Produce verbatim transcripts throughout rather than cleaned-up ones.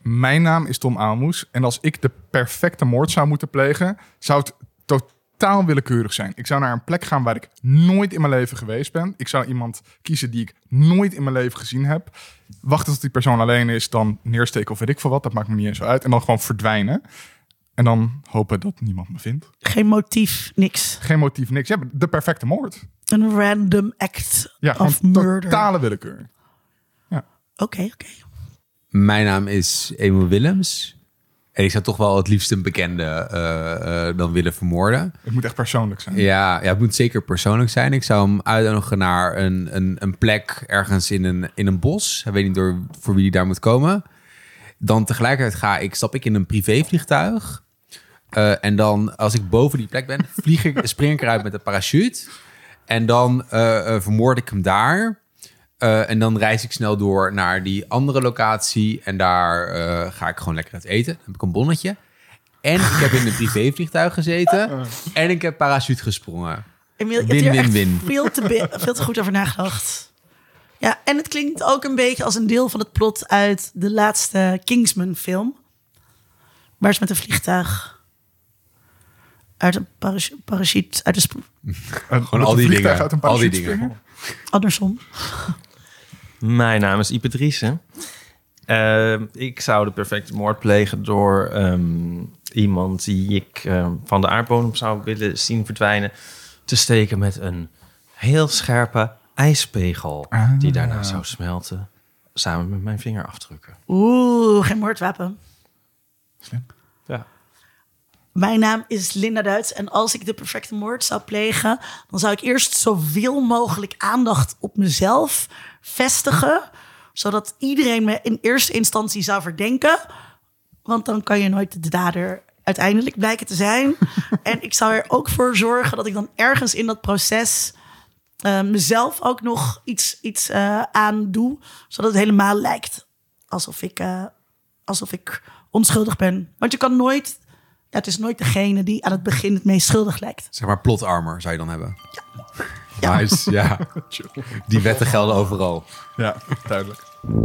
Mijn naam is Tom Aalmoes. En als ik de perfecte moord zou moeten plegen, zou het totaal willekeurig zijn. Ik zou naar een plek gaan waar ik nooit in mijn leven geweest ben. Ik zou iemand kiezen die ik nooit in mijn leven gezien heb. Wachten tot die persoon alleen is, dan neersteken of weet ik veel wat. Dat maakt me niet eens zo uit. En dan gewoon verdwijnen. En dan hopen dat niemand me vindt. Geen motief, niks. Geen motief, niks. Ja, de perfecte moord. Een random act ja, of murder. Totale willekeur. Ja. Oké, okay, oké. Okay. Mijn naam is Emo Willems. En ik zou toch wel het liefst een bekende uh, uh, dan willen vermoorden. Het moet echt persoonlijk zijn. Ja, ja, het moet zeker persoonlijk zijn. Ik zou hem uitnodigen naar een, een, een plek ergens in een, in een bos. Ik weet niet door, voor wie die daar moet komen. Dan tegelijkertijd ga ik, stap ik in een privévliegtuig. Uh, en dan, als ik boven die plek ben, vlieg ik, spring ik eruit met een parachute. En dan uh, uh, vermoord ik hem daar. Uh, en dan reis ik snel door naar die andere locatie. En daar uh, ga ik gewoon lekker uit eten. Dan heb ik een bonnetje. En ik heb in een privévliegtuig gezeten. En ik heb parachute gesprongen. Emiel, je hebt hier echt veel te, be- veel te goed over nagedacht. Ja, en het klinkt ook een beetje als een deel van het plot uit de laatste Kingsman-film. Waar ze met een vliegtuig uit een parachute, parachute uit de sp- Gewoon al die dingen. Al die dingen. Andersom. Mijn naam is Ipe Driessen. Uh, ik zou de perfecte moord plegen door um, iemand die ik uh, van de aardbodem zou willen zien verdwijnen, te steken met een heel scherpe ijspegel ah. die daarna zou smelten, samen met mijn vingerafdrukken. Oeh, geen moordwapen. Slim. Ja. Mijn naam is Linda Duits en als ik de perfecte moord zou plegen, dan zou ik eerst zoveel mogelijk aandacht op mezelf vestigen, zodat iedereen me in eerste instantie zou verdenken. Want dan kan je nooit de dader uiteindelijk blijken te zijn. En ik zou er ook voor zorgen dat ik dan ergens in dat proces uh, mezelf ook nog iets, iets uh, aan doe, zodat het helemaal lijkt alsof ik, uh, alsof ik onschuldig ben. Want je kan nooit... Ja, het is nooit degene die aan het begin het meest schuldig lijkt. Zeg maar plot armor zou je dan hebben. Ja. Ja. Nice, ja. Die wetten gelden overal. Ja, duidelijk.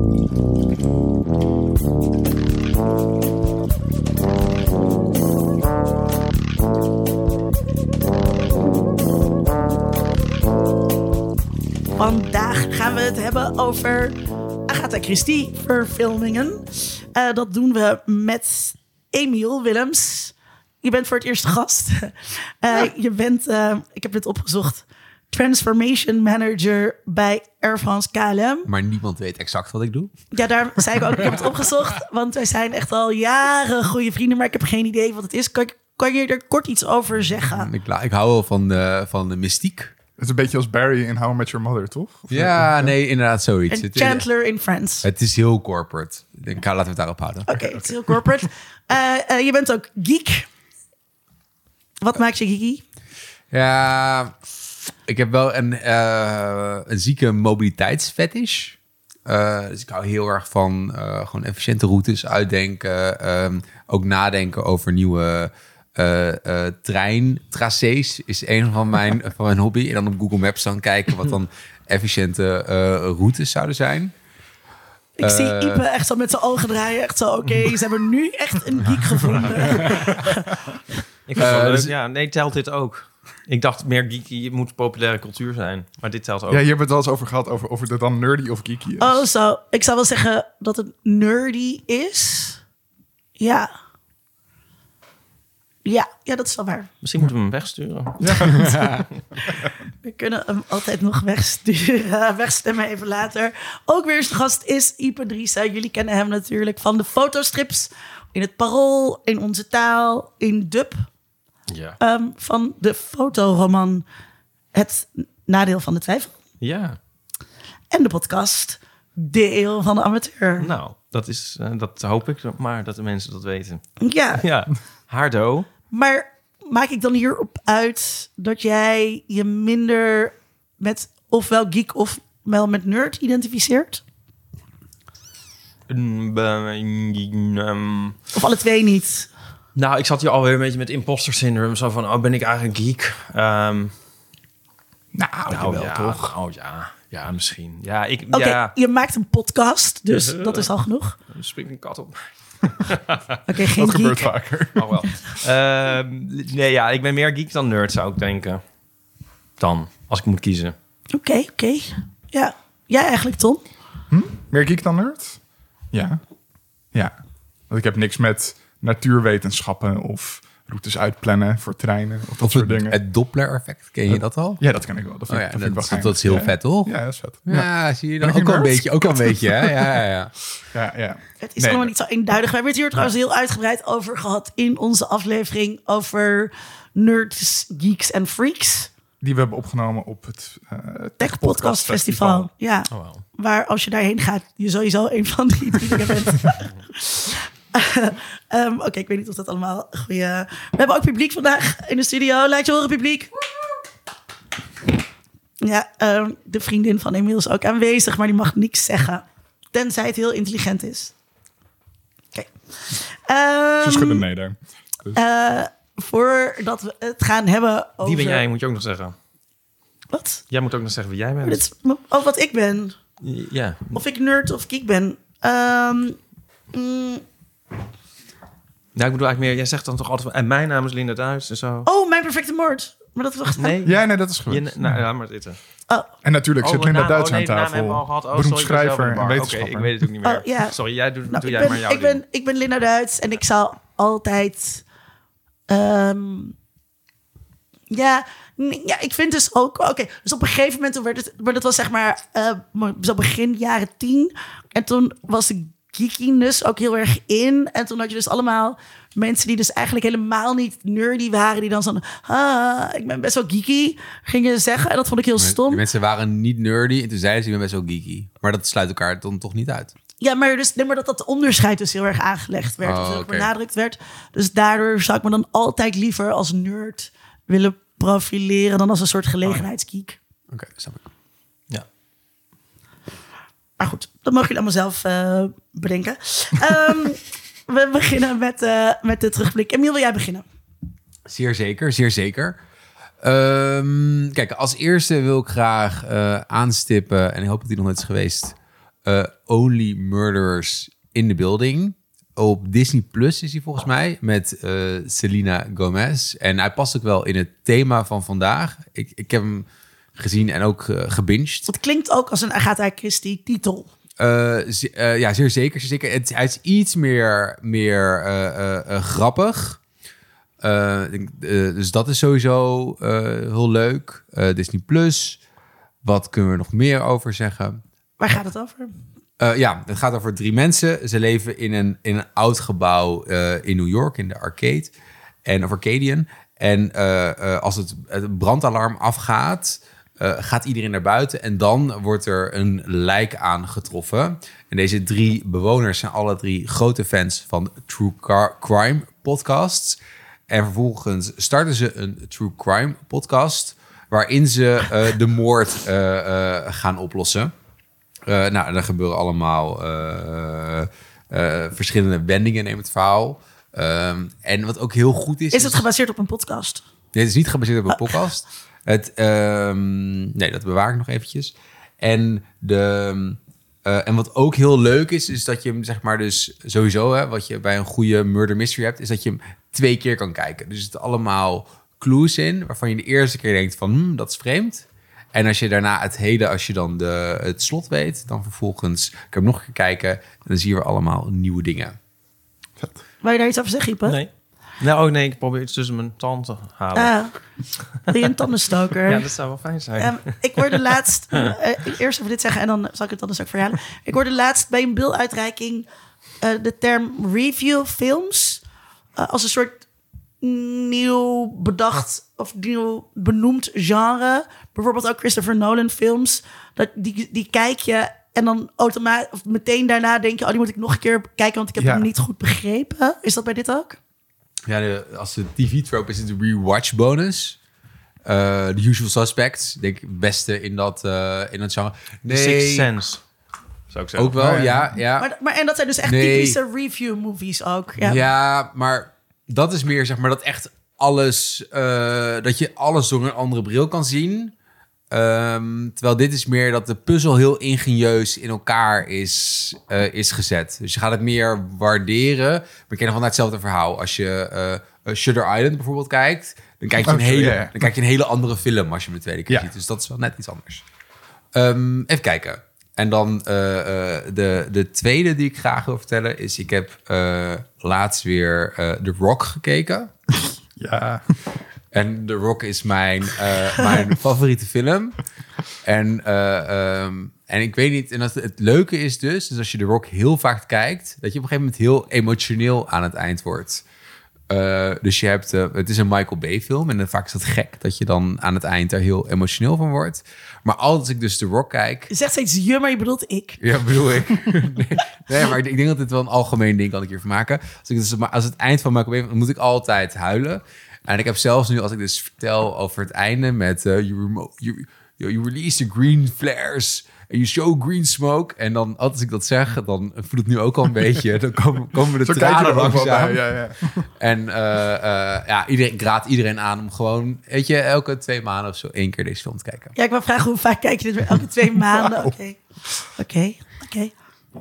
Vandaag gaan we het hebben over Agatha Christie verfilmingen. Uh, dat doen we met Emiel Willems. Je bent voor het eerst gast. Uh, ja. Je bent, uh, ik heb dit opgezocht, Transformation Manager bij Air France K L M. Maar niemand weet exact wat ik doe. Ja, daar zei ik ook, ik heb het opgezocht. Want wij zijn echt al jaren goede vrienden, maar ik heb geen idee wat het is. Kan, kan je er kort iets over zeggen? Ik, ik hou wel van de, van de mystiek. Het is een beetje als Barry in How I Met Your Mother, toch? Of ja, het, nee, inderdaad zoiets. En Chandler in Friends. Het is heel corporate. Ik denk, laten we het daarop houden. Oké, okay, het is heel corporate. uh, uh, je bent ook geek. Wat maakt je geeky? Ja, ik heb wel een, uh, een zieke mobiliteitsfetish. Uh, dus ik hou heel erg van uh, gewoon efficiënte routes uitdenken. Um, ook nadenken over nieuwe uh, uh, treintracés is een van mijn, van mijn hobby. En dan op Google Maps dan kijken wat dan efficiënte uh, routes zouden zijn. Ik uh, zie Ipe echt zo met zijn ogen draaien. Echt zo, oké, okay, ze hebben nu echt een geek gevonden. Ik vind uh, dus, ja, nee, telt dit ook. Ik dacht meer geeky, het moet populaire cultuur zijn. Maar dit telt ook. Ja, hier hebben we het wel eens over gehad, over of het dan nerdy of geeky is. Oh, zo. Ik zou wel zeggen dat het nerdy is. Ja. Ja, ja, dat is wel waar. Misschien moeten we hem wegsturen. Ja. We kunnen hem altijd nog wegsturen. Wegstemmen even later. Ook weer eens de gast is Ipe Driessen. Jullie kennen hem natuurlijk van de fotostrips. In het Parool, in Onze Taal, in Dub. Ja. Um, van de fotoroman Het Nadeel van de Twijfel. Ja. En de podcast De Eeuw van de Amateur. Nou, dat, is, uh, dat hoop ik maar dat de mensen dat weten. Ja. Ja, hardo. Maar maak ik dan hierop uit dat jij je minder met ofwel geek ofwel met nerd identificeert? Um, um, of alle twee niet? Nou, ik zat hier alweer een beetje met imposter syndrome. Zo van, oh, ben ik eigenlijk geek? Um, Nou, Nou jawel, ja, toch? nou ja, ja, misschien. Ja, ik, Oké, ja, je maakt een podcast, dus dat is al genoeg. er springt een kat op. Oké, geen Dat gebeurt geek. vaker. Oh wel. Ehm, nee, ja, ik ben meer geek dan nerd, zou ik denken. Dan, als ik moet kiezen. Oké, oké. Ja. Jij eigenlijk, Tom? Meer geek dan nerd? Ja. Ja. Want ik heb niks met natuurwetenschappen of routes uitplannen voor treinen of dat Of soort het, dingen. het Doppler-effect, ken je dat al? Ja, dat ken ik wel. Dat vind, Oh ik- ja, dat vind ik dat, wel is- dat is heel geinig. vet, toch? Ja, ja, dat is vet. Ja, Ja, zie je Ben dan ik ook wel een nerd? beetje, ook wel een beetje, hè? Ja, ja, ja. ja, ja. Het is Nee, allemaal maar- niet zo eenduidig. We hebben het hier trouwens heel uitgebreid over gehad in onze aflevering over nerds, geeks en freaks. Die we hebben opgenomen op het uh, Tech Podcast Festival. Ja, Oh, wow. waar als je daarheen gaat, je sowieso een van die drie dingen bent. Ehm, Oké, ik weet niet of dat allemaal goede. We hebben ook publiek vandaag in de studio. Laat je horen, publiek. Ja, ehm, de vriendin van Emiel is ook aanwezig, maar die mag niks zeggen. Tenzij het heel intelligent is. Oké. Ehm, Ze schudden nee daar. Dus, eh, voordat we het gaan hebben over... Wie ben jij, moet je ook nog zeggen. Wat? Jij moet ook nog zeggen wie jij bent. Dit is- Oh, wat ik ben. Ja, Of ik nerd of geek ben. Ehm, mm, nou, ik bedoel eigenlijk meer, jij zegt dan toch altijd van, en mijn naam is Linda Duits en zo. oh, mijn perfecte moord. Maar dat wacht. Nee? ja, nee, dat is goed. Je, nou, ja, maar zitten. Oh, En natuurlijk Oh, zit de Linda naam- Duits oh, nee, aan de naam tafel. hebben we al gehad. Oh, Beroemd sorry, ik ben zelf schrijver in de en war. wetenschapper. Oké, ik weet het ook niet meer. Oh, ja. Sorry, jij doet, nou, doe ik, jij maar ben, jouw ik, ben, ding. ik ben Linda Duits en ik zal altijd... ehm, ja, nee, ja, ik vind dus ook... Oké, dus op een gegeven moment toen werd het... Maar dat was zeg maar eh, zo begin jaren tien. En toen was de geekiness ook heel erg in. En toen had je dus allemaal mensen die dus eigenlijk helemaal niet nerdy waren. Die dan zo'n, ah, ik ben best wel geeky, gingen zeggen. En dat vond ik heel stom. Die mensen waren niet nerdy en toen zeiden ze, ik ben best wel geeky. Maar dat sluit elkaar dan toch niet uit. Ja, maar, dus, nee, maar dat dat onderscheid dus heel erg aangelegd werd. Oh, dus heel erg oké. benadrukt werd. Dus daardoor zou ik me dan altijd liever als nerd willen profileren dan als een soort gelegenheidsgeek. Oké, snap ik. Ja. Maar goed, dat mogen jullie allemaal zelf eh, bedenken. Ehm, we beginnen met, eh, met de terugblik. Emiel, wil jij beginnen? Zeer zeker, zeer zeker. Ehm, kijk, als eerste wil ik graag eh, aanstippen, en ik hoop dat die nog nooit is geweest, eh, Only Murderers in the Building. Op Disney Plus is hij volgens mij, met eh, Selena Gomez. En hij past ook wel in het thema van vandaag. Ik, ik heb hem gezien en ook uh, gebinged. Het klinkt ook als een Agatha Christie titel. Uh, z- uh, ja, zeer zeker. Zeer zeker. Het, hij is iets meer, meer uh, uh, uh, grappig. Uh, ik denk, uh, dus dat is sowieso uh, heel leuk. Uh, Disney Plus. Wat kunnen we nog meer over zeggen? Waar gaat het over? Uh, ja, het gaat over drie mensen. Ze leven in een, in een oud gebouw uh, in New York, in de arcade. En, of Arcadian. En uh, uh, als het, het brandalarm afgaat, uh, gaat iedereen naar buiten. En dan wordt er een lijk aangetroffen. En deze drie bewoners zijn alle drie grote fans van True Car- Crime podcasts. En vervolgens starten ze een True Crime podcast, waarin ze uh, de moord uh, uh, gaan oplossen. Uh, nou, er gebeuren allemaal uh, uh, verschillende wendingen in het verhaal. Um, en wat ook heel goed is... Is het gebaseerd op een podcast? Nee, het is niet gebaseerd op een podcast. Het, um, nee, dat bewaar ik nog eventjes. En, de, uh, en wat ook heel leuk is, is dat je hem zeg maar dus sowieso... Hè, wat je bij een goede murder mystery hebt, is dat je hem twee keer kan kijken. Dus er zitten allemaal clues in, waarvan je de eerste keer denkt van, hm, dat is vreemd. En als je daarna het hele, als je dan de, het slot weet, dan vervolgens kan je hem nog een keer kijken. En dan zien we allemaal nieuwe dingen. Wou je daar iets over zeggen, Ipe? Nee. Nou, oh nee, ik probeer iets tussen mijn tanden te halen. Ah, wil je een tandenstoker? Ja, dat zou wel fijn zijn. Um, ik hoorde laatst... Uh, eerst even dit zeggen en dan zal ik het anders ook verhalen. Ik hoorde laatst bij een biluitreiking uh, de term review films uh, als een soort nieuw bedacht of nieuw benoemd genre. Bijvoorbeeld ook Christopher Nolan films. Dat, die, die kijk je en dan automatisch of meteen daarna denk je, oh, die moet ik nog een keer kijken, want ik heb Ja. hem niet goed begrepen. Is dat bij dit ook? Ja, de, als de T V-trope is het de rewatch bonus. Uh, The Usual Suspects, denk ik, het beste in dat, uh, in dat genre. The Sixth Sense, zou ik zeggen. Ook wel, Oh, ja. ja. ja. Maar, maar, en dat zijn dus echt Nee. typische review movies ook. Ja. Ja, maar dat is meer, zeg maar, dat echt alles... Uh, dat je alles door een andere bril kan zien. Um, terwijl dit is meer dat de puzzel heel ingenieus in elkaar is, uh, is gezet. Dus je gaat het meer waarderen. Maar je kent nog vanuit hetzelfde verhaal. Als je uh, Shutter Island bijvoorbeeld kijkt, dan kijk, je een Oh, hele, ja, ja. dan kijk je een hele andere film als je hem de tweede keer Ja. ziet. Dus dat is wel net iets anders. Um, even kijken. En dan uh, uh, de, de tweede die ik graag wil vertellen is... ik heb uh, laatst weer uh, The Rock gekeken. Ja. En The Rock is mijn, uh, mijn favoriete film. En, uh, um, en ik weet niet... En dat, het leuke is dus, dus als je The Rock heel vaak kijkt... dat je op een gegeven moment heel emotioneel aan het eind wordt. Uh, dus je hebt... Uh, het is een Michael Bay film. En dan vaak is dat gek dat je dan aan het eind daar heel emotioneel van wordt. Maar als ik dus The Rock kijk... Je zegt steeds je, maar je bedoelt ik. Ja, bedoel ik. nee, nee, maar ik, ik denk dat dit wel een algemeen ding kan ik hiervan maken. Als, ik dus, maar als het eind van Michael Bay... dan moet ik altijd huilen. En ik heb zelfs nu, als ik dus vertel over het einde... met uh, you, remo- you, you release the green flares... en you show green smoke... en dan, als ik dat zeg, dan voelt het nu ook al een beetje... dan komen, komen de Zo kijk je tranen er ook wel langzaam. bij. Ja, ja. En uh, uh, ja, iedereen, ik raad iedereen aan om gewoon... weet je, elke twee maanden of zo één keer deze film te kijken. Ja, ik wil vragen hoe vaak kijk je dit weer? Elke twee maanden? Oké, oké, oké.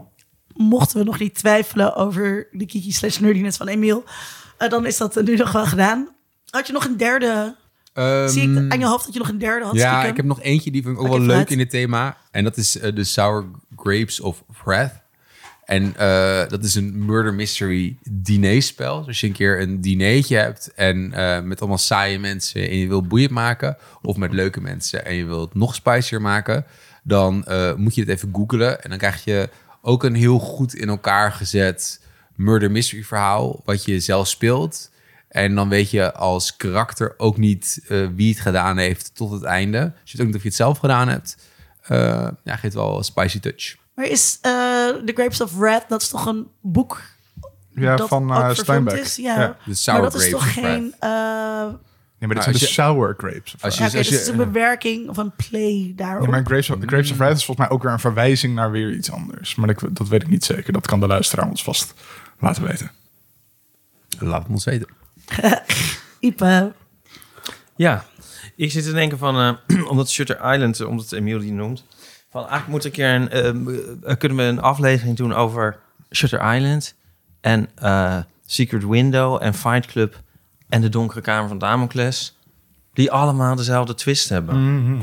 Mochten we nog niet twijfelen over de Kiki slash nerdiness van Emiel... Uh, dan is dat nu nog wel gedaan. Had je nog een derde... Um, Zie ik aan je hoofd dat je nog een derde had? Ja, stiekem? ik heb nog eentje die vind ik ook Oké, wel leuk vooruit. in dit thema. En dat is uh, de Sour Grapes of Wrath. En uh, dat is een murder mystery dinerspel. Dus als je een keer een dinertje hebt en uh, met allemaal saaie mensen en je wil boeiend maken, of met leuke mensen en je wilt het nog spicier maken, dan uh, moet je het even googlen. En dan krijg je ook een heel goed in elkaar gezet murder mystery verhaal, wat je zelf speelt. En dan weet je als karakter ook niet uh, wie het gedaan heeft tot het einde. Dus je weet ook niet of je het zelf gedaan hebt. Uh, ja, geeft wel een spicy touch. Maar is uh, The Grapes of Wrath, dat is toch een boek Ja, dat van ook uh, verfilmd Steinbeck. is? Ja. Ja. De Sour Maar dat is Grapes toch of geen... uh, Nee, maar dit Maar zijn de als je- sour grapes. Of als zo. je- ja, oké, dus het is een uh, bewerking of een play daarop. Ja, maar Grapes of, Grapes of Wrath is volgens mij ook weer een verwijzing naar weer iets anders. Maar ik, dat weet ik niet zeker. Dat kan de luisteraar ons vast laten weten. Laat het ons weten. Ipe, Ja, ik zit te denken van, uh, omdat Shutter Island, uh, omdat Emiel die noemt, van eigenlijk moet ik er een, uh, kunnen we een aflevering doen over Shutter Island en uh, Secret Window en Fight Club en de Donkere Kamer van Damocles, die allemaal dezelfde twist hebben. Mm-hmm.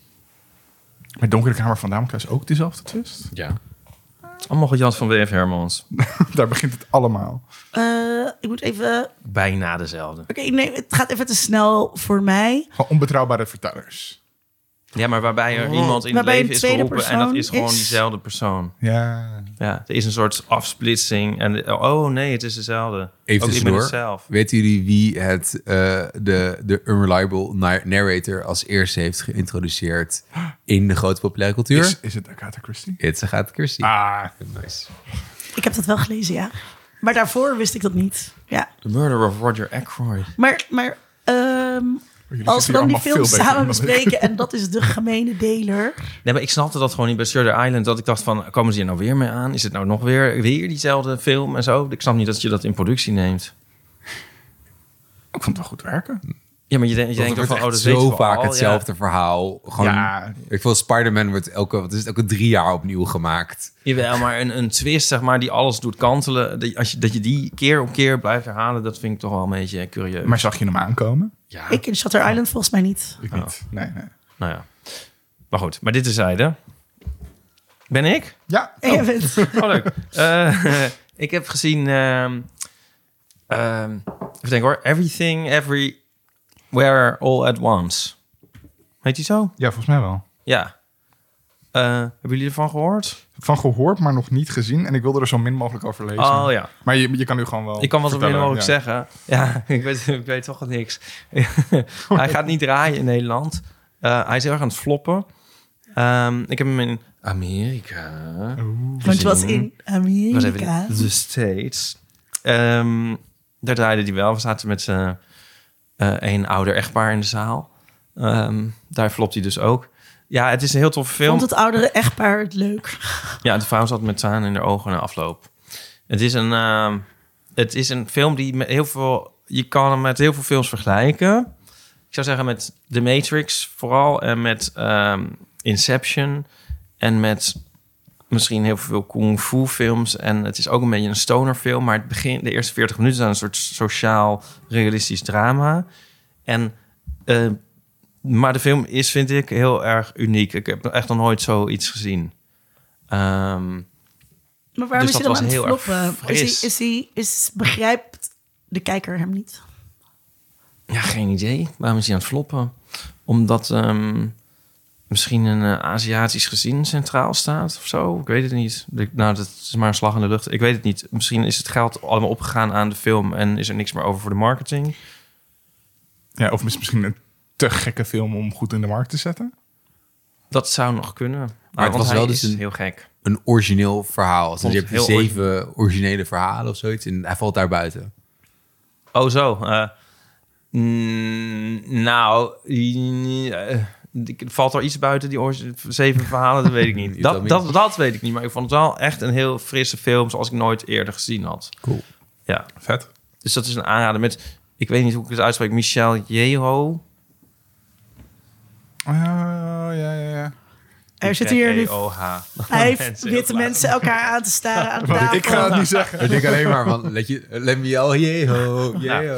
Met Donkere Kamer van Damocles ook dezelfde twist? Ja. Allemaal gejat van W F Hermans. Daar begint het allemaal. uh, ik moet even... Oké, Bijna dezelfde. nee, het gaat even te snel voor mij. Gewoon onbetrouwbare vertellers. Ja, maar waarbij er Oh. iemand in Waarbij het een leven is tweede geroepen en dat persoon is gewoon is- diezelfde persoon. Ja. Ja, er is een soort afsplitsing en oh nee, het is dezelfde. Even Ook ik ben tussendoor. het zelf. Weten jullie wie het, uh, de, de unreliable na- narrator als eerste heeft geïntroduceerd in de grote populaire cultuur? Is, is het Agatha Christie? It's Agatha Christie. Ah, Nice. Ik heb dat wel gelezen, ja. Maar daarvoor wist ik dat niet. Ja. The Murder of Roger Ackroyd. Maar, maar ehm, jullie als we zitten dan die hier film allemaal veel beter samen dan ik. bespreken en dat is de gemene deler. Nee, maar ik snapte dat gewoon niet bij Shutter Island. Dat ik dacht van, komen ze hier nou weer mee aan? Is het nou nog weer, weer diezelfde film en zo? Ik snap niet dat je dat in productie neemt. ik vond het wel goed werken. Ja, maar je, denkt je denkt Het toch van, wordt oh, dat echt weten zo we vaak al. hetzelfde verhaal. Gewoon, Ja. Ik vind Spider-Man wordt elke, wat is het, elke drie jaar opnieuw gemaakt. Ja, jawel, maar een, een twist, zeg maar, die alles doet kantelen. Dat, als je, dat je die keer op keer blijft herhalen, dat vind ik toch wel een beetje curieus. Maar zag je hem aankomen? ja, Ik in Shutter Island volgens mij niet. Ik Oh. niet. Nee, nee. nou ja. Maar goed, maar dit terzijde. Ben ik? Ja. En jij bent... Oh, leuk. Eh, ik heb gezien... ehm ehm, even denken hoor. Everything, Everywhere, All at Once. Heet die zo? Ja, volgens mij wel. Ja. Eh, hebben jullie ervan gehoord? Van gehoord, maar nog niet gezien. En ik wilde er zo min mogelijk over lezen. Oh ja. Maar je, je kan nu gewoon wel Ik kan wat zo min vertellen, mogelijk ja. zeggen. Ja, ik weet, ik weet toch niks. Hij gaat niet draaien in Nederland. Uh, hij is heel erg aan het floppen. Um, ik heb hem in Amerika. Want het was in Ik was even Amerika. in de States. Um, daar draaide hij wel. We zaten met uh, uh, een ouder echtpaar in de zaal. Um, daar flopt hij dus ook. Ja, het is een heel toffe film. Vond het oudere echtpaar het leuk? Ja, de vrouw zat met tranen in haar ogen na afloop. Het is een, uh, het is een film die met heel veel... Je kan hem met heel veel films vergelijken. ik zou zeggen met The Matrix vooral en met um, Inception en met misschien heel veel kung fu films. En het is ook een beetje een stoner film, maar het begin, de eerste veertig minuten zijn een soort sociaal realistisch drama. En uh, maar de film is, vind ik, heel erg uniek. Ik heb echt nog nooit zoiets gezien. Um, maar waarom dus is hij dan dat aan het was heel erg floppen? Is fris. hij, is hij, is, begrijpt de kijker hem niet? Ja, geen idee. Waarom is hij aan het floppen? Omdat um, misschien een uh, Aziatisch gezin centraal staat of zo. Ik weet het niet. Ik, nou, dat is maar een slag in de lucht. Ik weet het niet. Misschien is het geld allemaal opgegaan aan de film en is er niks meer over voor de marketing. Ja, of misschien een te gekke film om goed in de markt te zetten. Dat zou nog kunnen. Maar Maar het was hij wel dus is een- heel gek. Een origineel verhaal. Dus Vond je het hebt heel zeven originele verhalen of zoiets. En hij valt daar buiten. Oh, zo. Uh, mm, nou, uh, valt er iets buiten die oor- zeven verhalen? Dat weet ik niet. Iets wat dat, minder. dat, dat weet ik niet. Maar ik vond het wel echt een heel frisse film, zoals ik nooit eerder gezien had. Cool. Ja, Vet. dus dat is een aanrader met, ik weet niet hoe ik het uitspreek, Michelle Yeoh. Oh, ja, ja, ja. Er zitten hier nu E O H. vijf Mensen, witte heel mensen elkaar aan te staren aan de Wat, tafel. ik ga het niet zeggen. Ik denk alleen maar van, let, je, let me al, yeho, yeho.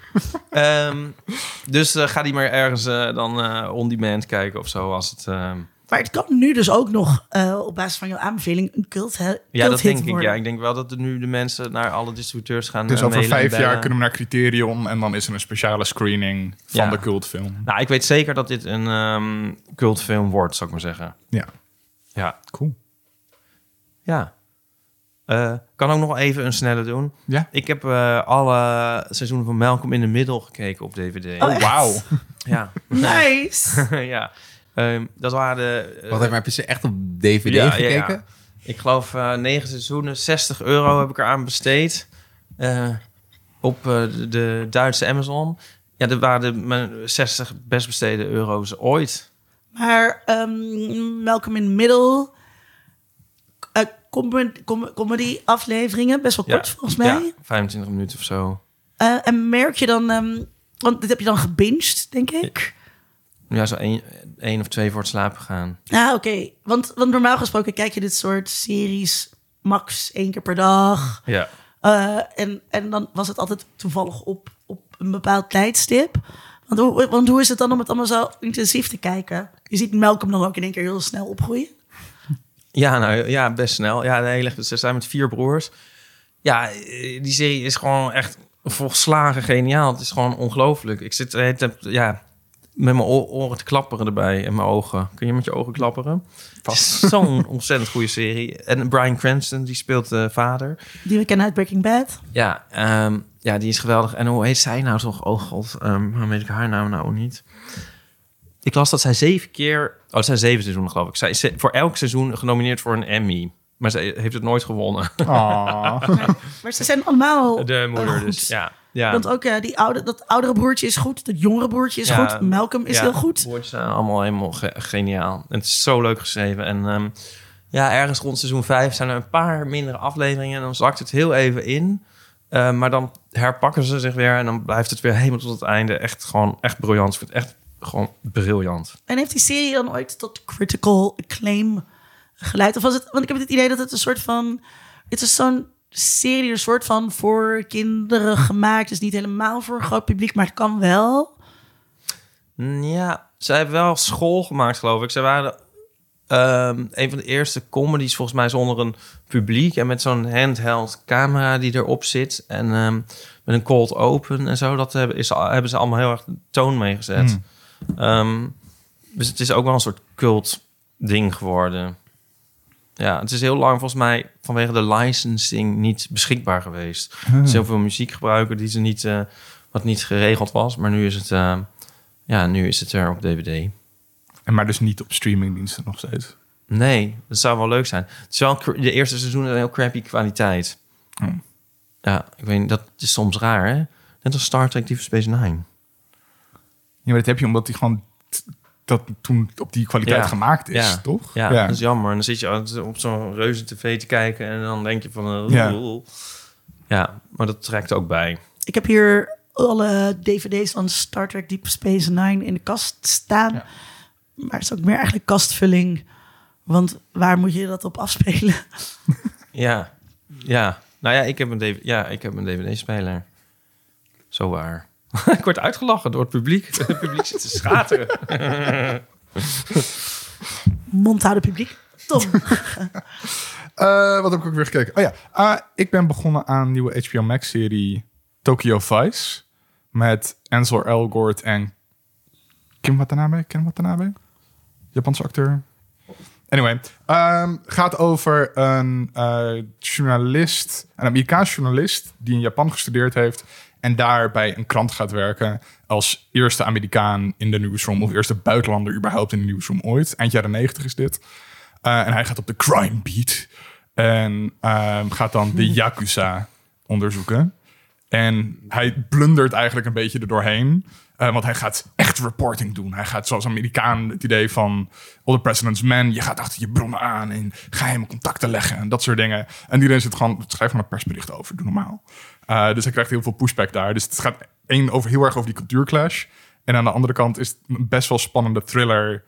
Um, dus uh, ga die maar ergens uh, dan uh, on demand kijken of zo. Als het, uh... Maar het kan nu dus ook nog uh, op basis van jouw aanbeveling een cult, he- Ja, culthit dat denk ik. worden. Ja, ik denk wel dat er nu de mensen naar alle distributeurs gaan. Dus uh, over mailen en vijf jaar bellen. kunnen we naar Criterion en dan is er een speciale screening van Ja. de cultfilm. Nou, ik weet zeker dat dit een um, cultfilm wordt, zou ik maar zeggen. Ja, Ja. cool. Ja. Uh, kan ook nog even een snelle doen. Ja. Ik heb uh, alle seizoenen van Malcolm in the Middle gekeken op D V D. Oh, echt? Wauw. Ja. Nice. ja. Um, dat waren de... uh, Wat heb, maar heb je ze echt op D V D Ja, ja, gekeken? ja. Ik geloof uh, negen seizoenen, zestig euro heb ik eraan besteed. Uh, op uh, de, de Duitse Amazon. Ja, dat waren de, mijn zestig best besteden euro's ooit. Maar um, Malcolm in the Middle, uh, com- com- comedy afleveringen, best wel kort Ja. volgens mij. Ja, vijfentwintig minuten of zo. Uh, en merk je dan, um, want dit heb je dan gebinged, denk ik. Ja, zo één, één of twee voor het slapen gaan. Ah, oké. Okay. Want, want normaal gesproken kijk je dit soort series max één keer per dag. Ja. Uh, en, en dan was het altijd toevallig op, op een bepaald tijdstip. Want hoe, want hoe is het dan om het allemaal zo intensief te kijken? Je ziet Malcolm dan ook in één keer heel snel opgroeien. Ja, nou ja, best snel. Ja, de hele, ze zijn met vier broers. Ja, die serie is gewoon echt volslagen geniaal. Het is gewoon ongelooflijk. Ik zit de hele tijd, ja, met mijn o- oren te klapperen erbij en mijn ogen. Kun je met je ogen klapperen? Vast. Zo'n ontzettend goede serie. En Bryan Cranston, die speelt de vader. Die we kennen uit Breaking Bad. Ja, um, ja, die is geweldig. En hoe heet zij nou toch? Oh god, um, waarom weet ik haar naam nou niet? Ik las dat zij zeven keer... Oh, het zijn zeven seizoenen, geloof ik. Zij is voor elk seizoen genomineerd voor een Emmy. Maar zij heeft het nooit gewonnen. Ah. Maar ze zijn allemaal De moeder uh, goed. dus, ja. ja. Want ook uh, die oude, dat oudere broertje is goed. Dat jongere broertje is Ja, goed. Malcolm is ja, heel goed. Broertjes zijn allemaal helemaal ge- geniaal. En het is zo leuk geschreven. En um, ja, ergens rond seizoen vijf zijn er een paar mindere afleveringen. En dan zakt het heel even in. Uh, maar dan herpakken ze zich weer. En dan blijft het weer helemaal tot het einde. Echt gewoon, echt briljant. Ik vind het echt gewoon briljant. En heeft die serie dan ooit tot critical acclaim geleid? Of was het... Want ik heb het idee dat het een soort van... Het is zo'n serie die een soort van voor kinderen gemaakt is. Niet helemaal voor een groot publiek, maar het kan wel. Ja, zij hebben wel school gemaakt, geloof ik. Zij waren um, een van de eerste comedies volgens mij zonder een publiek. En met zo'n handheld camera die erop zit. En um, met een cold open en zo. Dat hebben, is, hebben ze allemaal heel erg de toon meegezet. Hmm. Um, dus het is ook wel een soort cult ding geworden. Ja, het is heel lang volgens mij vanwege de licensing niet beschikbaar geweest. Hmm. Er is heel veel muziek gebruiken die ze niet, uh, wat niet geregeld was. Maar nu is het, uh, ja, nu is het er op D V D. En maar dus niet op streamingdiensten nog steeds. Nee, dat zou wel leuk zijn. Het is wel cr- de eerste seizoen een heel crappy kwaliteit. Hmm. Ja, ik weet niet, dat is soms raar, hè? Net als Star Trek Deep Space Nine. Ja, maar dat heb je omdat die gewoon t- dat toen op die kwaliteit Ja. gemaakt is, Ja. toch? Ja, dat is jammer. En dan zit je altijd op zo'n reuze tv te kijken en dan denk je van... Uh, Ja. ja. ja, maar dat trekt ook bij. Ik heb hier alle D V D's van Star Trek Deep Space Nine in de kast staan. Ja. Maar het is ook meer eigenlijk kastvulling. Want waar moet je dat op afspelen? Ja, ja. Nou ja, ik heb een, D V D, ja, ik heb een D V D-speler. Zo waar. Ik word uitgelachen door het publiek. Het publiek zit te schateren. Mond houden publiek. Tom. Uh, wat heb ik ook weer gekeken? Oh ja, uh, ik ben begonnen aan een nieuwe H B O Max-serie Tokyo Vice. Met Ansel Elgort en Kim Watanabe. Kim Watanabe? Japanse acteur. Anyway, um, gaat over een uh, journalist, een Amerikaans journalist die in Japan gestudeerd heeft en daar bij een krant gaat werken als eerste Amerikaan in de newsroom of eerste buitenlander überhaupt in de newsroom ooit. Eind jaren negentig is dit. Uh, en hij gaat op de crime beat en uh, gaat dan de Yakuza onderzoeken. En hij blundert eigenlijk een beetje er doorheen. Uh, want hij gaat echt reporting doen. Hij gaat zoals Amerikaan het idee van All the President's Men. Je gaat achter je bronnen aan en geheime contacten leggen en dat soort dingen. En iedereen zit gewoon, schrijf gewoon een persbericht over. Doe normaal. Uh, dus hij krijgt heel veel pushback daar. Dus het gaat één over, heel erg over die cultuurclash. En aan de andere kant is het een best wel spannende thriller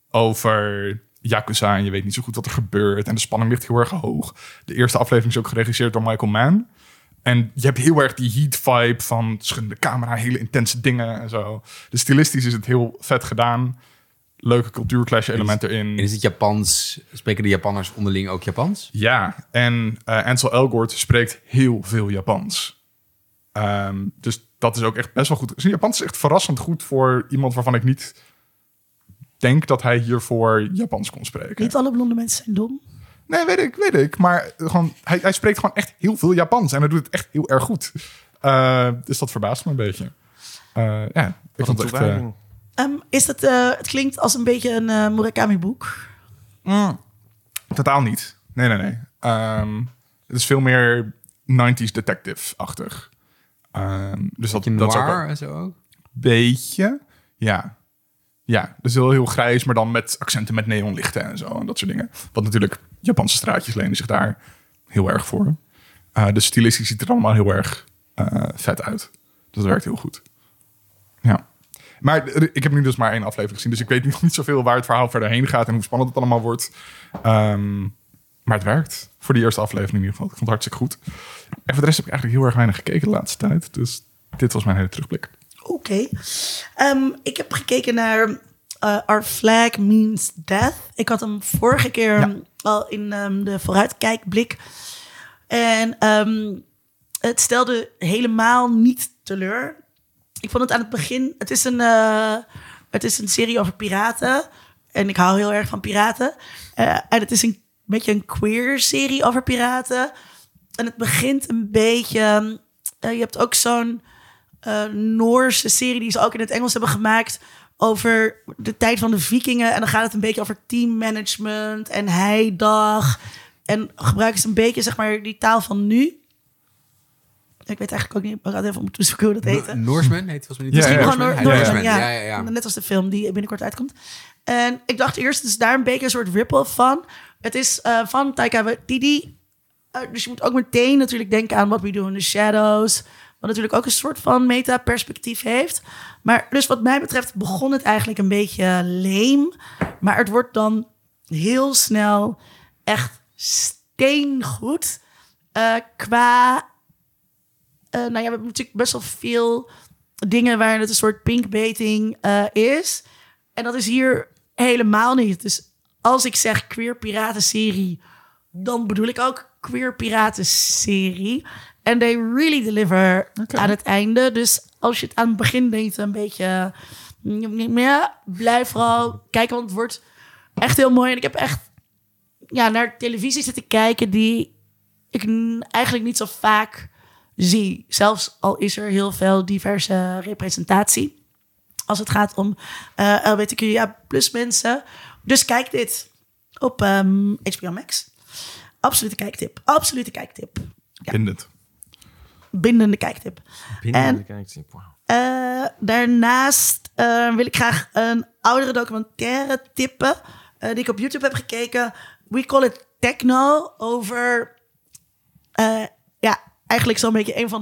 over Yakuza. En je weet niet zo goed wat er gebeurt. En de spanning ligt heel erg hoog. De eerste aflevering is ook geregisseerd door Michael Mann. En je hebt heel erg die heat vibe van schuddende camera, hele intense dingen en zo. Dus stilistisch is het heel vet gedaan. Leuke cultuurclash elementen erin. En is het Japans? Spreken de Japanners onderling ook Japans? Ja, en uh, Ansel Elgort spreekt heel veel Japans. Um, dus dat is ook echt best wel goed. Zijn Japans is echt verrassend goed voor iemand waarvan ik niet denk dat hij hiervoor Japans kon spreken. Niet alle blonde mensen zijn dom. Nee, weet ik, weet ik. Maar gewoon, hij, hij spreekt gewoon echt heel veel Japans. En hij doet het echt heel erg goed. Uh, dus dat verbaast me een beetje. Uh, ja, ik vond het echt... Uh, um, is het, uh, het klinkt als een beetje een uh, Murakami-boek. Mm, totaal niet. Nee, nee, nee. Um, het is veel meer nineties detective-achtig. Um, dus dat, dat is ook noir en zo ook? Beetje, ja. Ja, dus heel, heel grijs, maar dan met accenten met neonlichten en zo. En dat soort dingen. Wat natuurlijk, Japanse straatjes lenen zich daar heel erg voor. Uh, de stilistisch ziet er allemaal heel erg uh, vet uit. Dat werkt heel goed. Ja. Maar ik heb nu dus maar één aflevering gezien. Dus ik weet nog niet zoveel waar het verhaal verder heen gaat en hoe spannend het allemaal wordt. Um, maar het werkt. Voor die eerste aflevering in ieder geval. Ik vond het hartstikke goed. En voor de rest heb ik eigenlijk heel erg weinig gekeken de laatste tijd. Dus dit was mijn hele terugblik. Oké. Okay. Um, ik heb gekeken naar uh, Our Flag Means Death. Ik had hem vorige keer ja. al in um, de vooruitkijkblik. En um, het stelde helemaal niet teleur. Ik vond het aan het begin... Het is een, uh, het is een serie over piraten. En ik hou heel erg van piraten. Uh, en het is een beetje een queer serie over piraten. En het begint een beetje... Uh, je hebt ook zo'n uh, Noorse serie... die ze ook in het Engels hebben gemaakt... over de tijd van de vikingen. En dan gaat het een beetje over teammanagement en heidag. En gebruiken ze een beetje, zeg maar, die taal van nu... Ik weet eigenlijk ook niet, ik had even moeten zoeken hoe dat heette. Norseman heet het volgens mij niet. Ja, ja, Gewoon Norseman. Noor- Ja, Norseman, ja. ja, ja, ja. Net als de film die binnenkort uitkomt. En ik dacht eerst, het is daar een beetje een soort rip-off van. Het is uh, van Taika Waititi. Uh, dus je moet ook meteen natuurlijk denken aan What We Do in the Shadows. Wat natuurlijk ook een soort van meta-perspectief heeft. Maar dus wat mij betreft begon het eigenlijk een beetje leem. Maar het wordt dan heel snel echt steengoed. Uh, qua... Uh, nou ja, we hebben natuurlijk best wel veel dingen waarin het een soort pinkbaiting uh, is. En dat is hier helemaal niet. Dus als ik zeg queer piratenserie, dan bedoel ik ook queer piratenserie. En they really deliver okay. aan het einde. Dus als je het aan het begin denkt, een beetje... Ja, blijf vooral kijken, want het wordt echt heel mooi. En ik heb echt ja, naar televisie zitten kijken die ik eigenlijk niet zo vaak... zie. Zelfs al is er heel veel diverse representatie. Als het gaat om uh, L G B T Q I A plus mensen. Dus kijk dit op um, H B O Max. Absolute kijktip. Absolute kijktip. Ja. Bindend. Bindende kijktip. Bindende en, kijktip, wow. Uh, daarnaast uh, wil ik graag een oudere documentaire tippen. Uh, die ik op YouTube heb gekeken. We Call It Techno. Over... Uh, ja, eigenlijk zo'n beetje een van de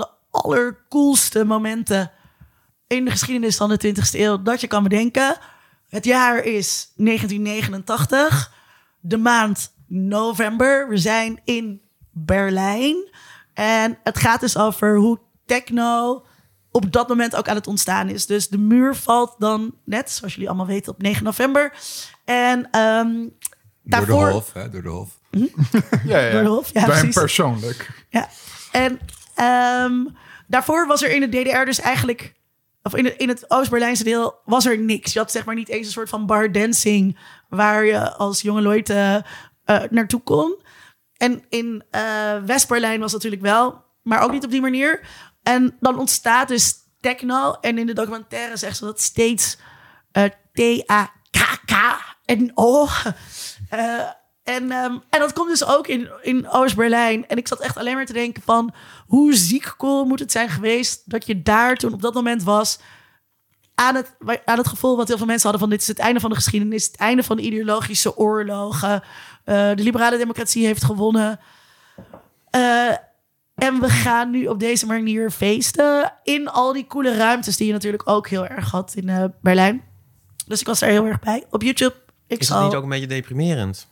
allercoolste momenten in de geschiedenis van de twintigste eeuw dat je kan bedenken. Het jaar is negentien negenentachtig. De maand november. We zijn in Berlijn. En het gaat dus over hoe techno op dat moment ook aan het ontstaan is. Dus de muur valt dan net, zoals jullie allemaal weten, op negen november. En um, daarvoor... Door de Hof, hè? Door de Hof. Ja, ja. Door de Hof, ja, Bij hem precies. persoonlijk. Ja, en um, daarvoor was er in de D D R dus eigenlijk... of in het, in het Oost-Berlijnse deel was er niks. Je had zeg maar niet eens een soort van bar dancing... waar je als jonge Lloyd uh, uh, naartoe kon. En in uh, West-Berlijn was natuurlijk wel... maar ook niet op die manier. En dan ontstaat dus techno... en in de documentaire zeggen ze dat steeds... Uh, T A K K N O... Uh, En, um, en dat komt dus ook in, in Oost-Berlijn. En ik zat echt alleen maar te denken van... hoe ziek cool moet het zijn geweest... dat je daar toen op dat moment was... aan het, aan het gevoel wat heel veel mensen hadden... van dit is het einde van de geschiedenis... het einde van de ideologische oorlogen. Uh, de liberale democratie heeft gewonnen. Uh, en we gaan nu op deze manier feesten... in al die coole ruimtes... die je natuurlijk ook heel erg had in uh, Berlijn. Dus ik was daar heel erg bij. Op YouTube... Ik Is zal... dat niet ook een beetje deprimerend?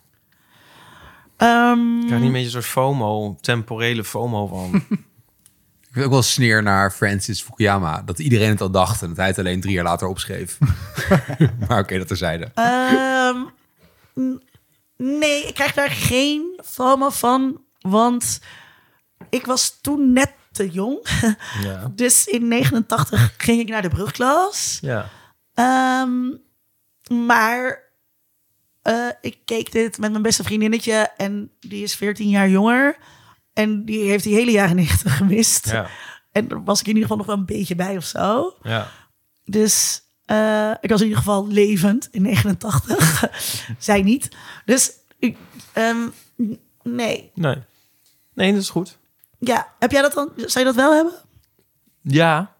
Um, Ik krijg niet een beetje een soort FOMO, temporele FOMO van. Ik vind ook wel sneer naar Francis Fukuyama. Dat iedereen het al dacht en dat hij het alleen drie jaar later opschreef. Maar oké, okay, dat terzijde. Um, n- nee, ik krijg daar geen FOMO van. Want ik was toen net te jong. Ja. Dus in negenentachtig ging ik naar de brugklas. Ja. Um, maar uh, ik keek dit met mijn beste vriendinnetje. En die is veertien jaar jonger. En die heeft die hele jaren negentig gemist. Ja. En daar was ik in ieder geval nog wel een beetje bij of zo. Ja. Dus uh, ik was in ieder geval levend in negenentachtig. Zij niet. Dus ik, um, nee. Nee. Nee, dat is goed. Ja, heb jij dat dan? Zou je dat wel hebben? Ja.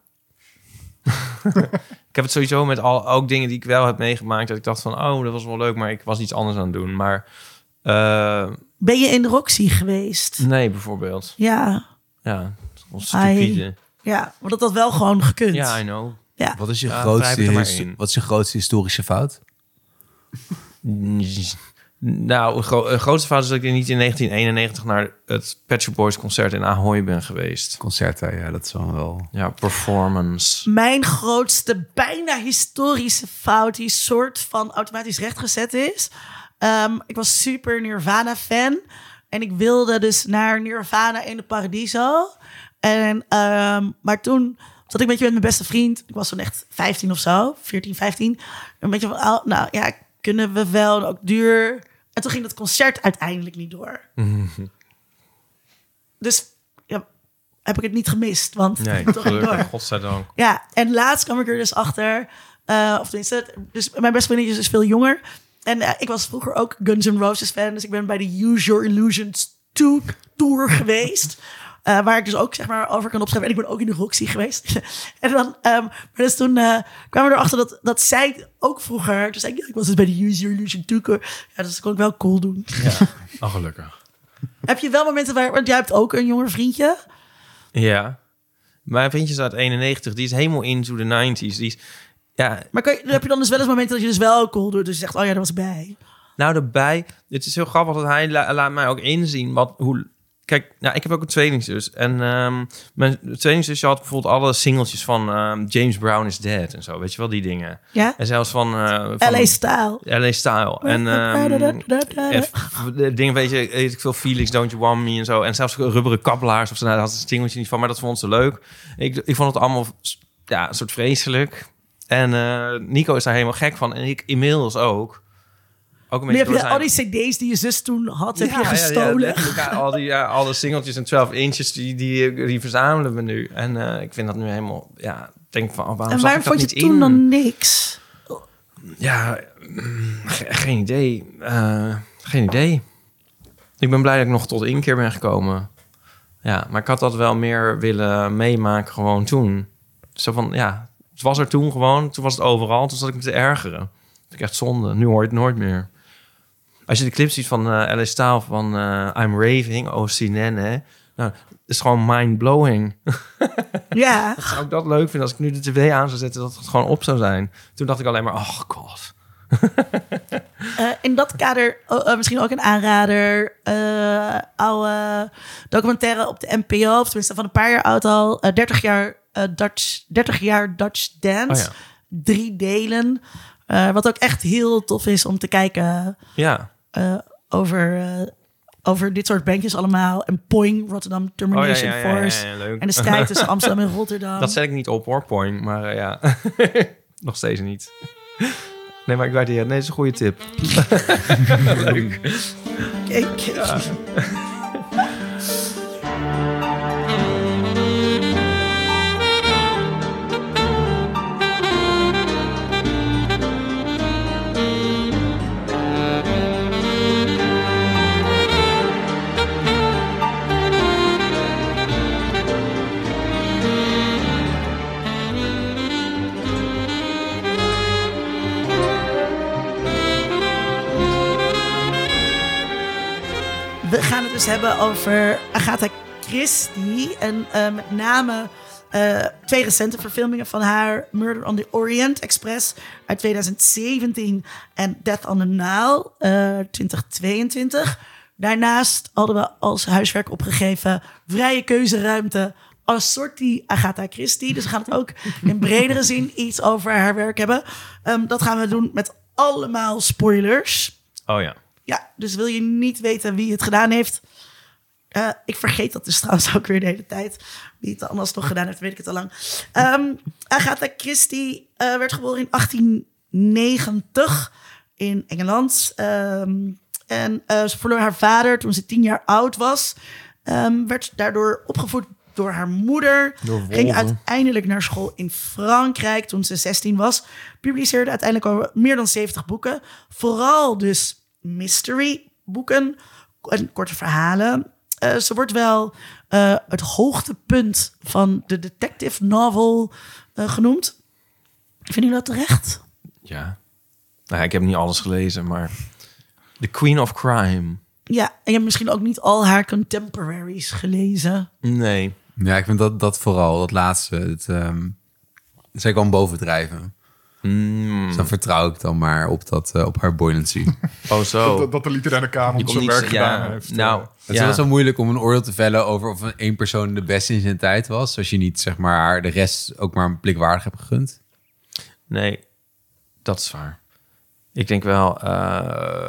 Ik heb het sowieso met al, ook dingen die ik wel heb meegemaakt. Dat ik dacht van, oh, dat was wel leuk, maar ik was iets anders aan het doen. Maar uh, ben je in de Roxy geweest? Nee, bijvoorbeeld. Ja. Ja, stupide. Ja, maar dat had wel gewoon gekund. Ja, I know. Ja. Wat is je, Ja, grootste, er maar his- één. wat is je grootste historische fout? Nou, een gro- een grootste fout is dat ik niet in negentien eenennegentig naar het Pet Shop Boys concert in Ahoy ben geweest. Concerten, ja, dat is wel wel... Ja, performance. Mijn grootste, bijna historische fout... die soort van automatisch rechtgezet is. Um, ik was super Nirvana-fan. En ik wilde dus naar Nirvana in de Paradiso. En, um, maar toen zat ik een beetje met mijn beste vriend. Ik was toen echt vijftien of zo. veertien, vijftien. Een beetje van, oh, nou ja, kunnen we wel, ook duur. En toen ging dat concert uiteindelijk niet door. Dus ja, heb ik het niet gemist. Want Nee, toch niet door. gelukkig, godzijdank. Ja, en laatst kwam ik er dus achter. Uh, of tenminste, dus mijn beste vriendin is dus veel jonger. En uh, ik was vroeger ook Guns N' Roses fan. Dus ik ben bij de Use Your Illusions two tour geweest. Uh, waar ik dus ook zeg maar over kan opschrijven. En ik ben ook in de Roxy geweest. En dan, um, maar dus toen uh, kwamen we erachter dat, dat zij ook vroeger... Dus ik, ik was dus bij de Use Your Illusion two tour. Ja, dus dat kon ik wel cool doen. Ja, oh, gelukkig. Heb je wel momenten waar... Want jij hebt ook een jonger vriendje. Ja. Mijn vriendje is uit eenennegentig. Die is helemaal into the nineties. Die is... Ja, Maar kan je, heb je dan dus wel eens momenten dat je dus wel cool doet? Dus je zegt, oh ja, dat was ik bij. nou, daarbij... Het is heel grappig dat hij la- laat mij ook inzien wat... hoe Kijk, nou, ik heb ook een tweelingzus. En um, mijn tweelingzusje had bijvoorbeeld alle singeltjes van um, James Brown is Dead en zo. Weet je wel, die dingen. Ja? En zelfs van... Uh, van L A Style. L A Style. En um, de dingen, weet je, weet ik veel, Felix, Don't You Want Me en zo. En zelfs rubberen kappelaars of zo. Nou, daar had het singeltje niet van, maar dat vond ze leuk. Ik, ik vond het allemaal ja, een soort vreselijk. En uh, Nico is daar helemaal gek van. En ik inmiddels ook. Ook een Nu heb beetje je door al zijn... die cd's die je zus toen had, heb Ja, je ja, ja, gestolen. letterlijk, ja, al die ja, alle singeltjes en twaalf inches, die, die, die verzamelen we nu. En uh, ik vind dat nu helemaal, ja, denk van, oh, waarom En zag waarom ik dat vond je niet toen in? dan niks? Ja, mm, ge- geen idee. Uh, geen idee. Ik ben blij dat ik nog tot één keer ben gekomen. Ja, maar ik had dat wel meer willen meemaken gewoon toen. Zo van, ja, het was er toen gewoon. Toen was het overal. Toen zat ik me te ergeren. Dat vind ik echt zonde. Nu hoor je het nooit meer. Als je de clip ziet van uh, L A Style van uh, I'm Raving, oh Sinene. Nou, is gewoon mind-blowing. Ja. Zou ik dat leuk vinden als ik nu de tv aan zou zetten, dat het gewoon op zou zijn? Toen dacht ik alleen maar, oh god. Uh, in dat kader uh, uh, misschien ook een aanrader. Uh, oude documentaire op de N P O, of tenminste van een paar jaar oud al. Uh, dertig jaar uh, Dutch, dertig jaar Dutch Dance. Oh ja. Drie delen. Uh, wat ook echt heel tof is om te kijken Ja. uh, over, uh, over dit soort bandjes allemaal. En Poing, Rotterdam Termination Oh, ja, ja, ja, ja, Force. ja, ja, leuk. En de strijd tussen Amsterdam en Rotterdam. Dat zet ik niet op hoor, Point, maar uh, ja. Nog steeds niet. Nee, maar ik waardeer het. Nee, dat is een goede tip. Leuk. Kijk. Ja. We gaan het dus hebben over Agatha Christie. En uh, met name uh, twee recente verfilmingen van haar. Murder on the Orient Express uit twintig zeventien. En Death on the Nile uh, twintig tweeëntwintig. Daarnaast hadden we als huiswerk opgegeven vrije keuzeruimte assortie Agatha Christie. Dus we gaan het ook in bredere zin iets over haar werk hebben. Um, dat gaan we doen met allemaal spoilers. Oh ja. Ja, dus wil je niet weten wie het gedaan heeft? Uh, ik vergeet dat dus trouwens ook weer de hele tijd. Wie het anders nog gedaan heeft, weet ik het al lang. Um, Agatha Christie uh, werd geboren in achttien negentig in Engeland. Um, en uh, ze verloor haar vader toen ze tien jaar oud was. Um, werd daardoor opgevoed door haar moeder. Ging uiteindelijk naar school in Frankrijk toen ze zestien was. Publiceerde uiteindelijk al meer dan zeventig boeken. Vooral dus mystery boeken en korte verhalen. Uh, ze wordt wel uh, het hoogtepunt van de detective novel uh, genoemd. Vind je dat terecht? Ja. Nou, ik heb niet alles gelezen, maar... The Queen of Crime. Ja, en je hebt misschien ook niet al haar contemporaries gelezen. Nee. Ja, ik vind dat, dat vooral, dat laatste, het, um, dat zou ik wel bovendrijven. Mm. Dus dan vertrouw ik dan maar op, dat, uh, op haar buoyancy. Oh, zo. Dat, dat de literaire kamer Je zijn komt werk niet- gedaan ja, heeft. nou, Uh, Het is ja. wel zo moeilijk om een oordeel te vellen over of een één persoon de beste in zijn tijd was. Als je niet, zeg maar, haar de rest ook maar een blik waardig hebt gegund. Nee, dat is waar. Ik denk wel... Uh,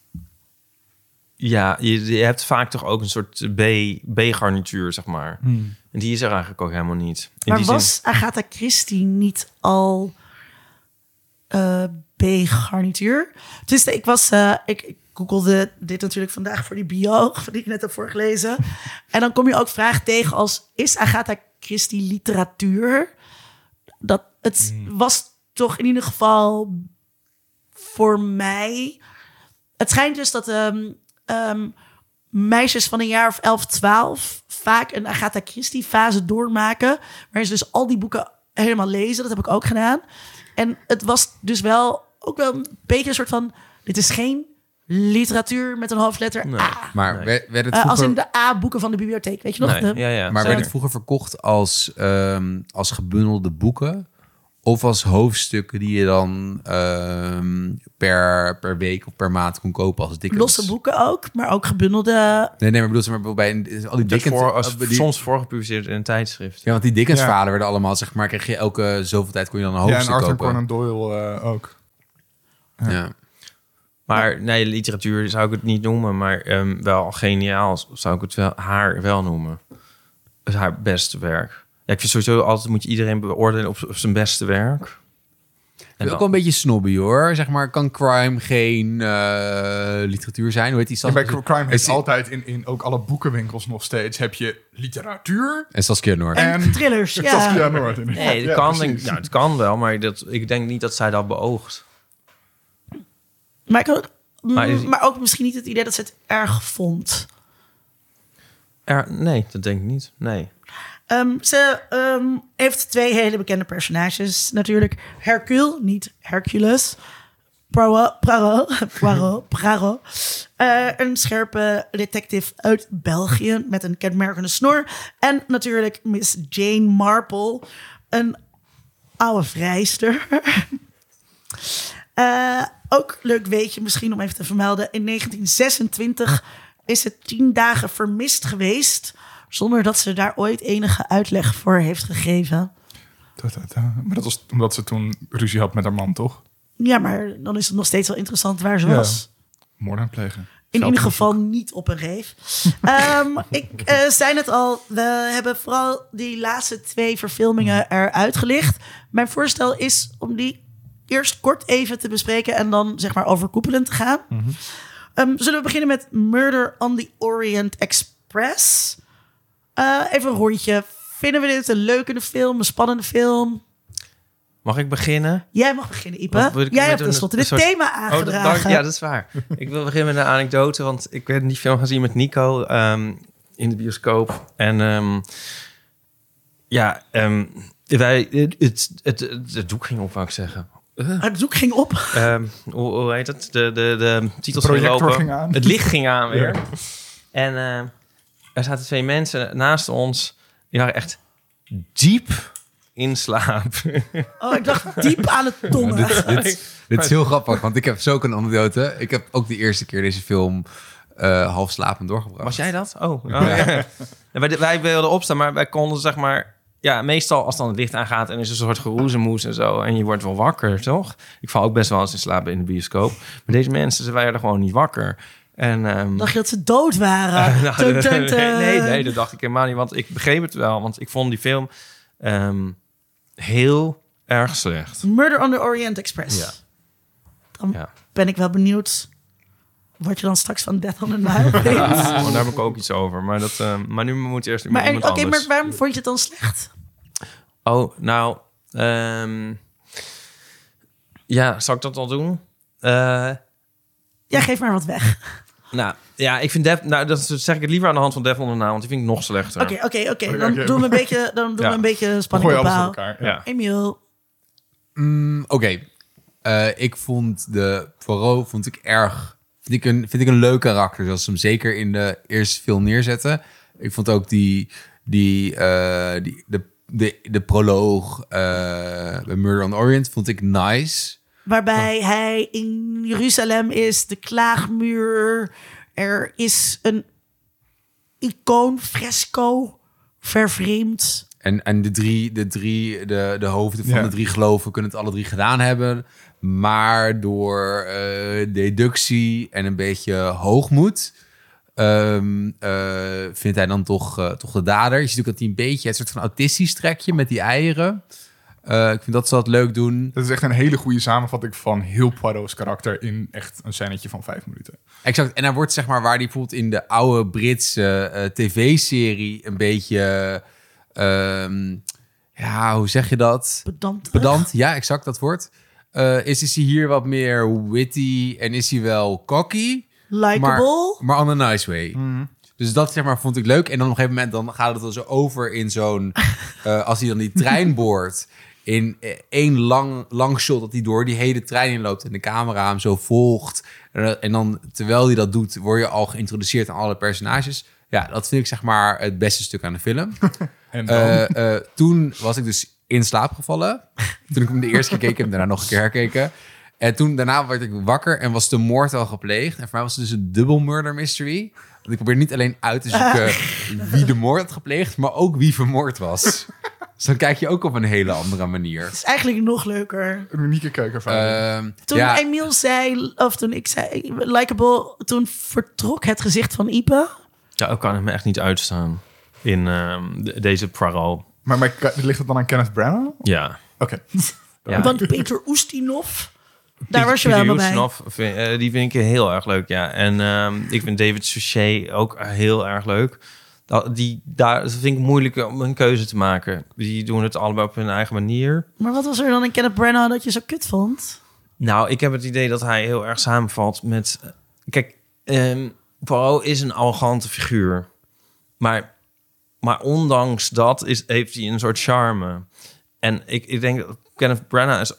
ja, je, je hebt vaak toch ook een soort B, B-garnituur, zeg maar. Hmm. En die is er eigenlijk ook helemaal niet. In Maar die was zin, Agatha Christie niet al uh, B-garnituur? Dus ik was... Uh, ik, ik googelde dit natuurlijk vandaag voor die bio... die ik net heb voorgelezen. En dan kom je ook vragen tegen als... is Agatha Christie literatuur? Dat, het Hmm. was toch in ieder geval voor mij... Het schijnt dus dat... Um, um, meisjes van een jaar of elf, twaalf... vaak een Agatha Christie-fase doormaken... waarin ze dus al die boeken helemaal lezen. Dat heb ik ook gedaan. En het was dus wel ook wel een beetje een soort van... dit is geen literatuur met een hoofdletter Nee. A. Maar Nee. werd, werd het Uh, vroeger, als in de A-boeken van de bibliotheek. Weet je nog? nee, De- ja, ja, maar werd zeker. het vroeger verkocht als, um, als gebundelde boeken? Of als hoofdstukken die je dan um, per, per week of per maand kon kopen als Dickens? Losse boeken ook, maar ook gebundelde... Nee, nee, maar bedoel, zeg maar bij een- al die Dat Dickens... voor, als, die- soms voorgepubliceerd in een tijdschrift. Ja, want die Dickens Ja. verhalen werden allemaal, zeg maar, kreeg je elke zoveel tijd kon je dan een ja, en hoofdstuk Arthur kopen. Conan Doyle uh, ook. Ja. Maar nee, literatuur zou ik het niet noemen, maar um, wel geniaal zou ik het wel, haar wel noemen. Het is haar beste werk. Ja, ik vind sowieso altijd moet je iedereen beoordelen op, op zijn beste werk. En ook wel een beetje snobby hoor. Zeg maar, kan crime geen uh, literatuur zijn? Hoe heet die En stad? bij Crime Is heeft die- altijd in, in ook alle boekenwinkels nog steeds... heb je literatuur En Saskia Noord. En, en thrillers, ja. Saskia Noord. inderdaad. Nee, het, Ja, kan, precies. denk, nou, het kan wel, maar dat, ik denk niet dat zij dat beoogt. Maar, ik had- Maar is- mm, maar ook misschien niet het idee dat ze het erg vond. Er, nee, dat denk ik niet. Nee. Um, ze um, heeft twee hele bekende personages natuurlijk. Hercule, niet Hercules. Poirot, Poirot, Poirot, Poirot. Uh, een scherpe detective uit België met een kenmerkende snor. En natuurlijk Miss Jane Marple, een oude vrijster. uh, ook leuk weetje misschien om even te vermelden. In negentien zesentwintig is het tien dagen vermist geweest, zonder dat ze daar ooit enige uitleg voor heeft gegeven. Ta, ta, ta. Maar dat was omdat ze toen ruzie had met haar man, toch? Ja, maar dan is het nog steeds wel interessant waar ze Ja. was. Moord aan plegen. In ieder geval niet op een reef. um, ik uh, zei het al, we hebben vooral die laatste twee verfilmingen eruit gelicht. Mijn voorstel is om die eerst kort even te bespreken en dan zeg maar overkoepelend te gaan. Mm-hmm. Um, zullen we beginnen met Murder on the Orient Express? Uh, even een rondje. Vinden we dit een leuke film, een spannende film? Mag ik beginnen? Jij mag beginnen, Ipe. Wat wil ik Jij met hebt een- tenslotte een dit soort- thema Oh, aangedragen. dat, dank- ja, dat is waar. Ik wil beginnen met een anekdote, want ik heb die film gezien met Nico um, in de bioscoop. En um, ja, um, wij, het, het, het, het, het doek ging op, wou ik zeggen. Uh, Het doek ging op. um, hoe, hoe heet het? De, de, de titels De projector gingen lopen. ging aan. Het licht ging aan weer. Ja. En uh, er zaten twee mensen naast ons. Die waren echt diep in slaap. Oh, ik dacht diep aan het tongen. dit, dit, dit is heel grappig, want ik heb zo ook een anekdote. Ik heb ook de eerste keer deze film uh, half slapend doorgebracht. Was jij dat? Oh, oh ja. Ja, wij, wij wilden opstaan, maar wij konden zeg maar... Ja, meestal als dan het licht aangaat en is er een soort geroezemoes en zo. En je wordt wel wakker, toch? Ik val ook best wel eens in slaap in de bioscoop. Maar deze mensen, ze waren gewoon niet wakker. En, um, Dacht je dat ze dood waren? Uh, nou, Tun, tun, tun. Nee, nee, dat dacht ik helemaal niet. Want ik begreep het wel. Want ik vond die film um, heel erg slecht. Murder on the Orient Express. Ja. Dan Ja. ben ik wel benieuwd wat je dan straks van Death on the Nile vindt. Oh, daar heb ik ook iets over. Maar, dat, uh, maar nu moet je eerst Maar iemand oké, anders. maar waarom vond je het dan slecht? Oh, nou... Um, ja, zal ik dat al doen? Uh, Ja, geef maar wat weg. nou, ja, ik vind Death... Nou, dat zeg ik het liever aan de hand van Death on the Nile, want die vind ik nog slechter. Oké, oké, oké. Oké, Dan oké. doen we een beetje, dan doen Ja. we een beetje We spanning gooien alles door opbouwen. elkaar. Ja. Ja. Emiel. Mm, Oké, okay. uh, ik vond de Poirot vond ik erg. Vind ik, een, vind ik een leuk karakter, zoals ze hem zeker in de eerste film neerzetten. Ik vond ook die, die, uh, die de, de, de proloog uh, bij Murder on the Orient vond ik nice. Waarbij Oh. hij in Jeruzalem is, de klaagmuur. Er is een icoon, fresco, vervreemd. En, en de drie, de, drie de, de hoofden van Ja. de drie geloven kunnen het alle drie gedaan hebben. Maar door uh, deductie en een beetje hoogmoed um, uh, vindt hij dan toch, uh, toch de dader. Je ziet ook dat hij een beetje het soort van autistisch trekje met die eieren. Uh, ik vind dat ze dat leuk doen. Dat is echt een hele goede samenvatting van heel Poirot's karakter in echt een scènetje van vijf minuten. Exact. En hij wordt zeg maar waar die bijvoorbeeld in de oude Britse uh, tv-serie een beetje... Um, ja, hoe zeg je dat? Pedant. Pedant, ja, exact dat woord. Uh, is, is hij hier wat meer witty en is hij wel cocky? Likeable. Maar, maar on a nice way. Mm. Dus dat zeg maar vond ik leuk. En dan op een gegeven moment dan gaat het dan zo over in zo'n... uh, als hij dan die trein boort... in één lang, lang shot dat hij door die hele trein inloopt... en de camera hem zo volgt. En, en dan, terwijl hij dat doet... word je al geïntroduceerd aan alle personages. Ja, dat vind ik zeg maar het beste stuk aan de film. En dan? Uh, uh, toen was ik dus in slaap gevallen. Toen ik hem de eerste keer keek, heb ik daarna nog een keer herkeken. En toen, daarna werd ik wakker en was de moord al gepleegd. En voor mij was het dus een dubbel murder mystery. Want ik probeerde niet alleen uit te zoeken wie de moord had gepleegd, maar ook wie vermoord was. Dus dan kijk je ook op een hele andere manier. Het is eigenlijk nog leuker. Een unieke kijkervaring. Uh, Toen ja, Emiel zei, of toen ik zei, likeable, toen vertrok het gezicht van Ipe. Ja, ik kan hem echt niet uitstaan in um, de- deze Poirot. maar, maar ligt het dan aan Kenneth Branagh? Ja. Oké. ja. Want Peter Ustinov, daar was je wel Peter bij. Ustinov vind- uh, die vind ik heel erg leuk, ja. En um, ik vind David Suchet ook heel erg leuk. Dat, die, daar dat vind ik moeilijk om een keuze te maken. Die doen het allebei op hun eigen manier. Maar wat was er dan in Kenneth Branagh dat je zo kut vond? Nou, ik heb het idee dat hij heel erg samenvalt met... Kijk, um, Poirot is een arrogante figuur. Maar, maar ondanks dat is, heeft hij een soort charme. En ik, ik denk dat Kenneth Branagh is,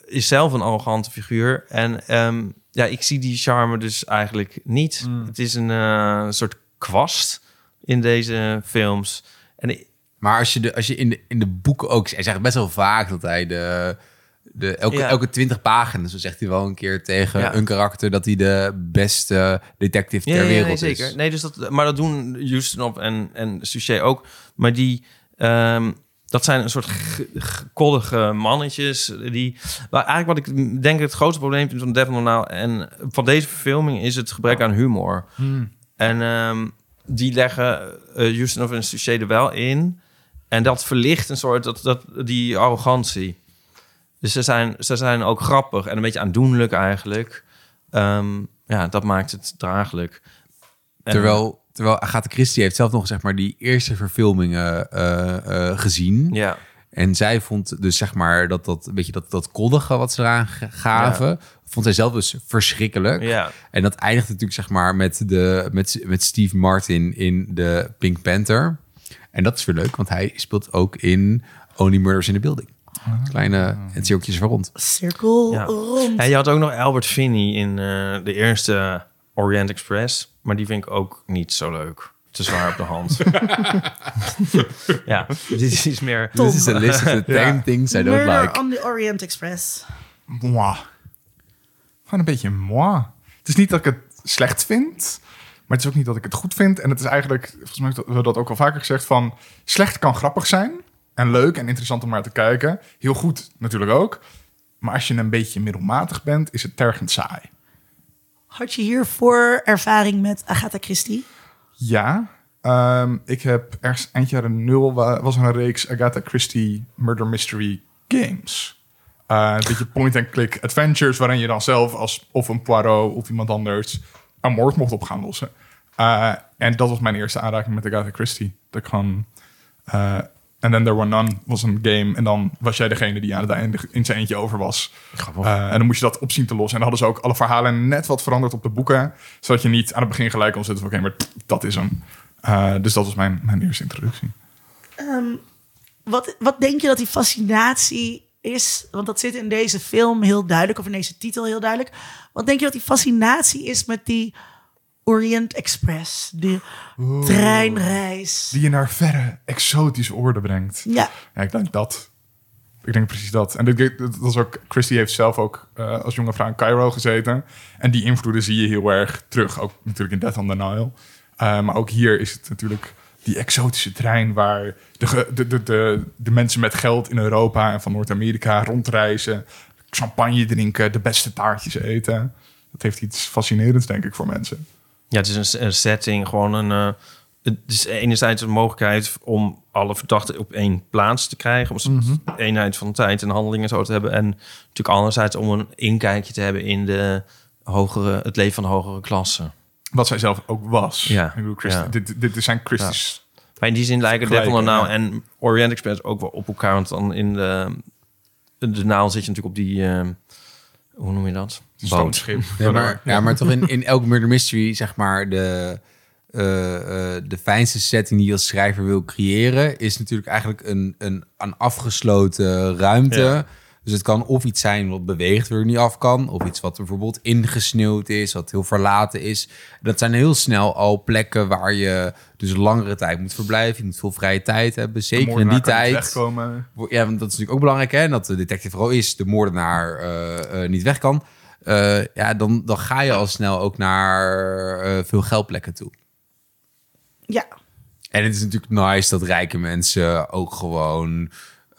is zelf een arrogante figuur. En um, ja, ik zie die charme dus eigenlijk niet. Mm. Het is een uh, soort kwast in deze films. En ik, maar als je, de, als je in, de, in de boeken ook... Hij zegt best wel vaak dat hij de... de elke, ja. elke twintig pagina's, zo zegt hij wel een keer tegen ja. een karakter... dat hij de beste detective ter ja, ja, wereld nee, zeker. is. Nee, dus dat, maar dat doen Ustinov en, en Suchet ook. Maar die... Um, dat zijn een soort g- g- koddige mannetjes. Die, maar eigenlijk wat ik denk het grootste probleem is van Devil Now en van deze verfilming is het gebrek aan humor. Hmm. En um, die leggen uh, Ustinov en Suchet er wel in. En dat verlicht een soort dat, dat, die arrogantie. Dus ze zijn, ze zijn ook grappig en een beetje aandoenlijk eigenlijk. Um, ja, dat maakt het draaglijk. En, Terwijl... Terwijl Agatha Christie heeft zelf nog zeg maar die eerste verfilmingen uh, uh, gezien. Ja. En zij vond dus zeg maar dat dat een beetje dat, dat koddige wat ze eraan gaven, ja. vond zij zelf dus verschrikkelijk. Ja. En dat eindigt natuurlijk zeg maar met, de, met, met Steve Martin in de Pink Panther. En dat is weer leuk, want hij speelt ook in Only Murders in the Building. Kleine en cirkeltjes van rond. Cirkel ja. rond. En je had ook nog Albert Finney in uh, de eerste Orient Express. Maar die vind ik ook niet zo leuk. Te zwaar op de hand. ja, dit is iets meer... This is a list of the ten ja. things I don't Murder like. on the Orient Express. Moi. Gewoon een beetje moi. Het is niet dat ik het slecht vind... maar het is ook niet dat ik het goed vind. En het is eigenlijk... volgens mij hebben we dat ook al vaker gezegd... van slecht kan grappig zijn... en leuk en interessant om naar te kijken. Heel goed natuurlijk ook. Maar als je een beetje middelmatig bent... is het tergend saai. Had je hiervoor ervaring met Agatha Christie? Ja, um, ik heb ergens eind jaren nul was er een reeks Agatha Christie Murder Mystery Games. Uh, een beetje point-and-click adventures waarin je dan zelf als of een Poirot of iemand anders een moord mocht op gaan lossen. Uh, en dat was mijn eerste aanraking met Agatha Christie. Dat ik gewoon... Uh, And Then There Were None was een game. En dan was jij degene die aan het einde in zijn eentje over was. Uh, en dan moest je dat op zien te lossen. En dan hadden ze ook alle verhalen net wat veranderd op de boeken. Zodat je niet aan het begin gelijk kon zetten van... oké, okay, maar dat is hem. Uh, dus dat was mijn, mijn eerste introductie. Um, wat, wat denk je dat die fascinatie is? Want dat zit in deze film heel duidelijk. Of in deze titel heel duidelijk. Wat denk je dat die fascinatie is met die... Orient Express, de Oeh, treinreis. Die je naar verre, exotische oorden brengt. Ja. Ja, ik denk dat. Ik denk precies dat. En dit, dat was ook, Christie heeft zelf ook uh, als jonge vrouw in Cairo gezeten. En die invloeden zie je heel erg terug. Ook natuurlijk in Death on the Nile. Uh, maar ook hier is het natuurlijk die exotische trein... waar de, de, de, de, de mensen met geld in Europa en van Noord-Amerika rondreizen. Champagne drinken, de beste taartjes eten. Dat heeft iets fascinerends, denk ik, voor mensen. Ja, het is een, een setting, gewoon een... Uh, het is enerzijds een mogelijkheid om alle verdachten op één plaats te krijgen. Om mm-hmm. een eenheid van tijd en handelingen zo te hebben. En natuurlijk anderzijds om een inkijkje te hebben in de hogere, het leven van de hogere klasse. Wat zij zelf ook was. Ja. Ik bedoel, Christi, ja. dit, dit zijn Christie's... Ja. Maar in die zin lijken Devil on Now en Orient Express ook wel op elkaar. Want dan in de, de naal zit je natuurlijk op die... Uh, hoe noem je dat? Stoomschip. Ja, maar, ja, maar toch in, in elk murder mystery, zeg maar, de, uh, uh, de fijnste setting die je als schrijver wil creëren, is natuurlijk eigenlijk een, een, een afgesloten ruimte. Ja. Dus het kan of iets zijn wat beweegt, waar je niet af kan, of iets wat bijvoorbeeld ingesneeuwd is, wat heel verlaten is. Dat zijn heel snel al plekken waar je dus langere tijd moet verblijven. Je moet veel vrije tijd hebben, zeker in die tijd. Wegkomen. Ja, want dat is natuurlijk ook belangrijk, hè? Dat de detective vooral is, de moordenaar uh, uh, niet weg kan. Uh, ja, dan, dan ga je al snel ook naar uh, veel geldplekken toe. Ja. En het is natuurlijk nice dat rijke mensen ook gewoon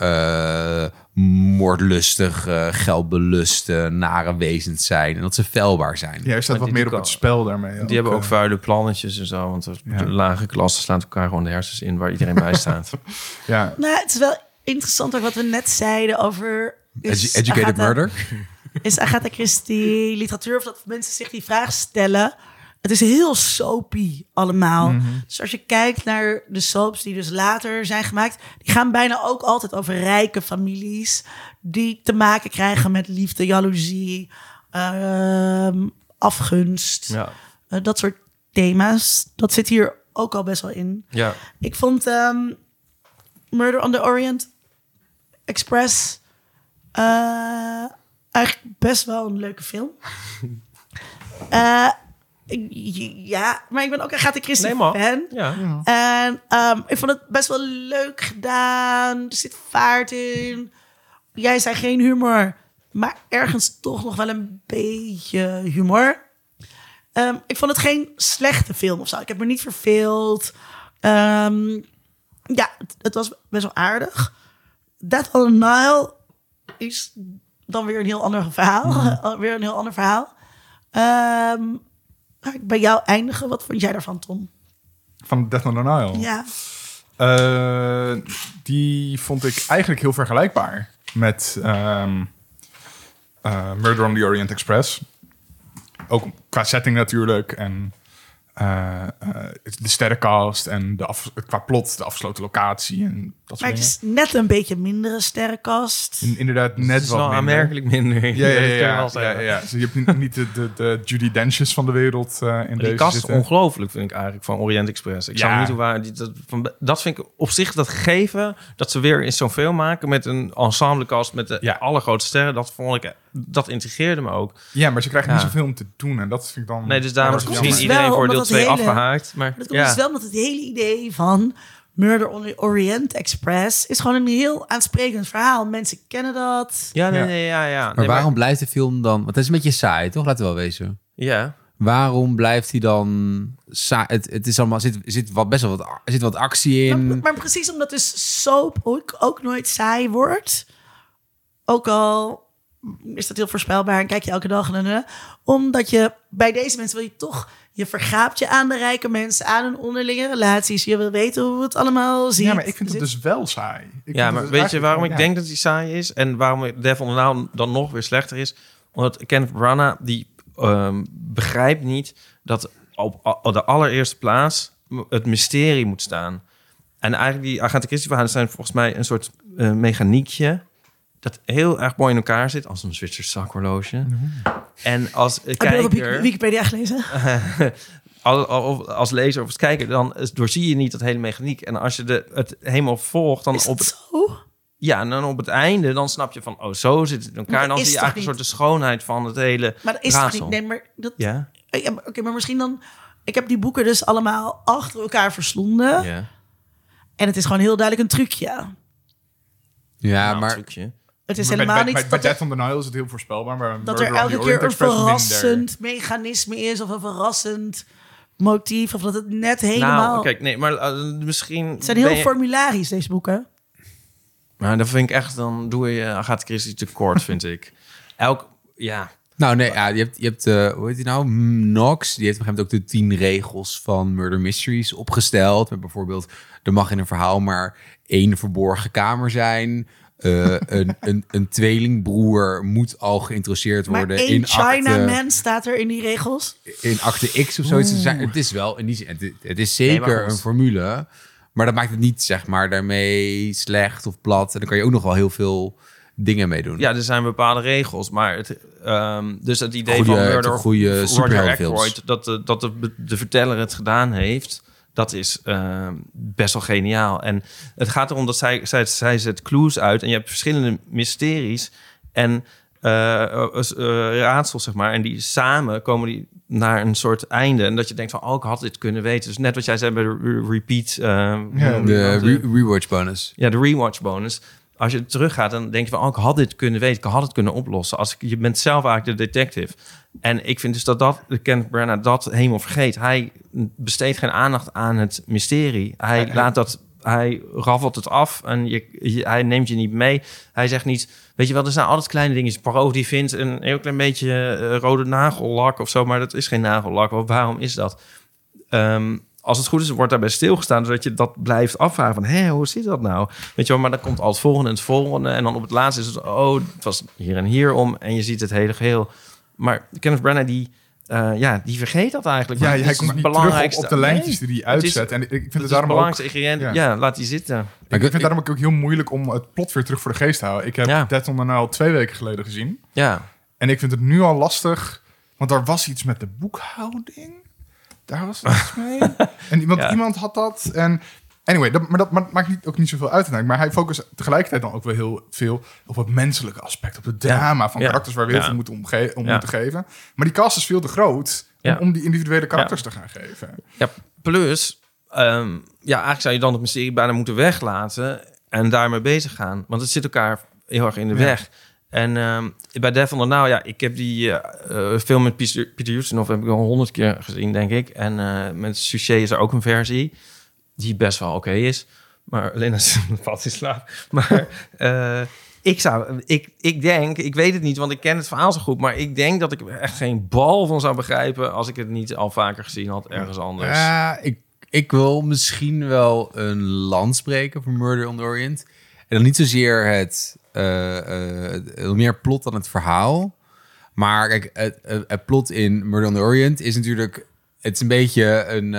uh, moordlustig, uh, geldbelusten, nare wezens zijn. En dat ze feilbaar zijn. Ja, er staat wat meer op het spel daarmee. Die ook, hebben ook uh, vuile plannetjes en zo. Want ja. de lage klassen slaan elkaar gewoon de hersens in waar iedereen bij staat. Ja. Nou, het is wel interessant ook wat we net zeiden over... Edu- educated Agatha, murder? Is Agatha Christie literatuur of dat mensen zich die vraag stellen... Het is heel soapy allemaal. Mm-hmm. Dus als je kijkt naar de soaps die dus later zijn gemaakt... die gaan bijna ook altijd over rijke families... die te maken krijgen met liefde, jaloezie, uh, afgunst. Ja. Uh, dat soort thema's. Dat zit hier ook al best wel in. Ja. Ik vond um, Murder on the Orient Express... Uh, eigenlijk best wel een leuke film. uh, ja, maar ik ben ook een Agatha Christie Nee, maar. fan. Ja. En um, ik vond het best wel leuk gedaan. Er zit vaart in. Jij zei geen humor, maar ergens toch nog wel een beetje humor. Um, ik vond het geen slechte film of zo. Ik heb me niet verveeld. Um, ja, het, het was best wel aardig. Death on the Nile is dan weer een heel ander verhaal. Mm. weer een heel ander verhaal. Um, ga ik bij jou eindigen. Wat vond jij daarvan, Tom? Van Death on the Nile? Ja. Uh, die vond ik eigenlijk heel vergelijkbaar met um, uh, Murder on the Orient Express. Ook qua setting natuurlijk. En uh, uh, de sterrencast en de af, qua plot, de afgesloten locatie en dat Maar soort het dingen. is net een beetje mindere sterrenkast. In, inderdaad, net Het is wat wel minder. aanmerkelijk minder. Ja, ja, dat kun je ja. wel ja, zeggen. ja, ja. Dus je hebt niet, niet de, de, de Judi Dench's van de wereld uh, in Maar deze die kast is zitten. ongelooflijk, vind ik eigenlijk, van Orient Express. Ik Ja. zou niet hoe waar... Die, dat, van, dat vind ik op zich dat gegeven... dat ze weer eens zo'n film maken met een ensemblekast... met de Ja. allergrootste sterren. Dat vond ik... Dat intrigeerde me ook. Ja, maar ze krijgen Ja. niet zoveel om te doen. En dat vind ik dan... Nee, dus daarom dat is is misschien jammer. wel iedereen voor omdat deel dat twee hele- afgehaakt. Maar Dat komt ja. dus wel omdat het hele idee van Murder on the Orient Express is gewoon een heel aansprekend verhaal. Mensen kennen dat. Ja, nee, Ja. nee, ja, ja. Maar Nee, waarom blijft de film dan... Want het is een beetje saai, toch? Laten we wel wezen. Ja. Waarom blijft hij dan saai? Het, het is allemaal... Er zit, er zit wat, best wel wat, er zit wat actie in. Maar, maar precies omdat dus soap ook, ook nooit saai wordt. Ook al is dat heel voorspelbaar en kijk je elke dag. En, en, omdat je bij deze mensen wil je toch... Je vergaapt je aan de rijke mensen, aan hun onderlinge relaties. Je wil weten hoe het allemaal ziet. Ja, maar ik vind het Dus dus wel saai. Ik Ja, vind maar het weet je eigenlijk waarom wel- ik ja. denk dat hij saai is? En waarom Death on the Nile dan nog weer slechter is? Omdat Kenneth Branagh, die um, begrijpt niet... dat op, op de allereerste plaats het mysterie moet staan. En eigenlijk die Agatha Christie verhalen zijn volgens mij een soort uh, mechaniekje... dat heel erg mooi in elkaar zit, als een Zwitsers zakhorloge. Mm-hmm. En als uh, Heb je dat op kijker... Wikipedia gelezen? Als, als lezer of als kijker, dan doorzie je niet dat hele mechaniek. En als je de, het helemaal volgt, dan Is op het het, zo? ja, en dan op het einde, dan snap je van, oh, zo zit het in elkaar. Maar En dan dat zie je is toch eigenlijk een soort de schoonheid van het hele Maar dat is toch raadsel. niet... Nee, maar dat... Ja, Ja, maar- Oké, maar misschien dan... Ik heb die boeken dus allemaal achter elkaar verslonden. ja. En het is gewoon heel duidelijk een trucje. Ja, Nou, maar... trucje. Het is Maar helemaal bij, niet bij, bij dat, er, Death on the Nile is het heel voorspelbaar. Maar dat Murder er on elke the keer Orient een Express minder. verrassend mechanisme is... of een verrassend motief. Of dat het net helemaal... Nou, kijk, nee, maar uh, misschien... het zijn heel ben je- formularisch, deze boeken. Maar dan vind ik echt, dan doe je Agatha Christie tekort, vind ik. Elk, ja... Nou, nee, ja, je hebt, je hebt uh, hoe heet die nou? Knox, die heeft op een gegeven moment ook de tien regels van Murder Mysteries opgesteld. Met bijvoorbeeld, er mag in een verhaal maar één verborgen kamer zijn. Uh, een, een, een tweelingbroer moet al geïntroduceerd Maar worden één in acte, Chinaman staat er in die regels. in acte X of zoiets. Het zijn- Het is wel, in die zin, het, het is zeker Nee, maar goed. een formule. Maar dat maakt het niet, zeg maar, daarmee slecht of plat. En dan kan je ook nog wel heel veel dingen mee doen. Ja, er zijn bepaalde regels, maar het, um, dus het idee Goeie- van Murder goeie Roger superheldenfilms. Ackroyd, dat de, dat de, de verteller het gedaan heeft, dat is uh, best wel geniaal. En het gaat erom dat zij, zij, zij zet clues uit en je hebt verschillende mysteries en uh, uh, uh, raadsels, zeg maar. En die samen komen die naar een soort einde. En dat je denkt van, oh, ik had dit kunnen weten. Dus net wat jij zei bij de re- repeat... Uh, Ja, De re- rewatch bonus. Ja, de rewatch bonus. Als je teruggaat, dan denk je van... oh, ik had dit kunnen weten, ik had het kunnen oplossen. Als ik, je bent zelf eigenlijk de detective. En ik vind dus dat dat, Kenneth Branagh dat helemaal vergeet. Hij besteedt geen aandacht aan het mysterie. Hij Hij- hij- laat dat... Hij raffelt het af en je, je- hij neemt je niet mee. Hij zegt niet... Weet je wel, er zijn altijd kleine dingetjes. Poirot die vindt een heel klein beetje uh, rode nagellak of zo... maar dat is geen nagellak. Waarom is dat? Um, als het goed is, wordt daarbij stilgestaan... zodat je dat blijft afvragen van... hé, hoe zit dat nou? Weet je wel, maar dan komt al het volgende en het volgende... en dan op het laatste is het... oh, het was hier en hier om... en je ziet het hele geheel. Maar Kenneth Branagh, die... Uh, ja, die vergeet dat eigenlijk. Ja, Want hij het is komt het niet terug op, belangrijkste- op de lijntjes Nee, die hij het is- uitzet. En ik vind Het het is het daarom ook... belangrijkste ingrediënt. ja. Ja. laat die zitten. Ik vind het daarom ook heel moeilijk om het plot weer terug voor de geest te houden. Ik heb Ja. Death on the Nile twee weken geleden gezien. Ja. En ik vind het nu al lastig, want er was iets met de boekhouding. Daar was iets mee. En iemand, Ja. iemand had dat. En Anyway, dat, maar dat maar dat maakt niet, ook niet zoveel uit uiteindelijk. Maar hij focust tegelijkertijd dan ook wel heel veel op het menselijke aspect. Op het drama van Ja. karakters waar we heel Ja. veel moeten omge- om Ja. moeten geven. Maar die cast is veel te groot om, Ja. om die individuele karakters Ja. te gaan geven. Ja, plus, ehm, ja, eigenlijk zou je dan het mysterie bijna moeten weglaten en daarmee bezig gaan. Want het zit elkaar heel erg in de Ja. weg. En ehm, bij Devil on the Nile, ja, ik heb die eh, eh, film met Peter, Peter Ustinov heb ik al honderd keer gezien, denk ik. En eh, met Suchet is er ook een versie die best wel oké is. Maar alleen als valt in slaap. Maar eh, ik zou, ik, ik denk, ik weet het niet, want ik ken het verhaal zo goed. Maar ik denk dat ik er echt geen bal van zou begrijpen als ik het niet al vaker gezien had ergens anders. Ja, ik, ik wil misschien wel een lans spreken voor Murder on the Orient. En dan niet zozeer het, uh, uh, meer plot dan het verhaal. Maar kijk, het, het, het plot in Murder on the Orient is natuurlijk... Het is een beetje een...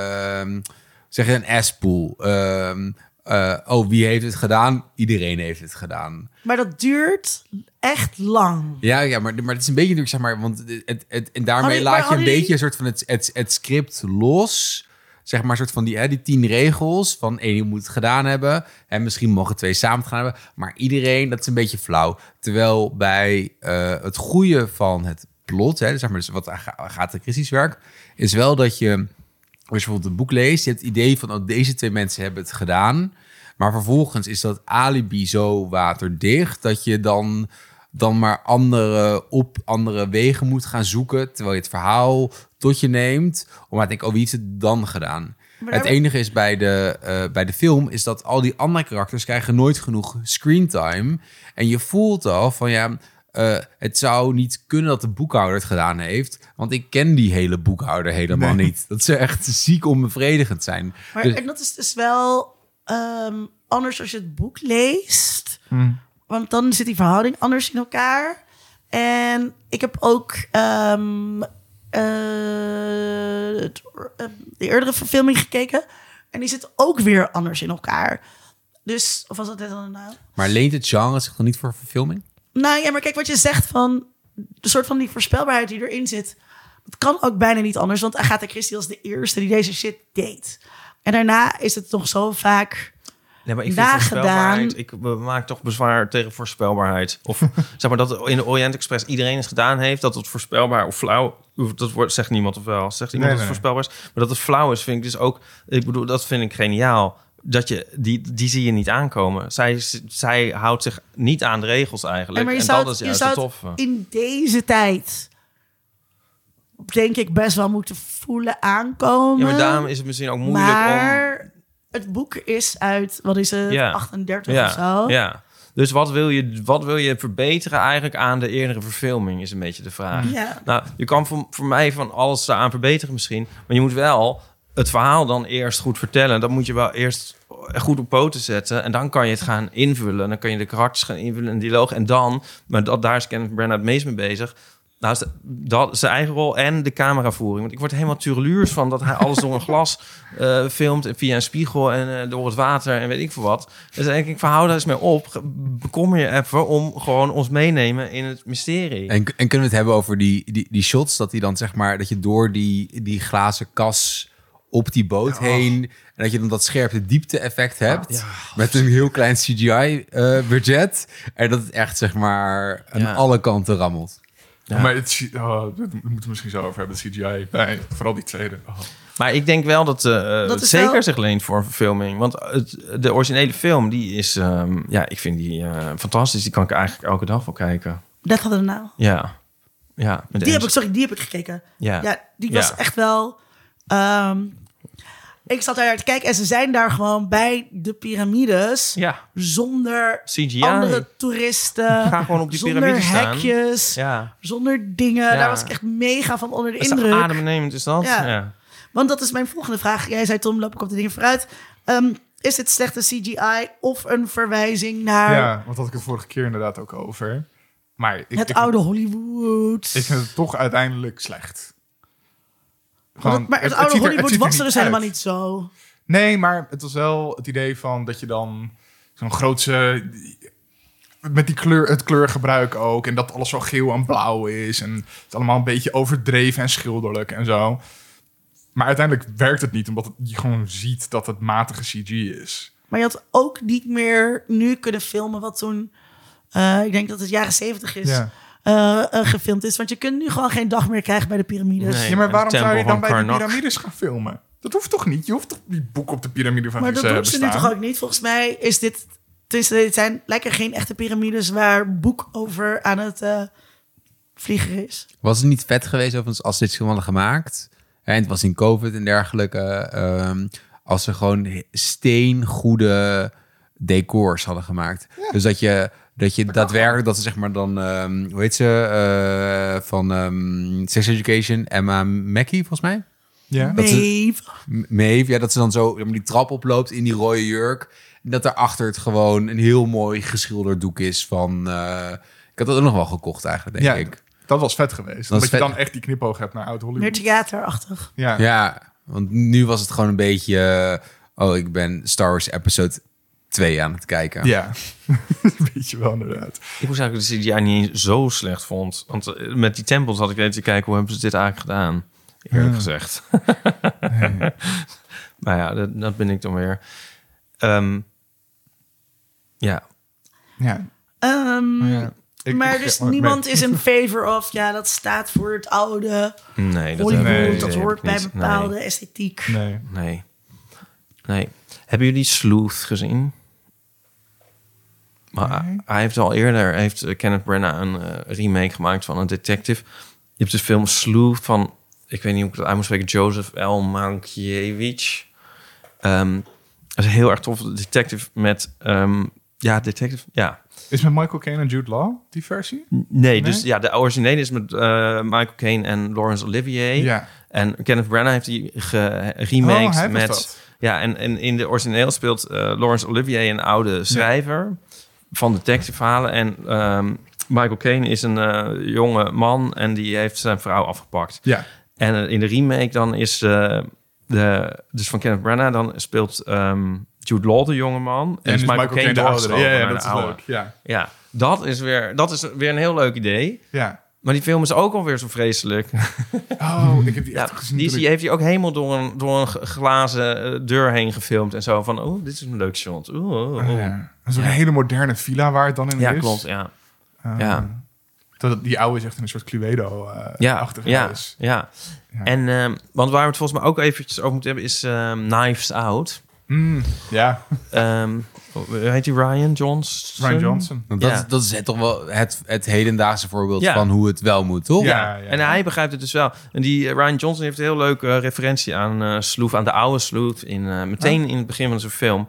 Uh, zeg je een S-pool. Uh, uh, oh, wie heeft het gedaan? Iedereen heeft het gedaan. Maar dat duurt echt lang. Ja, ja maar, maar het is een beetje natuurlijk, zeg maar... Want het, het, het, en daarmee Hadden- laat maar je een hadden die- beetje een soort van het, het, het script los... Zeg maar, een soort van die, hè, die tien regels van één moet het gedaan hebben. En misschien mogen twee samen het gaan hebben. Maar iedereen, dat is een beetje flauw. Terwijl bij uh, het goede van het plot, hè, zeg maar, dus wat Agatha Christie's werk, is wel dat je, als je bijvoorbeeld een boek leest, je hebt het idee van, oh, deze twee mensen hebben het gedaan. Maar vervolgens is dat alibi zo waterdicht dat je dan... dan maar andere, op andere wegen moet gaan zoeken... terwijl je het verhaal tot je neemt... om maar te denken, oh, wie heeft het dan gedaan? Maar Het daar- enige is bij de, uh, bij de film... is dat al die andere karakters krijgen nooit genoeg screentime. En je voelt al van, ja... Uh, het zou niet kunnen dat de boekhouder het gedaan heeft... want ik ken die hele boekhouder helemaal Nee. niet. Dat ze echt ziek onbevredigend zijn. Maar Dus- en dat is dus wel um, anders als je het boek leest. Hmm. Want dan zit die verhouding anders in elkaar. En ik heb ook um, uh, het, uh, de eerdere verfilming gekeken. En die zit ook weer anders in elkaar. Dus, of was dat net al nou? Maar leent het genre zich dan niet voor verfilming? Nou ja, maar kijk wat je zegt van... de soort van die voorspelbaarheid die erin zit... dat kan ook bijna niet anders. Want Agatha Christie was de eerste die deze shit deed. En daarna is het nog zo vaak... Nee, maar ik vind nagedaan. voorspelbaarheid... Ik maak toch bezwaar tegen voorspelbaarheid. Of zeg maar dat in de Orient Express iedereen het gedaan heeft... dat het voorspelbaar of flauw... Dat wordt, zegt niemand of wel. Zegt iemand Nee, dat het nee. voorspelbaar is. Maar dat het flauw is, vind ik dus ook... Ik bedoel, dat vind ik geniaal. Dat je, die, die zie je niet aankomen. Zij, zij houdt zich niet aan de regels eigenlijk. En maar je en zou dat het- is je juist zou het het toffe. in deze tijd... denk ik best wel moeten voelen aankomen. Ja, maar daarom is het misschien ook moeilijk maar om... het boek is uit, wat is het, Ja. achtendertig Ja, of zo. ja. Dus wat wil, je, wat wil je verbeteren eigenlijk aan de eerdere verfilming, is een beetje de vraag. Ja. Nou, je kan voor, voor mij van alles aan verbeteren misschien. Maar je moet wel het verhaal dan eerst goed vertellen. Dat moet je wel eerst goed op poten zetten. En dan kan je het gaan invullen. Dan kan je de karakters gaan invullen en dialoog. En dan, maar dat, daar is Kenneth Branagh het meest mee bezig... Nou, is dat zijn eigen rol en de cameravoering. Want ik word helemaal tureluurs van dat hij alles door een glas uh, filmt... en via een spiegel en uh, door het water en weet ik veel wat. Dus dan denk ik, verhoud daar eens mee op. Bekom je even om gewoon ons meenemen in het mysterie. En, en kunnen we het hebben over die, die, die shots... dat die dan zeg maar dat je door die, die glazen kas op die boot Ja. heen... en dat je dan dat scherpe diepte-effect hebt... Ja. met een heel klein C G I-budget... en dat het echt zeg maar aan Ja. alle kanten rammelt. Ja. Maar het, oh, daar moeten we misschien zo over hebben, de C G I. Bij, vooral die tweede. Oh. Maar ik denk wel dat, uh, Dat het is zeker wel- zich leent voor een verfilming. Want het, de originele film, die is... Um, ja, ik vind die uh, fantastisch. Die kan ik eigenlijk elke dag wel kijken. Dat hadden we nou. Ja. Ja, met Die heb Ernst- ik, sorry, die heb ik gekeken. Ja. Ja, die Ja. was echt wel... Um, ik zat daar naar te kijken en ze zijn daar gewoon bij de piramides... Ja, zonder C G I. andere toeristen. Ga gewoon op die zonder piramide staan. hekjes, Ja. zonder dingen. Ja. Daar was ik echt mega van onder de Is dat indruk. adembenemend, is dat? Ja. Ja. Want dat is mijn volgende vraag. Jij zei, Tom, loop ik op de dingen vooruit. Um, is dit slechte C G I of een verwijzing naar Ja, want had ik het vorige keer inderdaad ook over. Maar ik, het ik, oude Hollywood? ik vind het toch uiteindelijk slecht. Want Gewoon, het, maar het, het oude ziet er- Hollywood het ziet was er dus uit. helemaal niet zo. Nee, maar het was wel het idee van dat je dan zo'n grootse... Met die kleur, het kleurgebruik ook. En dat alles zo geel en blauw is. En het allemaal een beetje overdreven en schilderlijk en zo. Maar uiteindelijk werkt het niet, omdat het, je gewoon ziet dat het matige C G is. Maar je had ook niet meer nu kunnen filmen wat toen... Uh, ik denk dat het jaren zeventig is... Ja. Uh, uh, gefilmd is. Want je kunt nu gewoon geen dag meer krijgen bij de piramides. Nee. Ja, maar waarom Tempel zou je dan van bij de Karnak. piramides gaan filmen? Dat hoeft toch niet? Je hoeft toch die boek op de piramide van Maar dat Gizeh doen te ze nu staan? toch ook niet? Volgens mij is dit... Het, is, het zijn lijken geen echte piramides waar boek over aan het uh, vliegen is. Was het niet vet geweest overigens als dit film hadden gemaakt? En het was in COVID en dergelijke. Um, als ze gewoon steengoede decors hadden gemaakt. Ja. Dus dat je, dat je daadwerkelijk, dat ze zeg maar dan, um, hoe heet ze, uh, van um, Sex Education, Emma Mackey volgens mij? Ja. Dat ze- Maeve. M- Maeve, ja, dat ze dan zo zeg maar, die trap oploopt in die rode jurk. En dat daarachter het gewoon een heel mooi geschilderd doek is van... Uh, ik had dat ook nog wel gekocht eigenlijk, denk Ja, ik. dat was vet geweest. Dat Dat is je vet. dan echt die knipoog hebt naar Meer Oud-Hollywood. theaterachtig. Ja. Ja, want nu was het gewoon een beetje... uh, oh, ik ben Star Wars episode twee aan het kijken. Ja, weet je wel inderdaad. Ik moest eigenlijk de C G I niet eens zo slecht vond. Want eh, met die tempels had ik even te kijken... hoe hebben ze dit eigenlijk gedaan? Eerlijk Hmm. gezegd. Maar ja, dat, dat ben ik dan weer. Um, ja. Ja. Um, Ja. Ik- maar ik- dus oh, niemand nee. is in favor of... Ja, dat staat voor het oude Nee, dat, Hollywood. nee, dat heb hoort ik bij niet. bepaalde esthetiek. Nee. Nee. Nee. Hebben jullie Sleuth gezien? Maar Nee. hij heeft al eerder, heeft eh, Kenneth Branagh een uh, remake gemaakt van een detective. Je hebt de film Sleuth van, ik weet niet hoe ik dat uit moet spreken, Joseph L. Mankiewicz. Um, dat is een heel erg tof detective met, um, ja, detective, ja. Is met Michael Caine en Jude Law, die versie? Nee, dus ja, de originele is met uh, Michael Caine en Laurence Olivier. Ja. En Kenneth Branagh heeft die Oh, geremaked hij was met... dat. Ja, en, en in de origineel speelt uh, Laurence Olivier een oude schrijver van detective verhalen. En um, Michael Caine is een uh, jonge man en die heeft zijn vrouw afgepakt. Ja. En uh, in de remake dan is uh, de... Dus van Kenneth Branagh dan speelt um, Jude Law de jonge man. En, En is Michael, Caine de oudere. Ja, ja, naar dat de is oude. leuk. Ja. Ja, dat is, weer, dat is weer een heel leuk idee. Ja. Maar die film is ook alweer zo vreselijk. Oh, ik heb die Ja, echt gezien. die, toen die ik- heeft hij ook helemaal door een, door een g- glazen uh, deur heen gefilmd. En zo van, oh, dit is een leuk shot. Oeh, oeh, oeh. Oh, ja. Dat is ook een hele moderne villa waar het dan in Ja, is. klopt, ja. Ah. Ja. Dat, die oude is echt in een soort Cluedo-achtige Ja, ja, huis. ja. Ja. En, um, want waar we het volgens mij ook eventjes over moeten hebben, is um, Knives Out. Mm, ja, Um, hoe heet die Ryan Johnson? Ryan Johnson. Want dat, Ja. is, dat is het toch wel het, het hedendaagse voorbeeld Ja. van hoe het wel moet, toch? Ja. En hij begrijpt het dus wel. En die uh, Ryan Johnson heeft een heel leuke uh, referentie aan uh, Sleuth, aan de oude Sleuth, in, uh, meteen in het begin van zijn film.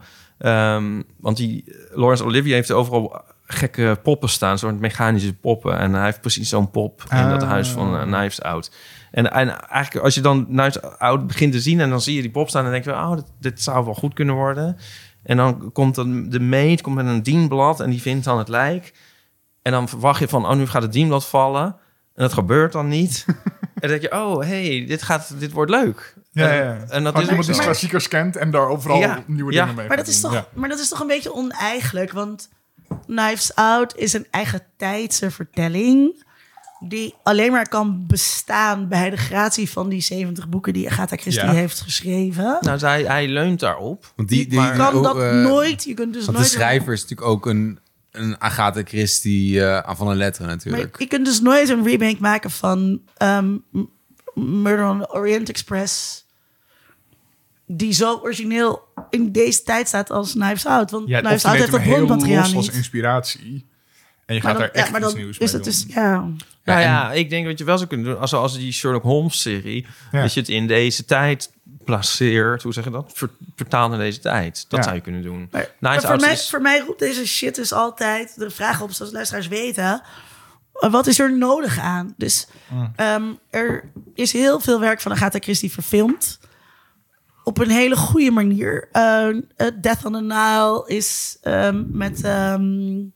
Um, want die uh, Laurence Olivier heeft overal gekke poppen staan, soort mechanische poppen. En hij heeft precies zo'n pop in dat Ah. huis van uh, Knives Out. En, en eigenlijk als je dan Knives Out begint te zien en dan zie je die pop staan, dan denk je, oh, dit, dit zou wel goed kunnen worden. En dan komt dan de maid komt met een dienblad en die vindt dan het lijk. En dan verwacht je van, oh, nu gaat het dienblad vallen. En dat gebeurt dan niet. En dan denk je, oh, hey, dit, gaat, dit wordt leuk. Ja, en, ja. en dat Gewoon is ook iemand die zo. klassiekers kent en daar overal Ja, nieuwe ja. dingen mee Maar gaat dat, is doen. toch, Ja. maar dat is toch een beetje oneigenlijk. Want Knives Out is een eigen tijdse vertelling... die alleen maar kan bestaan bij de gratie van die zeventig boeken... die Agatha Christie Ja. heeft geschreven. Nou, hij, hij leunt daarop. Want die, die, je kan oh, dat eh, nooit... Je kunt dus Want nooit de schrijver is natuurlijk ook een, een Agatha Christie uh, van een letter Maar natuurlijk. je kunt dus nooit een remake maken van um, Murder on the Orient Express... die zo origineel in deze tijd staat als Knives Out. Want Ja, of Knives je Out neemt heeft hem dat heel bronmateriaal los als niet. inspiratie. En je Maar gaat dan, daar echt ja, maar iets dan nieuws is mee het doen. dus... Ja. Ja, Ja, ja, ik denk dat je wel zou kunnen doen... als, als die Sherlock Holmes-serie... Ja. dat je het in deze tijd placeert. Hoe zeg je dat? Ver, vertaal naar deze tijd. Dat Ja. zou je kunnen doen. Maar, Knives maar voor, Out mij, is- voor mij roept deze shit dus altijd de vraag op, zoals luisteraars weten... wat is er nodig aan? Dus ehm, er is heel veel werk van Agatha Christie verfilmd... op een hele goede manier. Uh, uh, Death on the Nile is um, met um,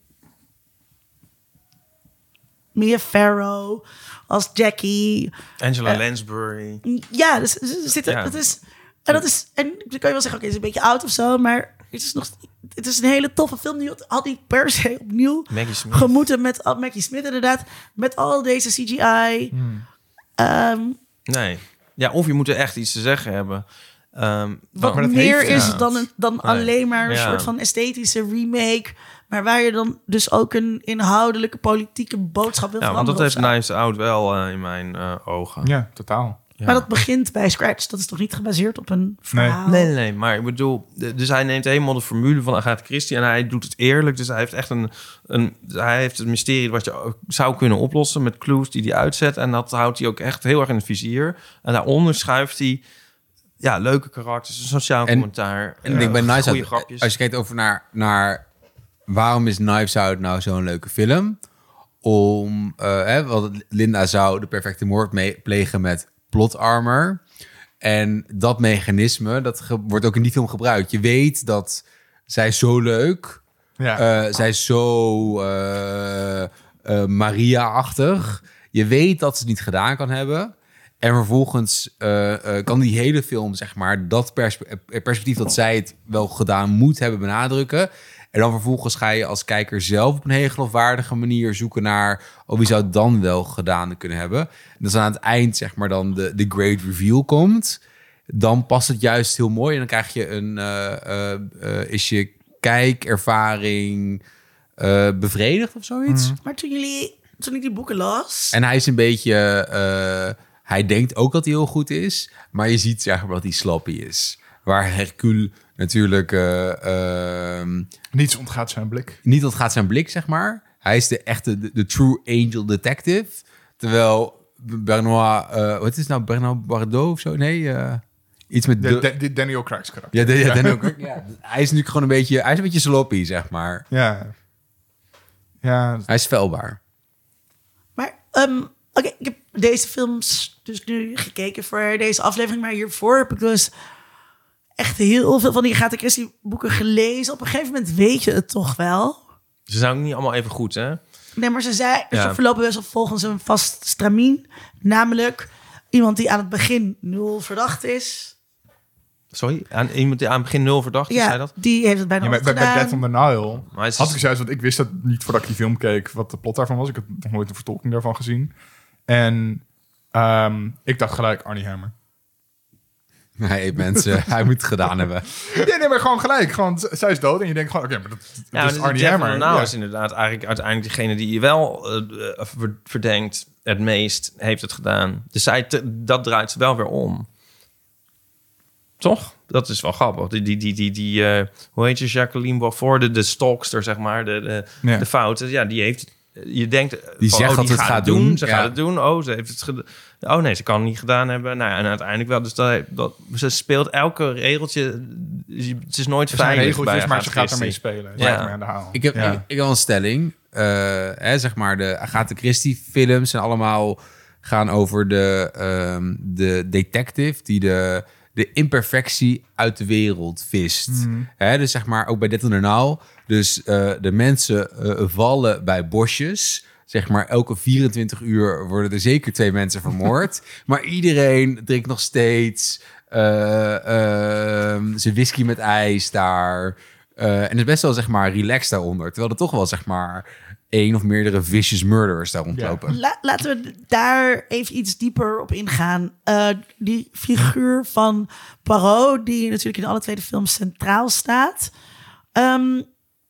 Mia Farrow als Jackie. Angela Eh, Lansbury. Ja, dus, dus er zitten, Ja. dat is, en dat is, en dan kan je wel zeggen, oké, het is een beetje oud of zo, maar het is nog, het is een hele toffe film. Die had, had niet per se opnieuw Maggie Smith. gemoeten met al- Maggie Smith inderdaad, met al deze C G I. Hmm. Ehm, Nee. ja, of je moet er echt iets te zeggen hebben. Um, Wat maar dat meer heeft- is ja. dan, een, dan Nee. alleen maar een Ja. soort van esthetische remake. Maar waar je dan dus ook een inhoudelijke politieke boodschap wil Ja, want dat veranderen. heeft of zo. Knives Out wel uh, in mijn uh, ogen. Ja, totaal. Ja. Maar dat begint bij Scratch. Dat is toch niet gebaseerd op een verhaal? Nee, nee, nee, maar ik bedoel, de- dus hij neemt helemaal de formule van Agatha Christie en hij doet het eerlijk. Dus hij heeft echt een, een hij heeft het mysterie wat je ook zou kunnen oplossen met clues die hij uitzet. En dat houdt hij ook echt heel erg in het vizier. En daaronder schuift hij ja, leuke karakters, een sociaal En- commentaar. En ik denk bij uh, Knives goede Out, grapjes. als je kijkt over naar, naar waarom is Knives Out nou zo'n leuke film? Om, uh, hè, want Linda zou de perfecte moord mee plegen met plot armor. En dat mechanisme, dat ge- wordt ook in die film gebruikt. Je weet dat zij is zo leuk, Ja. uh, zij is zo uh, uh, Maria-achtig. Je weet dat ze het niet gedaan kan hebben. En vervolgens uh, uh, kan die hele film, zeg maar, dat perspe- perspectief dat zij het wel gedaan moet hebben benadrukken. En dan vervolgens ga je als kijker zelf op een hele geloofwaardige manier zoeken naar, oh, wie zou het dan wel gedaan kunnen hebben. En als dan aan het eind, zeg maar, dan de, de great reveal komt, dan past het juist heel mooi. En dan krijg je een, uh, uh, uh, is je kijkervaring uh, bevredigd of zoiets. Mm. Maar toen jullie, toen ik die boeken las... En hij is een beetje, uh, hij denkt ook dat hij heel goed is, maar je ziet, zeg maar, dat hij sloppy is. Waar Hercule natuurlijk uh, uh, Niets ontgaat zijn blik. niet ontgaat zijn blik, zeg maar. Hij is de echte, de, de true angel detective. Terwijl Benoit, uh, wat is het nou, Bernard Bardot of zo? Nee, uh, iets met... De, De, de, de Daniel Craig's karakter. ja, de, ja, dan ook. Ja, hij is natuurlijk gewoon een beetje, hij is een beetje sloppy, zeg maar. Ja. Ja. Hij is vuilbaar. Maar, um, oké, ik heb deze films dus nu gekeken voor deze aflevering. Maar hiervoor heb ik dus echt heel veel van die Agatha Christie boeken gelezen. Op een gegeven moment weet je het toch wel. Ze zijn ook niet allemaal even goed, hè? Nee, maar ze, zei, Ja. ze verlopen best wel volgens een vast stramien. Namelijk iemand die aan het begin nul verdacht is. Sorry, aan, iemand die aan het begin nul verdacht is, zei Ja, dat? die heeft het bijna Ja, bij, bij, bij gedaan. Death on the Nile Maar het is- had ik juist, want ik wist dat niet voordat ik die film keek, wat de plot daarvan was. Ik had nog nooit een vertolking daarvan gezien. En um, ik dacht gelijk Arnie Hammer. Nee, mensen, hij moet het gedaan hebben. Nee, nee, maar gewoon gelijk. Gewoon, z- zij is dood en je denkt gewoon, oké, maar dat, dat Ja, maar is de Arnie Jeff Hammer. van der Nauw Ja. is inderdaad eigenlijk uiteindelijk degene die je wel uh, uh, ver- verdenkt het meest heeft het gedaan. Dus zij te- dat draait ze wel weer om. Toch? Dat is wel grappig. Die, die, die, die, die uh, hoe heet je, Jacqueline Beaufort, de, de stalkster, zeg maar, de, de, Ja. de fouten. Ja, die heeft... Je denkt, Die van, zegt oh, dat die het gaat gaat doen. doen. Ze Ja. gaat het doen. Oh, ze heeft het gedaan. Oh nee, ze kan het niet gedaan hebben. Nou ja, en uiteindelijk wel. Dus dat, dat, ze speelt elke regeltje. Het is nooit Er zijn veilig regeltjes, bij maar Agatha ze gaat Christie. ermee spelen. Ze Ja. gaat ermee aan de haal. Ik heb, Ja. ik, ik heb een stelling. Uh, hè, zeg maar, de Agatha Christie films zijn allemaal gaan over de, um, de detective die de, de imperfectie uit de wereld vist. Mm. Hè, dus zeg maar, ook bij Death on the Nile. Dus uh, de mensen uh, vallen bij bosjes. Zeg maar, elke vierentwintig uur worden er zeker twee mensen vermoord. Maar iedereen drinkt nog steeds uh, uh, zijn whisky met ijs daar. Uh, en is best wel, zeg maar, relaxed daaronder. Terwijl er toch wel, zeg maar, één of meerdere vicious murderers daar rondlopen. La- laten we daar even iets dieper op ingaan. Uh, die figuur van Poirot, die natuurlijk in alle twee de films centraal staat. Um,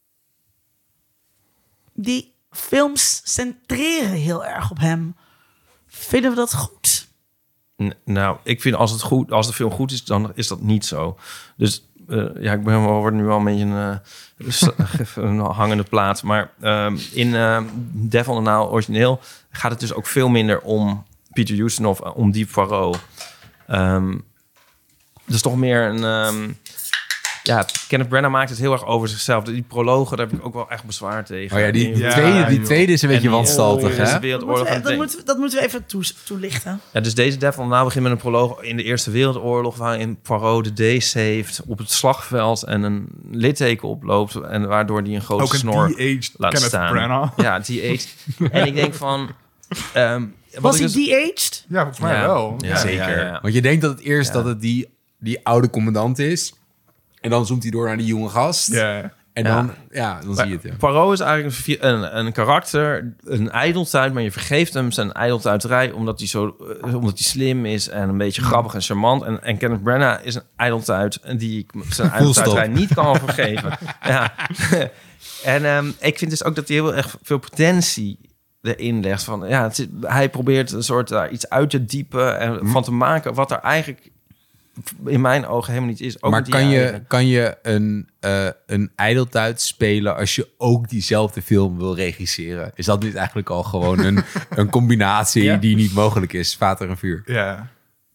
die films centreren heel erg op hem. Vinden we dat goed? N- Nou, ik vind als het goed, als de film goed is, dan is dat niet zo. Dus uh, ja, ik ben wel, word nu wel een beetje een, uh, s- een hangende plaat. Maar um, in uh, Death on the Nile origineel gaat het dus ook veel minder om Peter Ustinov, uh, om die Poirot. Um, dus toch meer een... Um, ja, Kenneth Branagh maakt het heel erg over zichzelf. Die prologen, daar heb ik ook wel echt bezwaar tegen. Oh ja, die, Ja, tweede, die joh. tweede is een beetje En die- wanstaltig, oh, hè? is de Dat Wereldoorlog moeten, aan we, het dat, moeten, we, dat moeten we even toe, toelichten. Ja, dus deze Death on the Nile begint met een proloog in de Eerste Wereldoorlog, waarin Poirot de Dace heeft op het slagveld en een litteken oploopt en waardoor die een grote Ook een snor de-aged laat Kenneth staan. Branagh. Ja, de-aged. En ik denk van... Um, Was hij de-aged? Ja, volgens mij Ja. wel. Ja, Ja. zeker. Ja. Want je denkt dat het eerst Ja. dat het die, die oude commandant is. En dan zoomt hij door naar die jonge gast. Ja. En Ja. dan, ja, dan zie je het. Ja. Poirot is eigenlijk een, vi- een, een karakter, een ijdeltuit, maar je vergeeft hem zijn ijdeltuiterij omdat hij zo, uh, omdat hij slim is en een beetje grappig en charmant. En, en Kenneth Branagh is een ijdeltuit en die ik zijn ijdeltuiterij niet kan vergeven. Ja. En um, ik vind dus ook dat hij heel erg veel potentie erin legt. Van, ja, het is, hij probeert een soort uh, iets uit te diepen en Hm. van te maken wat er eigenlijk in mijn ogen helemaal niet is. Ook Maar met die kan je, eigen- kan je een, uh, een ijdeltuit spelen als je ook diezelfde film wil regisseren? Is dat niet eigenlijk al gewoon een, een combinatie Ja. die niet mogelijk is? Vater en vuur. Ja.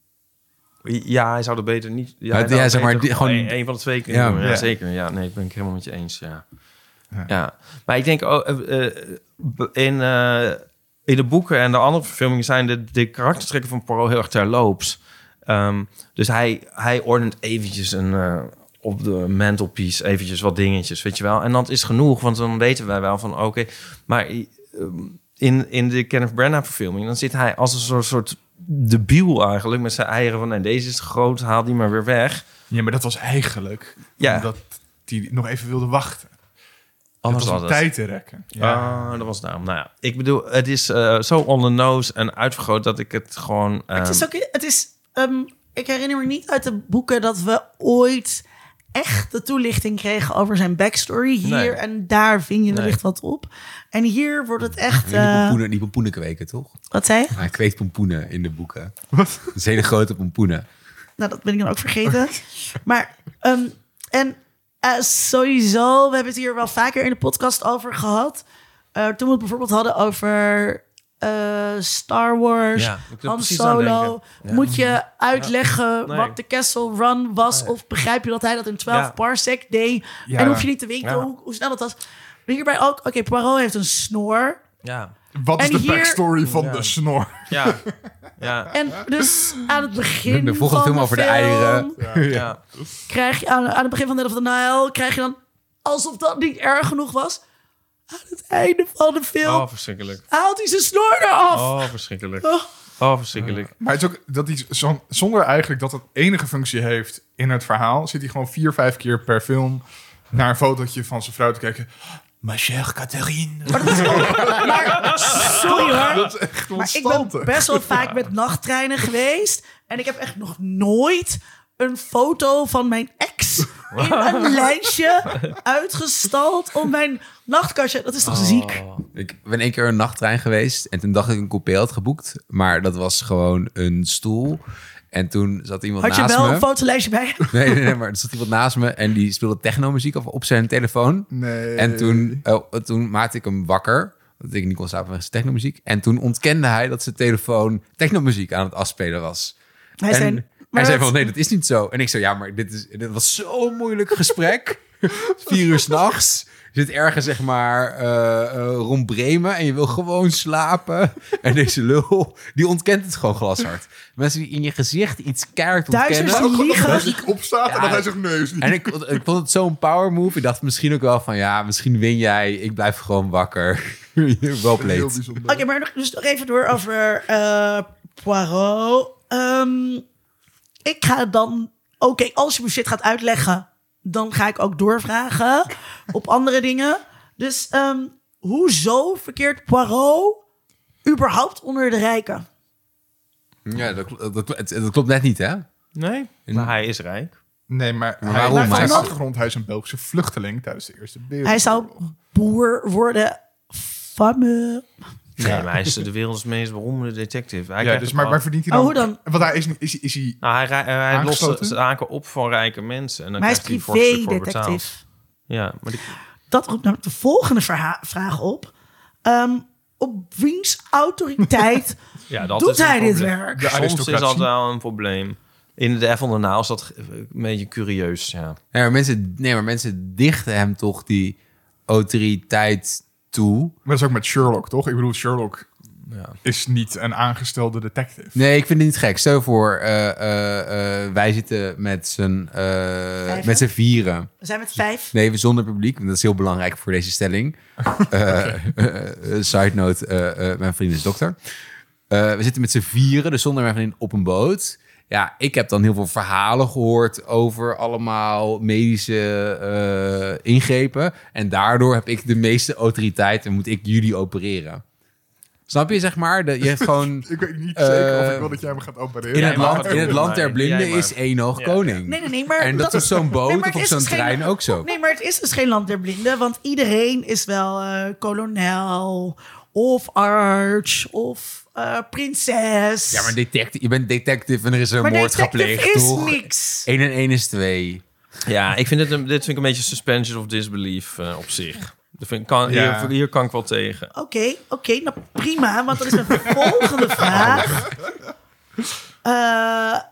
Ja, hij zou er beter niet... Ja, Maar hij zou ja, zeg maar, beter die- gewoon- een, een van de twee kunnen Ja. doen. Ja, Ja. zeker. Ja, nee, ik ben ik helemaal met je eens. Ja, Ja. ja. Maar ik denk ook... eh, eh, in, eh, in de boeken en de andere verfilmingen zijn de, de karaktertrekken van Poirot heel erg terloops. Um, dus hij, hij ordent eventjes een... Uh, op de mantelpiece eventjes wat dingetjes, weet je wel. En dat is genoeg, want dan weten wij wel van... oké, okay, maar um, in, in de Kenneth Branagh verfilming... dan zit hij als een soort, soort debiel eigenlijk... met zijn eieren van, nee, deze is te groot, haal die maar weer weg. Ja, maar dat was eigenlijk Ja. omdat hij nog even wilde wachten. Anders dat was was om het. tijd te rekken. Ah, dat was daarom. Nou ja, ik bedoel, het is uh, zo on the nose en uitvergroot... dat ik het gewoon... Um, Het is ook... Het is, um, ik herinner me niet uit de boeken dat we ooit echt de toelichting kregen over zijn backstory. Hier Nee. en daar vind je Nee. wellicht wat op. En hier wordt het echt... Die Uh, pompoenen, die pompoenen kweken, toch? wat zei je? Hij kweekt pompoenen in de boeken. Wat? Dat is hele grote pompoenen. Nou, dat ben ik dan ook vergeten. Maar, um, en uh, sowieso, we hebben het hier wel vaker in de podcast over gehad. Uh, toen we het bijvoorbeeld hadden over uh, Star Wars, Ja, ik moet er Han precies aan Solo. denken. Ja. Moet je uitleggen Nee. wat de Castle Run was? Nee. Of begrijp je dat hij dat in twaalf Ja. parsec deed? Ja. En hoef je niet te weten Ja. hoe, hoe snel dat was. Maar hierbij ook, oké, okay, Poirot heeft een snor. Ja, Wat is En de hier- backstory van Ja. de snor? ja, ja, En dus aan het begin De volgende van film over de film eieren. ja. krijg je aan, aan het begin van Dead of the Nile, krijg je dan, alsof dat niet erg genoeg was, aan het einde van de film Oh, verschrikkelijk. haalt hij zijn snor eraf. Oh, verschrikkelijk. Oh. Oh, verschrikkelijk. Maar het is ook dat hij zo- zonder eigenlijk dat het enige functie heeft in het verhaal, zit hij gewoon vier, vijf keer per film naar een fotootje van zijn vrouw te kijken. Ma chère Catherine. Maar, sorry hoor, Dat is echt maar ik constante. ben best wel vaak met nachttreinen geweest en ik heb echt nog nooit een foto van mijn ex in een lijstje uitgestald op mijn nachtkastje. Dat is toch ziek? Ik ben één keer een nachttrein geweest en toen dacht ik een coupé had geboekt. Maar dat was gewoon een stoel. En toen zat iemand Had je naast wel me. een fotolijstje bij je? Nee, nee, nee, maar er zat iemand naast me en die speelde technomuziek op, op zijn telefoon. Nee. En toen, oh, toen maakte ik hem wakker. Dat ik niet kon slapen met zijn technomuziek. En toen ontkende hij dat zijn telefoon technomuziek aan het afspelen was. Hij en zei, hij maar zei dat- van, nee, dat is niet zo. En ik zei, ja, maar dit, is, dit was zo'n moeilijk gesprek. Vier uur s'nachts. Je zit ergens, zeg maar, uh, uh, rond Bremen en je wil gewoon slapen. En deze lul, die ontkent het gewoon glashard. Mensen die in je gezicht iets keihard Duitsers ontkennen. die liegen. Dat ik opstaat en Ja. dat hij zegt nee, is niet. En ik, ik vond het zo'n power move. Ik dacht misschien ook wel van, ja, misschien win jij. Ik blijf gewoon wakker. Wel Heel played. bijzonder. Oké, maar nog, dus nog even door over uh, Poirot. Um, ik ga dan... Oké, okay, als je me shit gaat uitleggen, dan ga ik ook doorvragen op andere dingen. Dus um, hoezo verkeert Poirot überhaupt onder de rijken? Ja, dat, dat, dat, het- dat klopt net niet, hè? Nee, maar hij is rijk. Nee, maar, Maar hij, waarom? hij, Hij zijn is- achtergrond, hij is een Belgische vluchteling tijdens de Eerste Wereldoorlog. Hij zou boer worden van me. Nee, maar hij is de werelds meest beroemde detective. Hij Ja, krijgt dus het maar al- waar verdient hij dan? Oh, hoe dan? Want hij is, niet- is, is hij... Nou, hij, hij, hij lost Aangesloten? zaken op van rijke mensen. En dan Maar hij is krijgt hij vorstelijk voor privé-detective. betaald. Ja, maar die, Dat roept namelijk de volgende verha- vraag op. Um, op wiens autoriteit ja, dat doet is een hij dit probleem. werk? De Soms is aristocratie. dat wel een probleem. In de Devil on the Nile is dat een beetje curieus, ja. Nee, maar mensen, nee, maar mensen dichten hem toch die autoriteit toe. Maar dat is ook met Sherlock, toch? Ik bedoel, Sherlock ja. is niet een aangestelde detective. Nee, ik vind het niet gek. Stel je voor, uh, uh, uh, wij zitten met z'n uh, met z'n vieren. We zijn met vijf. Nee, zonder publiek. Want dat is heel belangrijk voor deze stelling. uh, uh, uh, side note, uh, uh, mijn vriend is dokter. Uh, we zitten met z'n vieren, dus zonder mijn vriendin, op een boot. Ja, ik heb dan heel veel verhalen gehoord over allemaal medische uh, ingrepen. En daardoor heb ik de meeste autoriteit en moet ik jullie opereren. Snap je, zeg maar? Dat je hebt gewoon... Ik weet niet uh, zeker of ik wil dat jij me gaat opereren. In het, Jij mag land, het in het doen, land maar der blinden jij maar. is één hoog Ja. koning. Nee, nee, nee, maar En dat, is op zo'n boot nee, maar of het op is zo'n dus geen- trein ook zo. Nee, maar het is dus geen land der blinden, want iedereen is wel eh, kolonel of arch of eh, prinses. Ja, maar detective, je bent detective en er is een Maar moord detective gepleegd, is toch? niks. één en één is twee. Ja, ik vind het een, dit vind ik een beetje suspension of disbelief uh, op zich. Dat vind ik, kan, Ja. hier, hier kan ik wel tegen. Oké, oké, okay, nou prima, want dat is mijn volgende vraag. Uh,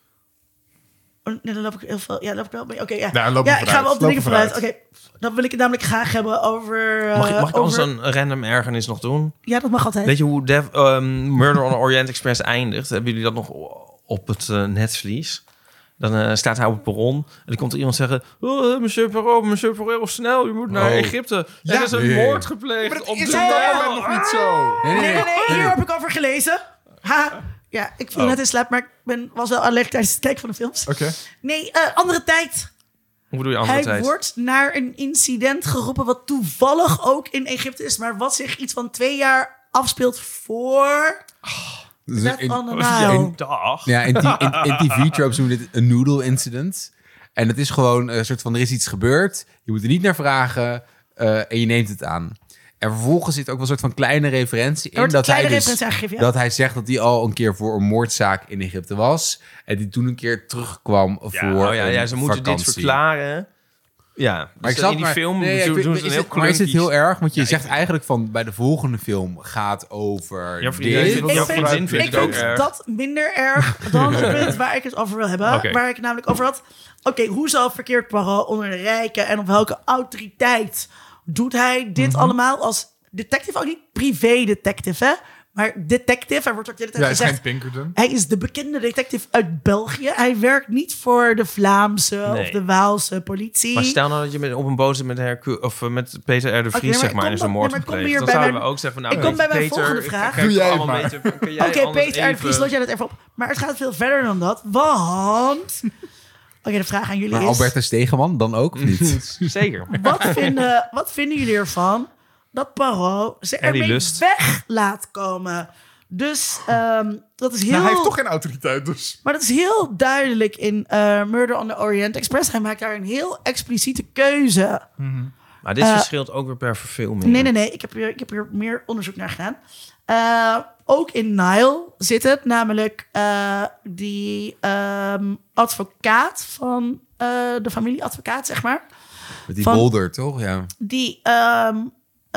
nee, dan loop ik heel veel. Ja, loop ik wel mee. Oké, okay, ja. Nou, loop ja, er ik vooruit. ga wel op de Loop dingen er vooruit. vooruit. Oké, okay. Dan wil ik het namelijk graag hebben over. Uh, Mag ik, mag ik anders over... een random ergernis nog doen? Ja, dat mag altijd. Weet je hoe Dev, um, Murder on the Orient Express eindigt? Hebben jullie dat nog op het uh, netvlies? Dan uh, staat hij op het perron en dan komt er iemand zeggen... Oh, monsieur Perrault, monsieur Perrault, snel, je moet naar Oh. Egypte. Ja, er is een nee. moord gepleegd Maar dat op is de op dat Nijl. moment nog niet zo. Nee, Nee, nee, nee, hier heb ik over gelezen. Ha. Ja, ik viel Oh. net in slaap, maar ik ben, was wel alert tijdens het kijken van de films. Oké. Nee, uh, andere tijd. Hoe bedoel je andere Hij tijd? wordt naar een incident geroepen wat toevallig ook in Egypte is, maar wat zich iets van twee jaar afspeelt voor Dus Death in- on the Ja, Nile. een dag. Ja, in, die, in, in T V-tropes noemen we dit een noodle incident. En het is gewoon een soort van, er is iets gebeurd. Je moet er niet naar vragen uh, en je neemt het aan. En vervolgens zit ook wel een soort van kleine referentie Er in. wordt een Dat hij, kleine dus, referentie aangegeven, ja. dat hij zegt dat hij al een keer voor een moordzaak in Egypte was. En die toen een keer terugkwam Ja, voor oh ja, een ja, ze moeten vakantie. dit verklaren. Ja, Maar dus ik snap in die maar- film nee, doen, ik- doen is ze een heel het- Maar is het klunkies- heel erg? Want je Ja, zegt ik- eigenlijk van bij de volgende film gaat over Jouw vriendin dit. vindt- Ik jouw vind, vriendin vindt ik het ook vind erg. dat minder erg dan het punt waar ik het over wil hebben. Oké. Waar ik het namelijk over had. Oké, okay, hoezo verkeert Poirot onder de rijken en op welke autoriteit doet hij dit Mhm. allemaal als detective? Ook niet privé-detective, hè? Maar detective. Er wordt ook de hele tijd Ja, het is gezegd... geen Pinkerton. Hij is de bekende detective uit België. Hij werkt niet voor de Vlaamse Nee. of de Waalse politie. Maar stel nou dat je met, op een boot zit met, Hercule, of uh, met Peter R. de Vries, Oké, maar zeg ik maar, kom en zo'n dan- moord nee, maar ik kom gepleegd. hier Dan bij zouden mijn- we ook zeggen van... Nou, ik kom bij mijn Peter, volgende ik- vraag. kijk Doe jij het allemaal maar. een beetje- kun jij Oké, anders Peter R. de Vries, even- lood jij dat even op. Maar het gaat veel verder dan dat. Want... Oké, de vraag aan jullie Maar is... Albertus Stegeman dan ook, of niet? Zeker. Wat vinden, wat vinden jullie ervan dat Poirot ze Ellie ermee Lust. weg laat komen? Dus ehm, dat is heel... Nou, hij heeft toch geen autoriteit, dus. Maar dat is heel duidelijk in eh, Murder on the Orient Express. Hij maakt daar een heel expliciete keuze. Maar dit Uh, verschilt ook weer per verfilming. Nee, nee, nee. Ik heb hier, ik heb hier meer onderzoek naar gedaan. Uh, ook in Nile zit het. Namelijk uh, die um, advocaat van uh, de familieadvocaat, zeg maar. Met die Van- bolder, toch? Ja. Die um,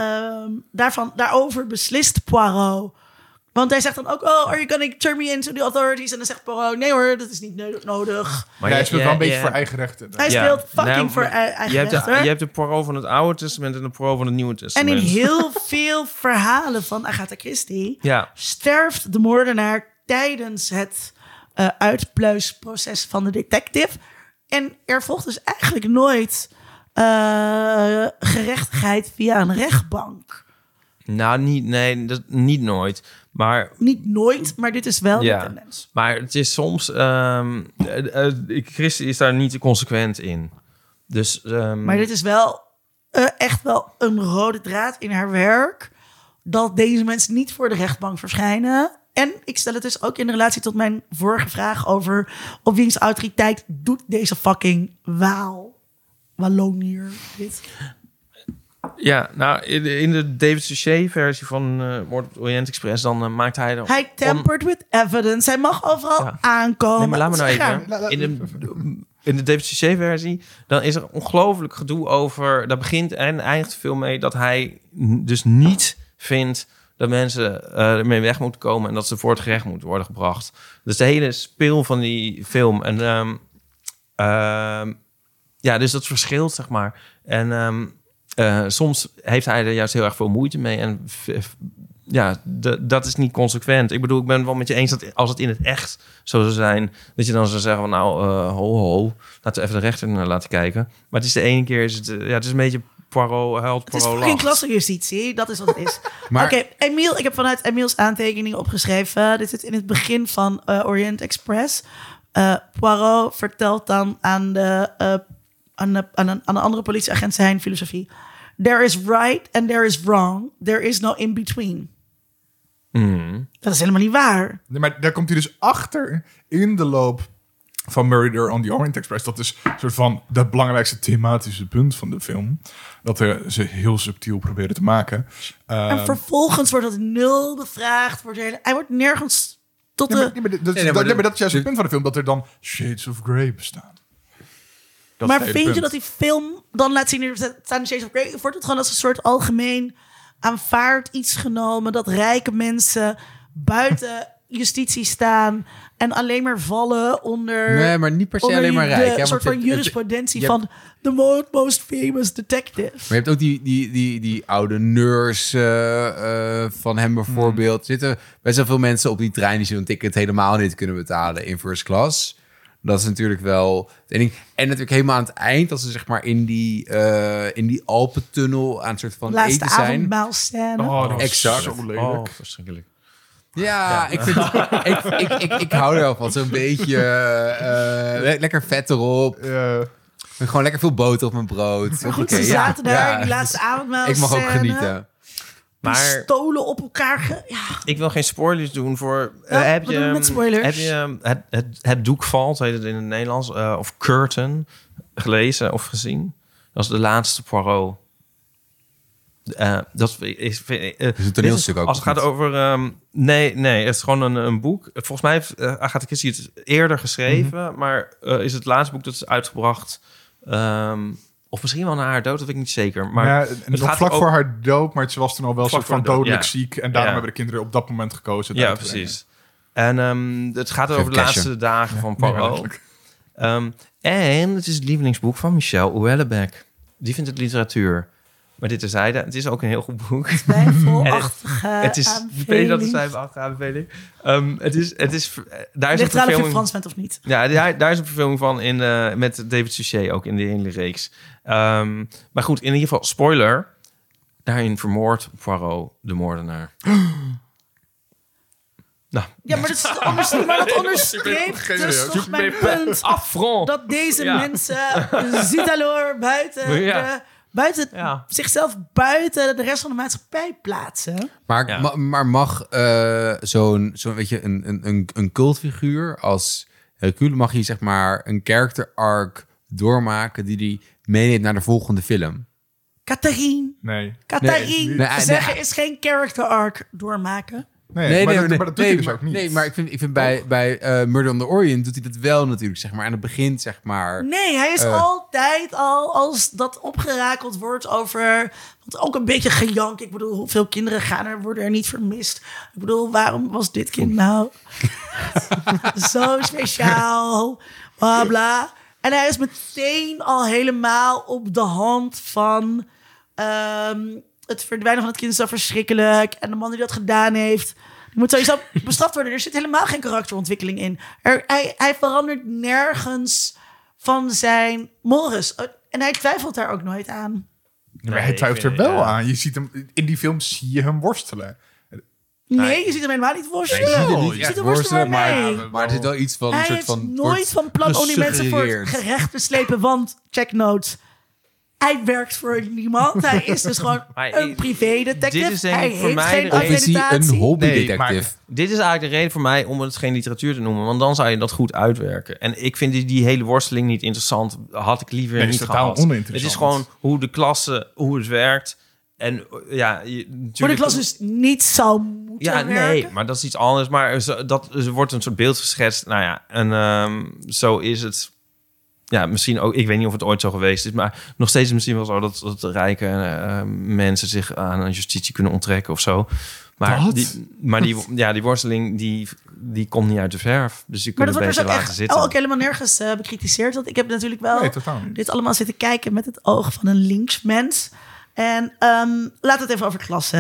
um, daarvan, daarover beslist Poirot. Want hij zegt dan ook, oh, are you gonna turn me into the authorities? En dan zegt Poirot, nee hoor, dat is niet no- nodig. Maar hij speelt wel een beetje ja. voor eigen rechten. Hij Ja. speelt fucking Nou, voor maar ei- eigen je hebt, de, rechten. je hebt de Poirot van het Oude Testament en de Poirot van het Nieuwe En Testament. in heel veel verhalen van Agatha Christie... Ja, sterft de moordenaar tijdens het uh, uitpluisproces van de detective. En er volgt dus eigenlijk nooit uh, gerechtigheid via een rechtbank. nou niet, nee, dat, niet nooit. Maar Niet nooit, maar dit is wel Ja. de tendens. Maar het is soms... Um, uh, uh, Christie is daar niet consequent in. Dus... Um, Maar dit is wel uh, echt wel een rode draad in haar werk. Dat deze mensen niet voor de rechtbank verschijnen. En ik stel het dus ook in relatie tot mijn vorige vraag over... op wiens autoriteit doet deze fucking Waal. Wallonier dit. Ja, nou, in de, in de David Suchet-versie van uh, Moord op het Orient Express... dan uh, maakt hij... er Hij tempered with evidence. Hij mag overal Ja. aankomen. Nee, maar laat me nou Ga. even. In de, in de David Suchet-versie, dan is er ongelooflijk gedoe over... Daar begint en eindigt veel mee dat hij n- dus niet vindt... dat mensen uh, ermee weg moeten komen... en dat ze voor het gerecht moeten worden gebracht. Dus de hele speel van die film. En um, um, ja, dus dat verschilt, zeg maar. En um, uh, soms heeft hij er juist heel erg veel moeite mee. En v- v- ja, de, dat is niet consequent. Ik bedoel, ik ben het wel met je eens dat als het in het echt zo zou zijn... dat je dan zou zeggen van nou, uh, ho, ho, laten we even de rechter naar laten kijken. Maar het is de ene keer, is het, uh, ja, het is een beetje Poirot, huilt, Het is Poirot geen lacht. klassenjustitie. Dat is wat het is. Maar- Oké, Emiel. Ik heb vanuit Emiels aantekeningen opgeschreven. Dit zit in het begin van uh, Orient Express. Uh, Poirot vertelt dan aan de, uh, aan, de, aan, een, aan de andere politieagent zijn filosofie. There is right and there is wrong. There is no in between. Mm. Dat is helemaal niet waar. Nee, maar daar komt hij dus achter in de loop van Murder on the Orient Express. Dat is een soort van het belangrijkste thematische punt van de film. Dat er, ze heel subtiel proberen te maken. Uh, en vervolgens wordt dat nul bevraagd. Wordt er, hij wordt nergens tot nee, maar, de... nee, maar, dat, nee, nee, maar dat, de, maar dat is juist de, het punt van de film. Dat er dan shades of grey bestaan. Dat maar vind vind punt. je dat die film dan laat zien... Er staan shades of grey. Wordt het gewoon als een soort algemeen aanvaard iets genomen... dat rijke mensen buiten justitie staan... en alleen maar vallen onder... Nee, maar niet per se onder alleen maar de rijk. Hè, soort want van het- jurisprudentie het- je van... the most, most famous detective. Maar je hebt ook die, die, die, die oude nurse uh, uh, van hem bijvoorbeeld. Er zitten best wel veel mensen op die trein die zo'n ticket helemaal niet kunnen betalen in first class. Dat is natuurlijk wel... En, ik, en natuurlijk helemaal aan het eind, als ze zeg maar in die, uh, in die Alpentunnel aan een soort van Laatste eten zijn. avondmaalscène. Oh, dat was Exact. zo lelijk. Oh, verschrikkelijk. Ja, ik, vind het, ik, ik, ik, ik hou er wel van. Zo'n beetje uh, le- lekker vet erop. Uh, Gewoon lekker veel boter op mijn brood. Maar goed, Oké, ze ja, zaten daar ja. in die laatste avondmaalscène. Ik mag ook genieten. Maar Pistolen op elkaar. Ge- ja. ik wil geen spoilers doen voor... uh, Ja, heb wat je, doen we met spoilers? Heb je um, het, het, het doek valt, heet het in het Nederlands, uh, of Curtain, gelezen of gezien? Dat is de laatste Poirot. Uh, dat is, is, uh, een toneelstuk ook, Als het of gaat niet? over... Um, nee, nee, het is gewoon een, een boek. Volgens mij heeft uh, Agatha Christie het eerder geschreven... Mhm. maar uh, is het laatste boek dat is uitgebracht... Um, of misschien wel na haar dood, dat weet ik niet zeker. Maar ja, het nog gaat vlak ook- voor haar dood, maar ze was toen al wel Vlak soort van voor haar dood, dodelijk ja. ziek. En daarom Ja. hebben de kinderen op dat moment gekozen. het Ja, uit te brengen. precies. En um, het gaat Geef over de cashen. laatste dagen van Nee, Poirot. letterlijk. Um, en het is het lievelingsboek van Michel Houellebecq. Die vindt het literatuur. Maar dit terzijde, het is ook een heel goed boek. Twijfelachtige Het is, aanbeveling. weet je dat het zijn aanbeveling? Um, het is, het is, daar is een Ligt eraan of je verfilming. Frans bent of niet. Ja, daar, daar is een verfilming van in, uh, met David Suchet ook in de hele reeks. Um, maar goed, in ieder geval, spoiler. Daarin vermoordt Poirot de moordenaar. Nou, Ja, maar dat, is onders- maar dat onderstreept geen dus idee. toch mijn punt. affront. Dat deze Ja. mensen Zitaloor buiten, Ja. de, buiten Ja. zichzelf buiten de rest van de maatschappij plaatsen. Maar, Ja. ma- maar mag uh, zo'n, zo'n weet je, een, een, een, een cultfiguur als Hercule, mag hij zeg maar een character arc doormaken die die meeneemt naar de volgende film? Catherine. Nee. Catherine. Nee, nee, zeggen nee. is geen character arc doormaken. Nee, maar, dat, maar dat doet hij dus maar, ook niet. Nee, maar ik vind, ik vind bij, bij uh, Murder on the Orient doet hij dat wel natuurlijk, zeg maar. Aan het begin, zeg maar. Nee, hij is Uh. altijd al, als dat opgerakeld wordt over... Want ook een beetje gejank. Ik bedoel, hoeveel kinderen gaan er, worden er niet vermist? Ik bedoel, waarom was dit kind nou zo speciaal? Bla, bla. En hij is meteen al helemaal op de hand van... Um, het verdwijnen van het kind is zo verschrikkelijk. En de man die dat gedaan heeft... Die moet sowieso bestraft worden. Er zit helemaal geen karakterontwikkeling in. Er, hij, hij verandert nergens van zijn mores. En hij twijfelt daar ook nooit aan. Ja, maar hij twijfelt er wel aan. Je ziet hem, in die film zie je hem worstelen. Nee, je ziet hem helemaal niet worstelen. Nee, je ziet hem niet je echt ziet hem worstelen, maar, nee. maar, maar er zit wel iets van... Hij een soort is van nooit wordt van plan om die mensen voor het gesuggereerd. gerecht te slepen. Want, check notes... Hij werkt voor niemand. Hij is dus gewoon Maar een ik- privé-detective. dit is denk Hij ik voor heeft mij geen de- Of is hij een accreditatie. hobbydetective? Nee, Dit is eigenlijk de reden voor mij om het geen literatuur te noemen. Want dan zou je dat goed uitwerken. En ik vind die, die hele worsteling niet interessant. Had ik liever Nee, niet is totaal gehad. oninteressant. Het is gewoon hoe de klasse, hoe het werkt. En ja, je, natuurlijk... Voor de klas dus niet zou moeten Ja, werken. nee, maar dat is iets anders. Maar zo- dat, er wordt een soort beeld geschetst. Nou ja, en ehm, zo is het... Ja, misschien ook... Ik weet niet of het ooit zo geweest is. Maar nog steeds is het misschien wel zo... dat, dat rijke eh, mensen zich aan een justitie kunnen onttrekken of zo. Maar, Wat? die, maar die, ja, die worsteling, die, die komt niet uit de verf. Dus je Maar kunt dat het wordt dus beter ook laten echt zitten. ook helemaal nergens uh, bekritiseerd. Want ik heb natuurlijk wel Nee, totaal niet. dit allemaal zitten kijken met het oog van een linksmens. En um, laat het even over klasse.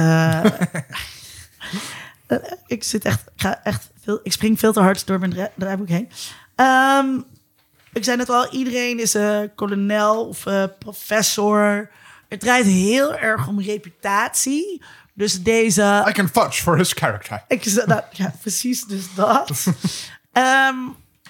uh, ik zit echt, ik ga echt veel, ik spring veel te hard door mijn dra- draaiboek heen. Um, ik zei net al, iedereen is een uh, kolonel of uh, professor. Het draait heel erg om reputatie. Dus deze... I can fudge for his character. Ik, nou, ja, precies, dus dat. um,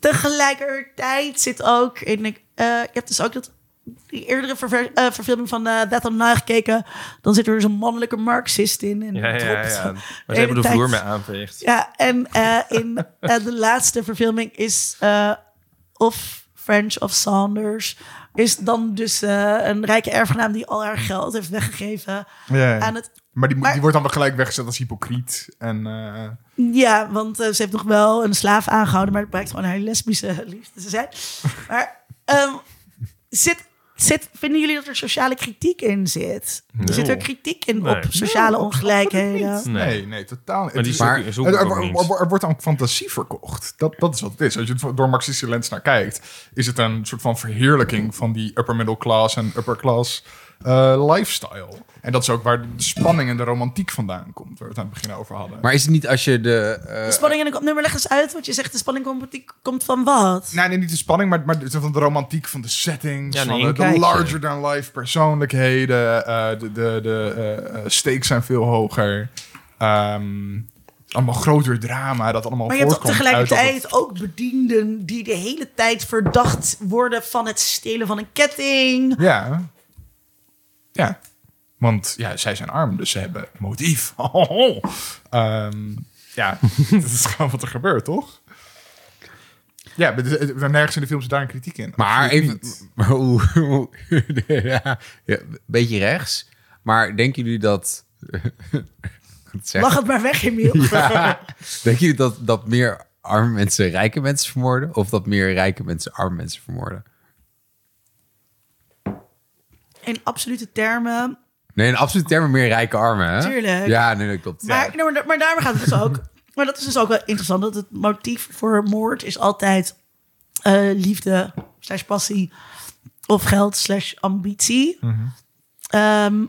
tegelijkertijd zit ook in... Uh, je hebt dus ook dat... die eerdere verver, uh, verfilming van uh, Death on the Nile gekeken. Dan zit er dus een mannelijke marxist in. En Ja, ja, ja. dropt ja. de Maar ze hebben de hele vloer tijd- mee aanveegt. Ja, en uh, in uh, de laatste verfilming is... Uh, of French of Saunders... is dan dus uh, een rijke erfgenaam... die al haar geld heeft weggegeven Ja, ja. aan het... Maar die, Maar- die wordt dan wel gelijk weggezet als hypocriet. En uh, Ja, want uh, ze heeft nog wel een slaaf aangehouden... maar het blijkt gewoon haar lesbische liefde te zijn. Maar um, zit, zit, vinden jullie dat er sociale kritiek in zit? Nee. Zit er kritiek in Nee. op sociale ongelijkheden? nee. Nee. nee, totaal niet. Maar die Het is- Maar- zoeken, zoeken er, ook er- niet. er- er wordt dan fantasie verkocht. Dat, dat is wat het is. Als je het door marxistische lens naar kijkt... is het een soort van verheerlijking... van die upper middle class en upper class uh, lifestyle. En dat is ook waar de spanning en de romantiek vandaan komt... waar we het aan het begin over hadden. Maar is het niet als je de... uh, De spanning en de nummer leg eens uit, want je zegt de spanning komt, komt van wat? Nee, nee, niet de spanning, maar, maar de, van de romantiek van de settings, Ja, een van de, de inkijkje. larger-than-life persoonlijkheden. uh, de de, de uh, uh, stakes zijn veel hoger. Um, allemaal groter drama, dat allemaal Maar je hebt toch voortkomt uit dat tegelijkertijd het- ook bedienden... die de hele tijd verdacht worden van het stelen van een ketting. Ja. Ja. Want ja, zij zijn arm, dus ze hebben motief. um, ja, dat is gewoon wat er gebeurt, toch? Ja, maar er- er- nergens in de film zit daar een kritiek in. Maar Absoluut even... niet. Maar hoe, hoe- ja, ja, een beetje rechts. Maar denken jullie dat... Wat zeg Lach het maar weg, Emiel. Ja. Denken jullie dat, dat meer arme mensen rijke mensen vermoorden? Of dat meer rijke mensen arme mensen vermoorden? In absolute termen. Nee, in absolute termen meer rijke armen, hè? Tuurlijk. Ja, nee, dat klopt. Maar, Ja. nee, maar, maar daarmee gaat het dus ook. Maar dat is dus ook wel interessant. Dat het motief voor moord is altijd uh, liefde slash passie. Of geld slash ambitie. Um,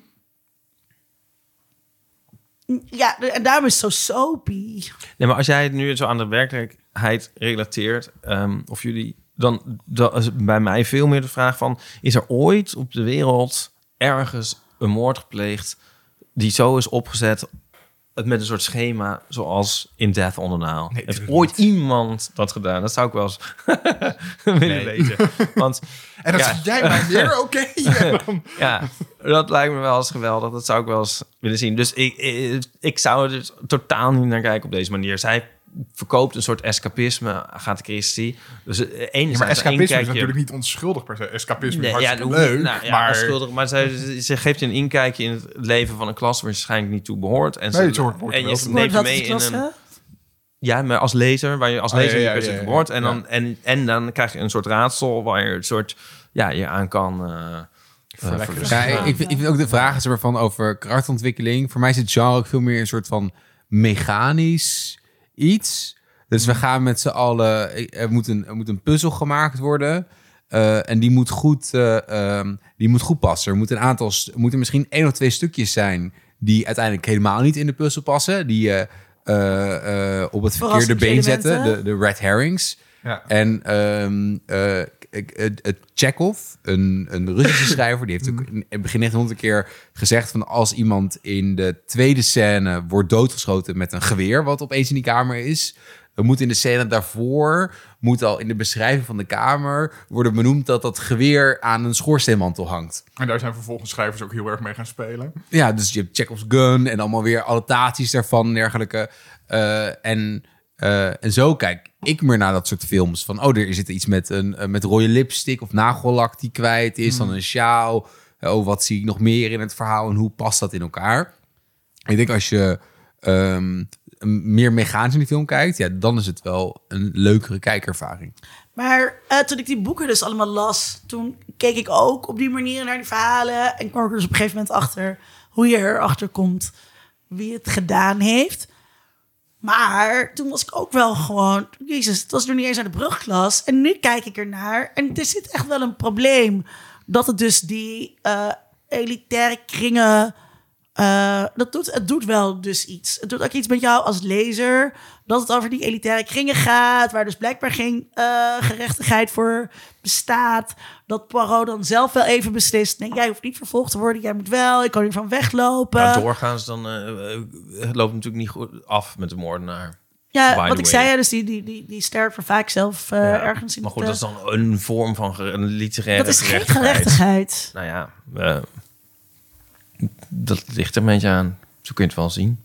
ja, en daarom is het zo soapy. Nee, maar als jij het nu zo aan de werkelijkheid relateert, um, of jullie, dan, dan is bij mij veel meer de vraag van: is er ooit op de wereld ergens een moord gepleegd die zo is opgezet, het met een soort schema zoals in Death on the Nile? Nee, Heeft tuurlijk ooit niet. iemand dat gedaan? Dat zou ik wel eens willen Nee. weten. Want En dan ja. zeg jij mij weer, oké. Ja, dan- ja, dat lijkt me wel eens geweldig. Dat zou ik wel eens willen zien. Dus ik, ik, ik zou er dus totaal niet naar kijken op deze manier. Zij verkoopt een soort escapisme, Agatha Christie. Dus eh, Ja, enerzijds maar een escapisme is inkijkje- natuurlijk niet onschuldig per se. Escapisme is Nee, ja, hartstikke hoe- leuk, nou, ja, maar... onschuldig, maar ze, ze geeft je een inkijkje in het leven van een klas waar je waarschijnlijk niet toe behoort. En, Nee, ze, zo hoort- hoort en wel je te neemt je Wat mee is in klasse? een... Ja, maar als lezer, waar je als Oh, lezer ja, ja, niet per ja, se ja, wordt. En, ja. dan, en, en dan krijg je een soort raadsel waar je een soort, ja, je aan kan... uh, Verlekkeren. Ja, ik, ik, vind, ik vind ook de vragen zeg maar, van over karakterontwikkeling. Voor mij is het genre ook veel meer een soort van mechanisch iets. Dus we gaan met z'n allen... Er moet een, er moet een puzzel gemaakt worden. Uh, en die moet, goed, uh, um, die moet goed passen. Er moet een aantal, st- er moeten misschien één of twee stukjes zijn... die uiteindelijk helemaal niet in de puzzel passen. Die je uh, uh, op het verkeerde been zetten. De, de red herrings. Ja. En um, uh, uh, Chekhov, een, een Russische schrijver, die heeft ook in het begin negentienhonderd keer gezegd van als iemand in de tweede scène wordt doodgeschoten met een geweer, wat opeens in die kamer is, dan moet in de scène daarvoor, moet al in de beschrijving van de kamer worden benoemd dat dat geweer aan een schoorsteenmantel hangt. En daar zijn vervolgens schrijvers ook heel erg mee gaan spelen. Ja, dus je hebt Chekhov's gun en allemaal weer annotaties daarvan en dergelijke. Uh, en... Uh, en zo kijk ik meer naar dat soort films. Van, oh, er zit iets met een uh, met rode lipstick of nagellak die kwijt is. Mm. Dan een sjaal. Oh, wat zie ik nog meer in het verhaal en hoe past dat in elkaar? Ik denk als je um, meer mechanisch in die film kijkt, ja, dan is het wel een leukere kijkervaring. Maar uh, toen ik die boeken dus allemaal las, toen keek ik ook op die manier naar die verhalen. En kwam ik er dus op een gegeven moment achter hoe je erachter komt wie het gedaan heeft. Maar toen was ik ook wel gewoon... Jezus, het was nog niet eens aan de brugklas. En nu kijk ik ernaar. En er zit echt wel een probleem. Dat het dus die uh, elitaire kringen... Uh, dat doet, het doet wel dus iets. Het doet ook iets met jou als lezer. Dat het over die elitaire kringen gaat. Waar dus blijkbaar geen uh, gerechtigheid voor bestaat. Dat Poirot dan zelf wel even beslist. Nee, jij hoeft niet vervolgd te worden. Jij moet wel. Ik kan hiervan weglopen. Nou, doorgaans dan uh, uh, loopt het natuurlijk niet goed af met de moordenaar. Ja, By wat the ik way. zei, ja, dus die, die, die, die sterven vaak zelf uh, Ja, ergens in Maar goed, het, dat is dan een vorm van gere- een literaire dat is geen gerechtigheid. gerechtigheid. Nou ja, uh, dat ligt er een beetje aan. Zo kun je het wel zien.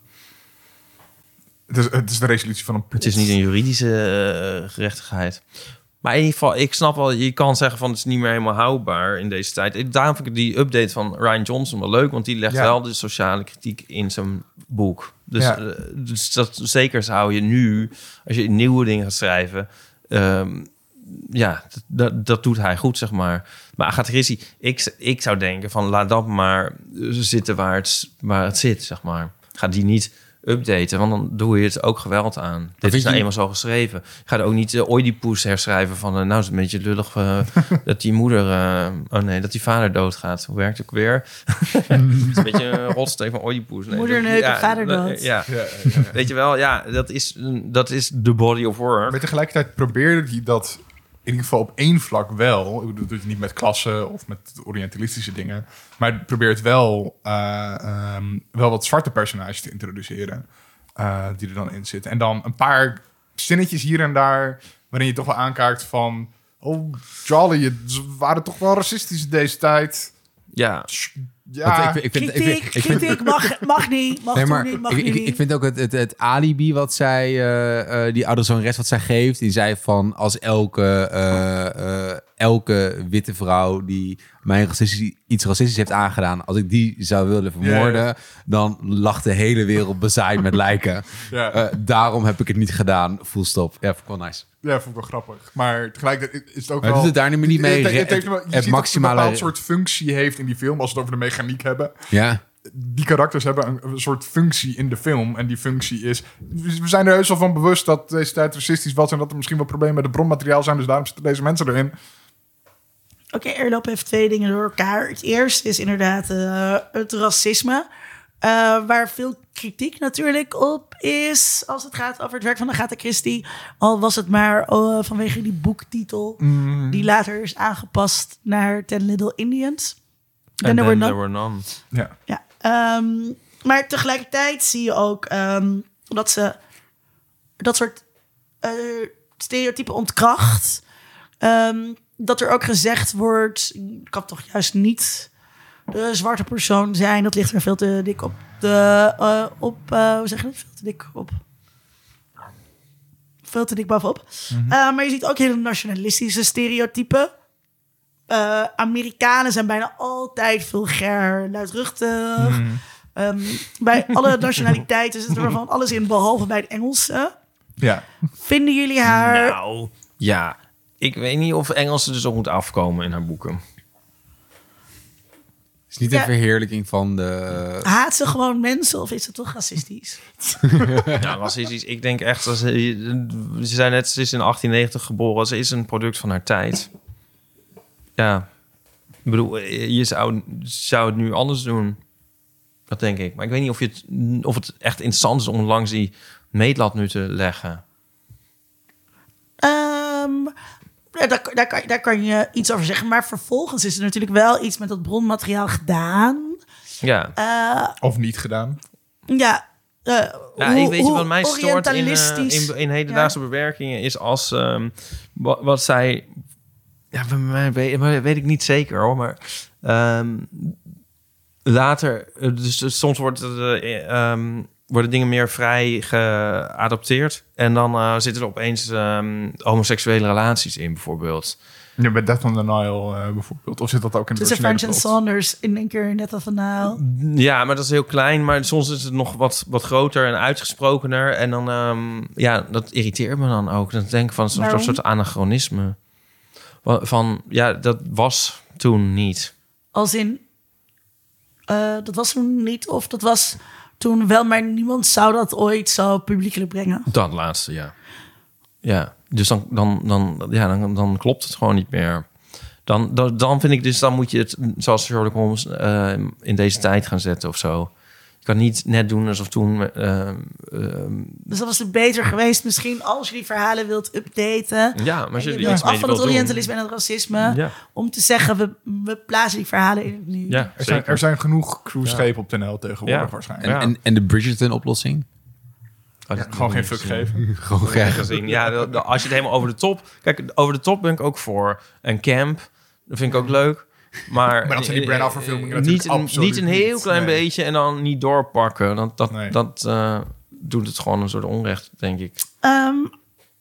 Het is, het is de resolutie van een plot. Het is niet een juridische uh, gerechtigheid. Maar in ieder geval, ik snap wel, je kan zeggen van het is niet meer helemaal houdbaar in deze tijd. Ik, daarom vind ik die update van Ryan Johnson wel leuk, want die legt Ja. wel de sociale kritiek in zijn boek. Dus, Ja. uh, dus dat zeker zou je nu, als je nieuwe dingen gaat schrijven, um, ja, dat, dat, dat doet hij goed, zeg maar. Maar Agatha Christie, ik, ik zou denken van laat dat maar zitten waar het, waar het zit, zeg maar. Ga die niet updaten, want dan doe je het ook geweld aan. Dit vind is nou je- eenmaal zo geschreven. Je gaat ook niet uh, Oedipus herschrijven van... Uh, nou, is het een beetje lullig uh, dat die moeder... Uh, oh nee, dat die vader doodgaat. Hoe werkt het ook weer? Het is een beetje een rotsteek van Oedipus. Nee, Moeder dat- neuken, vader dat- dood. Ja, Ja, ja, ja. weet je wel, ja, dat is, dat is de body of work. Maar tegelijkertijd probeerde hij dat in ieder geval op één vlak wel. Ik bedoel, doet het niet met klassen of met orientalistische dingen. Maar hij probeert wel, uh, um, wel wat zwarte personages te introduceren. Uh, die er dan in zitten. En dan een paar zinnetjes hier en daar waarin je toch wel aankaart van... Oh, Jolly, het waren toch wel racistisch in deze tijd. Ja, Ja, Want ik, ik vind, ik Kritiek, vind, ik vind, kritiek mag, mag niet, mag nee, toch maar niet, mag ik, nu ik, niet. ik vind ook het, het, het alibi wat zij, uh, uh, die oude zangeres wat zij geeft, die zei van als elke, uh, uh, elke witte vrouw die mij racistisch, iets racistisch heeft aangedaan, als ik die zou willen vermoorden, Ja, ja. dan lag de hele wereld bezaaid met lijken. Ja. Uh, daarom heb ik het niet gedaan. Full stop. Ja, vond ik wel nice. Ja, vond ik wel grappig. Maar tegelijkertijd is het ook Maar wel... doet het daar niet meer niet mee? Het, het, het, heeft Het- wel- je het ziet maximale- dat het een bepaald soort functie heeft in die film... als we het over de mechaniek hebben. Ja. Die karakters hebben een, een soort functie in de film. En die functie is... We zijn er heus wel van bewust dat deze tijd racistisch was... en dat er misschien wel problemen met het bronmateriaal zijn. Dus daarom zitten deze mensen erin. Oké, er lopen even twee dingen door elkaar. Het eerste is inderdaad uh, het racisme. Uh, waar veel kritiek natuurlijk op is... als het gaat over het werk van Agatha Christie. Al was het maar uh, vanwege die boektitel... Mm. die later is aangepast naar Ten Little Indians. Then and there were then none. there were none. Ja. Ja, um, maar tegelijkertijd zie je ook um, dat ze dat soort uh, stereotypen ontkracht. Um, dat er ook gezegd wordt, ik kan toch juist niet de zwarte persoon zijn. Dat ligt er veel te dik op de, uh, op, uh, hoe zeg je dat? Veel te dik op. Veel te dik bovenop. Mm-hmm. Uh, maar je ziet ook hele nationalistische stereotypen. Uh, Amerikanen zijn bijna altijd vulgair, luidruchtig. Mm. Um, bij alle nationaliteiten zit er van alles in, behalve bij het Engelse. Ja. Vinden jullie haar... Nou, ja. Ik weet niet of Engels er dus ook moet afkomen in haar boeken. Het is niet Ja. een verheerlijking van de... Haat ze gewoon mensen of is het toch racistisch? Ja, racistisch. Ik denk echt, dat ze, ze zijn net, ze is in achttien negentig geboren. Ze is een product van haar tijd. Ja. Ik bedoel, je zou, zou het nu anders doen. Dat denk ik. Maar ik weet niet of, je het, of het echt interessant is om langs die meetlat nu te leggen. Um, daar, daar, kan, daar kan je iets over zeggen. Maar vervolgens is er natuurlijk wel iets met dat bronmateriaal gedaan. Ja. Uh, Of niet gedaan. ja. Uh, Ja, hoe, ik weet je wat mij stoort in, uh, orientalistisch... in, in hedendaagse ja. bewerkingen is als um, wat, wat zij... Ja, bij mij weet, weet ik niet zeker hoor, maar um, later... Dus soms wordt het, uh, um, worden dingen meer vrij geadopteerd. En dan uh, zitten er opeens um, homoseksuele relaties in bijvoorbeeld. Ja, bij Death on the Nile uh, bijvoorbeeld. Of zit dat ook in de Tussen French en plot? Saunders in één keer net als een naal. Ja, maar dat is heel klein. Maar soms is het nog wat, wat groter en uitgesprokener. En dan, um, ja, dat irriteert me dan ook. Dan denk ik van zo'n soort, soort anachronisme. Van, ja, dat was toen niet. Als in, uh, dat was toen niet of dat was toen wel, maar niemand zou dat ooit zo publiekelijk brengen. Dat laatste, ja. Ja, dus dan, dan, dan, ja, dan, dan klopt het gewoon niet meer. Dan, dan, dan vind ik dus, dan moet je het, zoals Sherlock Holmes, uh, in deze tijd gaan zetten of zo. Je kan niet net doen alsof toen... Uh, uh, dus dat was het beter geweest misschien als je die verhalen wilt updaten. Ja, maar als je, je er wilt iets af mee van het wilt orientalisme doen. en het racisme. Ja. Om te zeggen, we, we plaatsen die verhalen in het nu. Ja, Er zijn, er zijn genoeg cruiseschepen Ja. op T N L tegenwoordig Ja. waarschijnlijk. En, Ja. en, en de Bridgerton-oplossing? Oh, Ja, dat gewoon geen heb ik fuck niet gezien. geven. Gewoon Ja, graag. gezien. Ja, de- de- als je het helemaal over de top... Kijk, over de top ben ik ook voor. Een camp, dat vind ik ook leuk. Maar, Maar dat zijn die eh, Brandao-verfilmingen eh, natuurlijk niet, een- absoluut niet een heel niet. klein Nee. beetje en dan niet doorpakken. Dat, dat, Nee. dat uh, doet het gewoon een soort onrecht, denk ik. Um,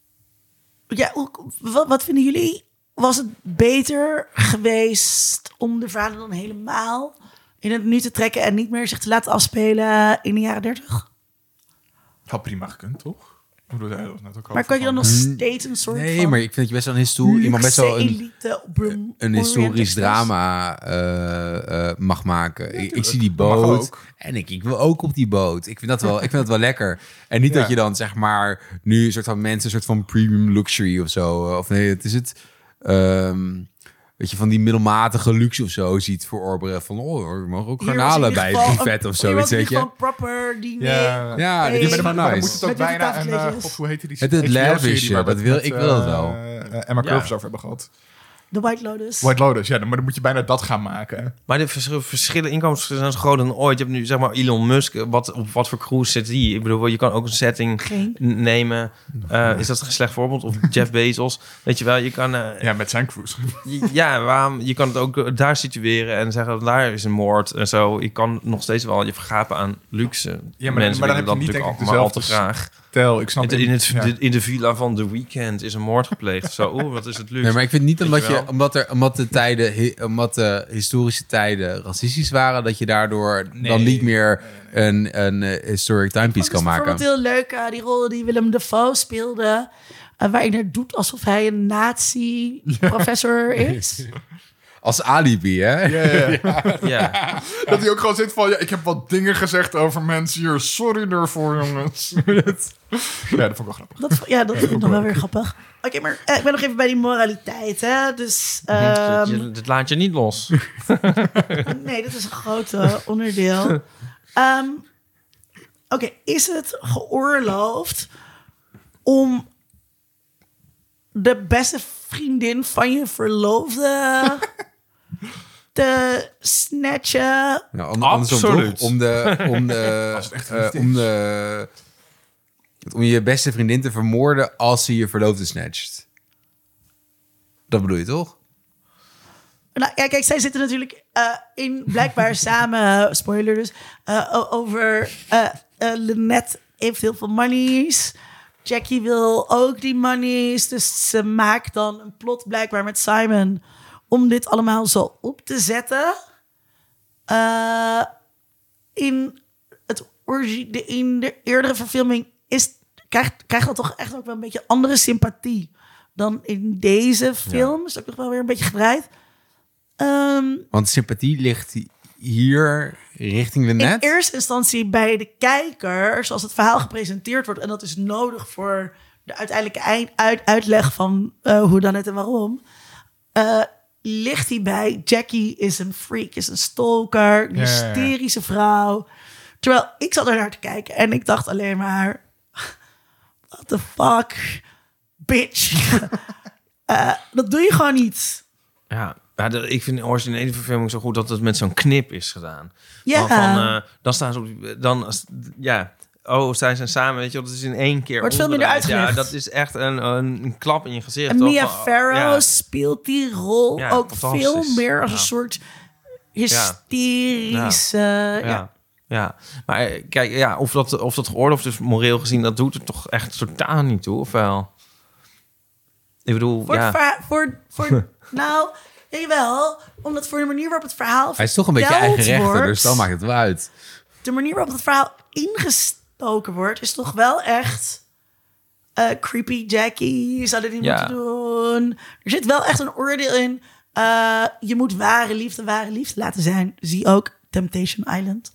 ja, hoe- wat, wat vinden jullie? Was het beter geweest om de verhalen dan helemaal in het nu te trekken en niet meer zich te laten afspelen in de jaren dertig? Had prima gekund, toch? Ik bedoel, hij was net ook Maar over kan je dan van- nog steeds een soort Nee, van maar ik vind dat je best wel een historie... Iemand best wel een, elite op een, een historisch oriented drama uh, uh, mag maken. ik, ik zie die Dat mag boot ook. en ik, ik wil ook op die boot. Ik vind dat wel, ik vind dat wel lekker. En niet Ja. dat je dan zeg maar nu een soort van mensen, een soort van premium luxury of zo. Of nee, het is het... Um, weet je, van die middelmatige luxe of zo ziet verorberen. Van, oh, er mogen ook Hier was garnalen in ieder bij geval het buffet een- of hier was zoiets, in weet ieder je. geval proper diner. Ja, Ja, Hey, dit is maar wel maar dan nice. moet het ook Met witte bijna een... tafelkleedjes. Uh, God, hoe heette die? Het- het H B O -serie lavishen, waar we dat wil- met, ik wil het uh, wel. uh, Emma Ja. Curves over hebben gehad. The White Lotus. White Lotus, ja, dan, maar dan moet je bijna dat gaan maken. Maar de vers- verschillen inkomensverschillen zijn zo groot dan ooit. Je hebt nu zeg maar Elon Musk. Wat, op wat voor cruise zit die? Ik bedoel, je kan ook een setting Geen. n- nemen. Uh, is dat een slecht voorbeeld? Of Jeff Bezos? Weet je wel, je kan... Uh, Ja, met zijn cruise. ja, waarom, je kan het ook daar situeren en zeggen... daar is een moord en zo. Je kan nog steeds wel je vergapen aan luxe. Ja, maar- Mensen maar dan willen heb je dat niet, natuurlijk denk ik, allemaal al te dezelfde graag. Tel, ik snap In, in, het, ja. de, in de villa van The Weeknd is een moord gepleegd. Zo, oeh, wat is het luxe. Nee, maar ik vind niet Weet omdat, je je, wel? omdat, er, omdat, de tijden, hi- omdat de historische tijden racistisch waren, dat je daardoor Nee. dan niet meer een, een uh, historic timepiece kan Dat is maken. bijvoorbeeld heel leuk, uh, die rol die Willem Dafoe speelde, uh, waarin hij doet alsof hij een nazi-professor is. Als alibi, hè? Ja, ja, ja. Ja. Dat hij ook gewoon zit van... Ja, ik heb wat dingen gezegd over mensen hier. Sorry daarvoor, jongens. ja, dat vond ik wel grappig. Dat, ja, dat vind ik nog wel weer grappig. Oké, maar uh, ik ben nog even bij die moraliteit, hè. Dus, um, Je- Dit laat je niet los. nee, dat is een groot uh, onderdeel. Um, Oké, okay, is het geoorloofd om de beste vriendin van je verloofde te snatchen? Ja, and- andersom Absoluut. toch? Om de, om de, Als het echt eh, liefde is. om de, om je beste vriendin te vermoorden als ze je verloofde snatcht. Dat bedoel je toch? Nou, ja, kijk, zij zitten natuurlijk uh, in blijkbaar samen, spoiler dus, uh, o- over uh, uh, Lynette heeft heel veel monies. Jackie wil ook die monies. Dus ze maakt dan een plot blijkbaar met Simon om dit allemaal zo op te zetten. Uh, in, het origi- de, in de eerdere verfilming is, krijgt, krijgt dat toch echt ook wel een beetje andere sympathie dan in deze film. Is ook nog wel weer een beetje gedraaid. Um, Want sympathie ligt hier richting de in net. eerste instantie bij de kijker, zoals het verhaal gepresenteerd wordt, en dat is nodig voor de uiteindelijke eind, uit, uitleg van uh, hoe dan het en waarom, uh, ligt hij bij Jackie is een freak, is een stalker, een Ja, ja, ja. hysterische vrouw. Terwijl ik zat er naar te kijken en ik dacht alleen maar, what the fuck, bitch. uh, dat doe je gewoon niet. Ja, ja de, ik vind de originele verfilming zo goed dat het met zo'n knip is gedaan. Ja. Van, van, uh, dan staan ze op... Dan, ja... Oh, zij zijn samen, weet je wel, dat is in één keer. Wordt veel minder omgedraaid. uitgelegd. Ja, dat is echt een, een, een klap in je gezicht. En toch? Mia Van, oh, Farrow ja. speelt die rol Ja, ook fantastisch. veel meer als Ja. een soort hysterische... Ja. Ja, ja. Maar eh, kijk, ja, of dat, of dat geoorloofd is moreel gezien, dat doet er toch echt totaal niet toe, of wel? Ik bedoel, Voor, ja. het verha- voor, voor nou, jawel, omdat voor de manier waarop het verhaal Hij is toch een beetje verteld eigenrechter, wordt, dus dan maakt het wel uit. de manier waarop het verhaal ingestoken wordt, is toch wel echt uh, creepy Jackie, zou dit niet Ja. moeten doen. Er zit wel echt een oordeel in. Uh, je moet ware liefde, ware liefde laten zijn. Zie ook Temptation Island.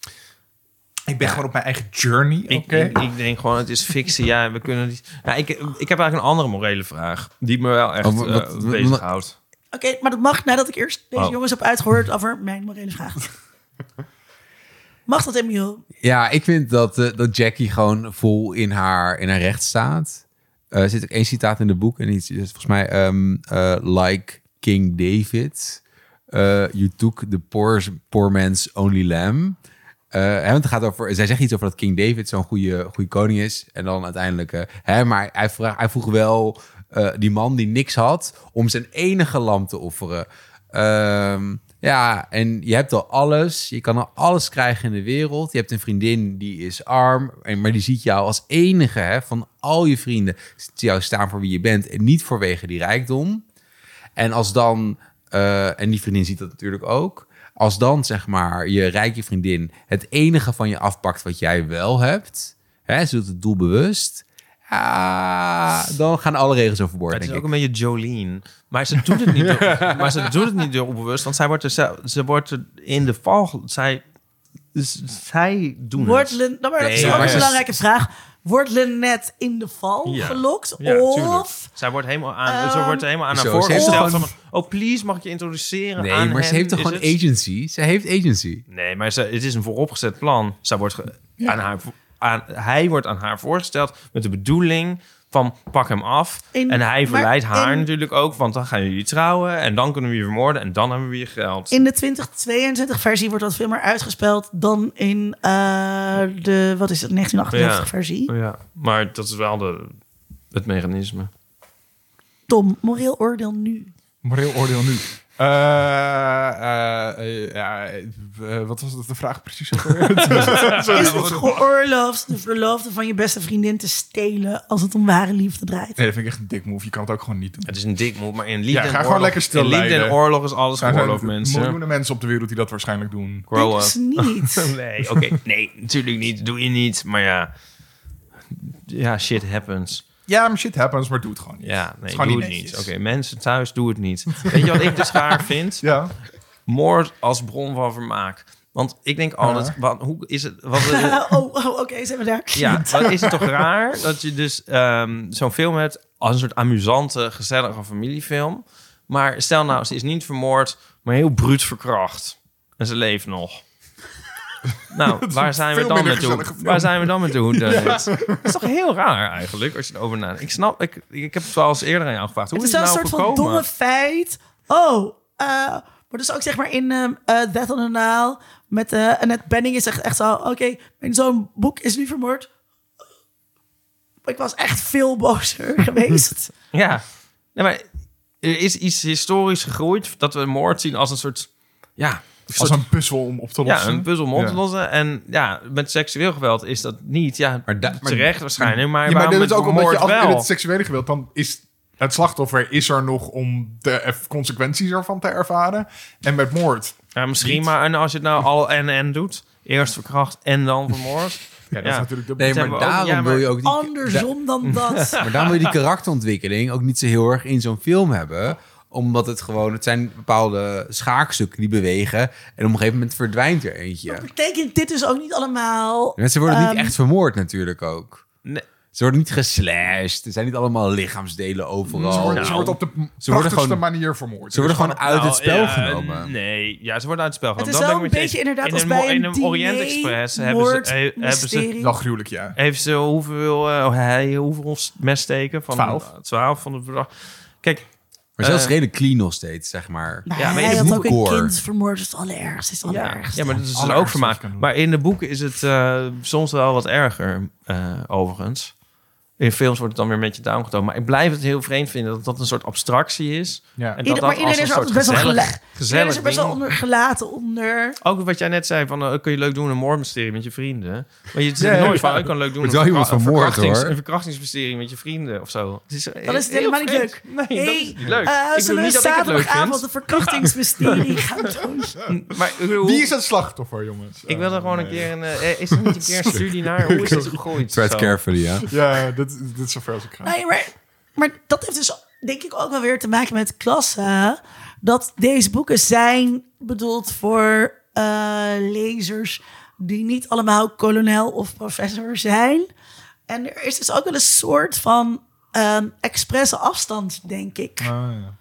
Ik ben gewoon op mijn eigen journey, oké? Ik, ik, ik denk gewoon, het is fictie. Ja, we kunnen niet... Ja, ik, ik heb eigenlijk een andere morele vraag. Die me wel echt Oh, wat- uh, wat- wat- bezighoudt. Oké, okay, maar dat mag nadat ik eerst deze Oh. jongens heb uitgehoord over mijn morele vraag. Mag dat, Emiel? Ja, ik vind dat, uh, dat Jackie gewoon vol in haar, in haar recht staat. Uh, er zit ook één citaat in de boek. En iets, dus volgens mij, um, uh, like King David, uh, you took the poor, poor man's only lamb. hè, want het gaat over, zij zegt iets over dat King David zo'n goede, goede koning is. En dan uiteindelijk... Uh, hè, maar hij, vraag, hij vroeg wel uh, die man die niks had... om zijn enige lam te offeren. Uh, ja, en je hebt al alles. Je kan al alles krijgen in de wereld. Je hebt een vriendin die is arm... maar die ziet jou als enige hè, van al je vrienden... ziet jou staan voor wie je bent... en niet vanwege die rijkdom. En als dan... Uh, en die vriendin ziet dat natuurlijk ook... Als dan, zeg maar, je rijke vriendin het enige van je afpakt wat jij wel hebt, hè, ze doet het doelbewust, ah, dan gaan alle regels overboord. Het is denk ook ik. een beetje Jolene. Maar ze doet het niet, door, maar ze doet het niet door onbewust, want zij wordt er, ze, ze wordt er in de val. Zij, zij doen Wordt het. Lin, nou, maar dat is Nee, ook maar een ze- belangrijke vraag. Wordt Lynette in de val Ja. gelokt? Ja, of... tuurlijk. Zij wordt helemaal aan, ze Ehm, wordt helemaal aan haar zo, ze heeft voorgesteld. gewoon- Van, oh, please, mag ik je introduceren Nee, aan maar ze hem? heeft toch Is gewoon het? agency? Ze heeft agency. Nee, maar ze, het is een vooropgezet plan. Zij wordt ge- aan haar, aan, hij wordt aan haar voorgesteld met de bedoeling van pak hem af. In- en hij maar verleidt haar in- natuurlijk ook, want dan gaan jullie trouwen en dan kunnen we je vermoorden en dan hebben we je geld. In de twintig tweeëntwintig versie wordt dat veel meer uitgespeeld dan in uh, de, wat is het, negentien achtendertig Ja. versie. Ja, maar dat is wel de, het mechanisme. Tom, moreel oordeel nu. Moreel oordeel nu. Uh, uh, uh, ja, uh, wat was dat de vraag precies? ook alweer? Is het geoorloofd de verloofde van je beste vriendin te stelen als het om ware liefde draait? Nee, dat vind ik echt een dik move. Je kan het ook gewoon niet doen. Het is een dik move, maar in liefde Ja, en ga gewoon oorlog, lekker stil in liefde en lijden. oorlog is alles Er zijn geoorloofd, mensen. miljoenen mensen op de wereld die dat waarschijnlijk doen. Grow Ik up. dus niet. Nee, oké. Nee, natuurlijk niet. Doe je niet. Maar ja, ja, shit happens. Ja, maar shit happens, maar doe het gewoon niet. Ja, Het nee, is doe gewoon het niet niet. netjes. Oké, mensen thuis, doe het niet. Weet je wat ik dus raar vind? Ja. Moord als bron van vermaak. Want ik denk altijd, wat, hoe is het... Wat, oh, oh oké, zijn we daar? ja, wat is het toch raar dat je dus um, zo'n film hebt als een soort amusante, gezellige familiefilm. Maar stel nou, ze is niet vermoord, maar heel bruut verkracht. En ze leeft nog. Nou, waar zijn we veel dan minder met toe? gezellige film. Waar zijn we dan met toe? Dat is toch heel raar eigenlijk, als je erover nadenkt. Ik snap, ik, ik heb het wel eens eerder aan jou gevraagd. Hoe Het is is het wel een nou soort van voorkomen? domme feit. Oh, uh, maar dus ook zeg maar in um, uh, Death on the Nile met uh, Annette Bening is echt, echt zo... Oké, okay, mijn zo'n boek is nu vermoord. Maar ik was echt veel bozer geweest. Ja, nee, maar er is iets historisch gegroeid dat we moord zien als een soort... Ja, Als een puzzel om op te lossen. Ja, een puzzel om op te Ja. lossen. En ja, met seksueel geweld is dat niet. Ja, Maar da- maar- terecht waarschijnlijk. Maar, Ja, maar waarom dit is met ook omdat je moord als, in wel? het seksuele geweld, dan is het slachtoffer is er nog om de eff- consequenties ervan te ervaren. En met moord. Ja, misschien, niet. maar en als je het nou al en en doet, eerst verkracht en dan vermoord. Ja, dat Ja. is natuurlijk de Nee, maar hebben we ook- daarom ja, maar wil je ook die... Andersom dan dat. Maar daarom wil je die karakterontwikkeling ook niet zo heel erg in zo'n film hebben. Omdat het gewoon... Het zijn bepaalde schaakstukken die bewegen. En op een gegeven moment verdwijnt er eentje. Betekent dit dus ook niet allemaal... En ze worden Ehm, niet echt vermoord natuurlijk ook. Nee. Ze worden niet geslashed. Er zijn niet allemaal lichaamsdelen overal. Ze wordt, Ze ze worden, wordt op de Ze worden prachtigste gewoon- manier vermoord. ze worden Dus gewoon uit het spel ja, genomen. Nee, ja, ze worden uit het spel Het genomen. is Dat wel ben een ik met je beetje eens. inderdaad in als een, bij in een een Orient diner, Express hebben ze, moord, he- hebben ze, mysterie. wel gruwelijk, ja. heeft ze hoeveel, uh, hij, hoeveel messteken? Van Twaalf. twaalf van het bedrag. Kijk, Maar zelfs Eh, redelijk clean nog steeds, zeg maar. Maar Ja, maar hij in de had ook een boekcore. kind vermoord. Dat is het allerergste. Is het ja, allerergste. ja, maar dat is dus Allerergste ook vermaak. wat je kan doen. Maar in de boeken is het uh, soms wel wat erger, uh, overigens. In films wordt het dan weer een beetje downgetoond. Maar ik blijf het heel vreemd vinden dat dat een soort abstractie is. Ja. En Ieder- dat maar dat iedereen als is een er soort altijd best wel gezellig, gela- Iedereen gezellig is er best wel ding. onder gelaten onder... Ook wat jij net zei, van uh, kun je leuk doen een moordmysterie met je vrienden. Maar je zegt Ja, ja, nooit van, ja. ik kan leuk doen Wordt een, wel iemand verkra- een, vermoord, verkrachtings- hoor. een verkrachtingsmysterie met je vrienden of zo. Het is, Dan is het helemaal niet leuk. Nee, dat Hey, is niet leuk. uh, ik bedoel zullen we niet dat ik het leuk zaterdagavond vind. een verkrachtingsmysterie gaan doen? Maar ik bedoel, Wie is het slachtoffer, jongens? ik wil er gewoon een Nee. keer een... Uh, is er niet een keer een studie naar? Hoe is dit gegooid? Tread Zo. carefully, ja. Ja, dit, dit is zover als ik ga. Nee, maar, maar dat heeft dus denk ik ook wel weer te maken met klasse. Dat deze boeken zijn bedoeld voor uh, lezers die niet allemaal kolonel of professor zijn. En er is dus ook wel een soort van um, expresse afstand, denk ik. Ah, ja.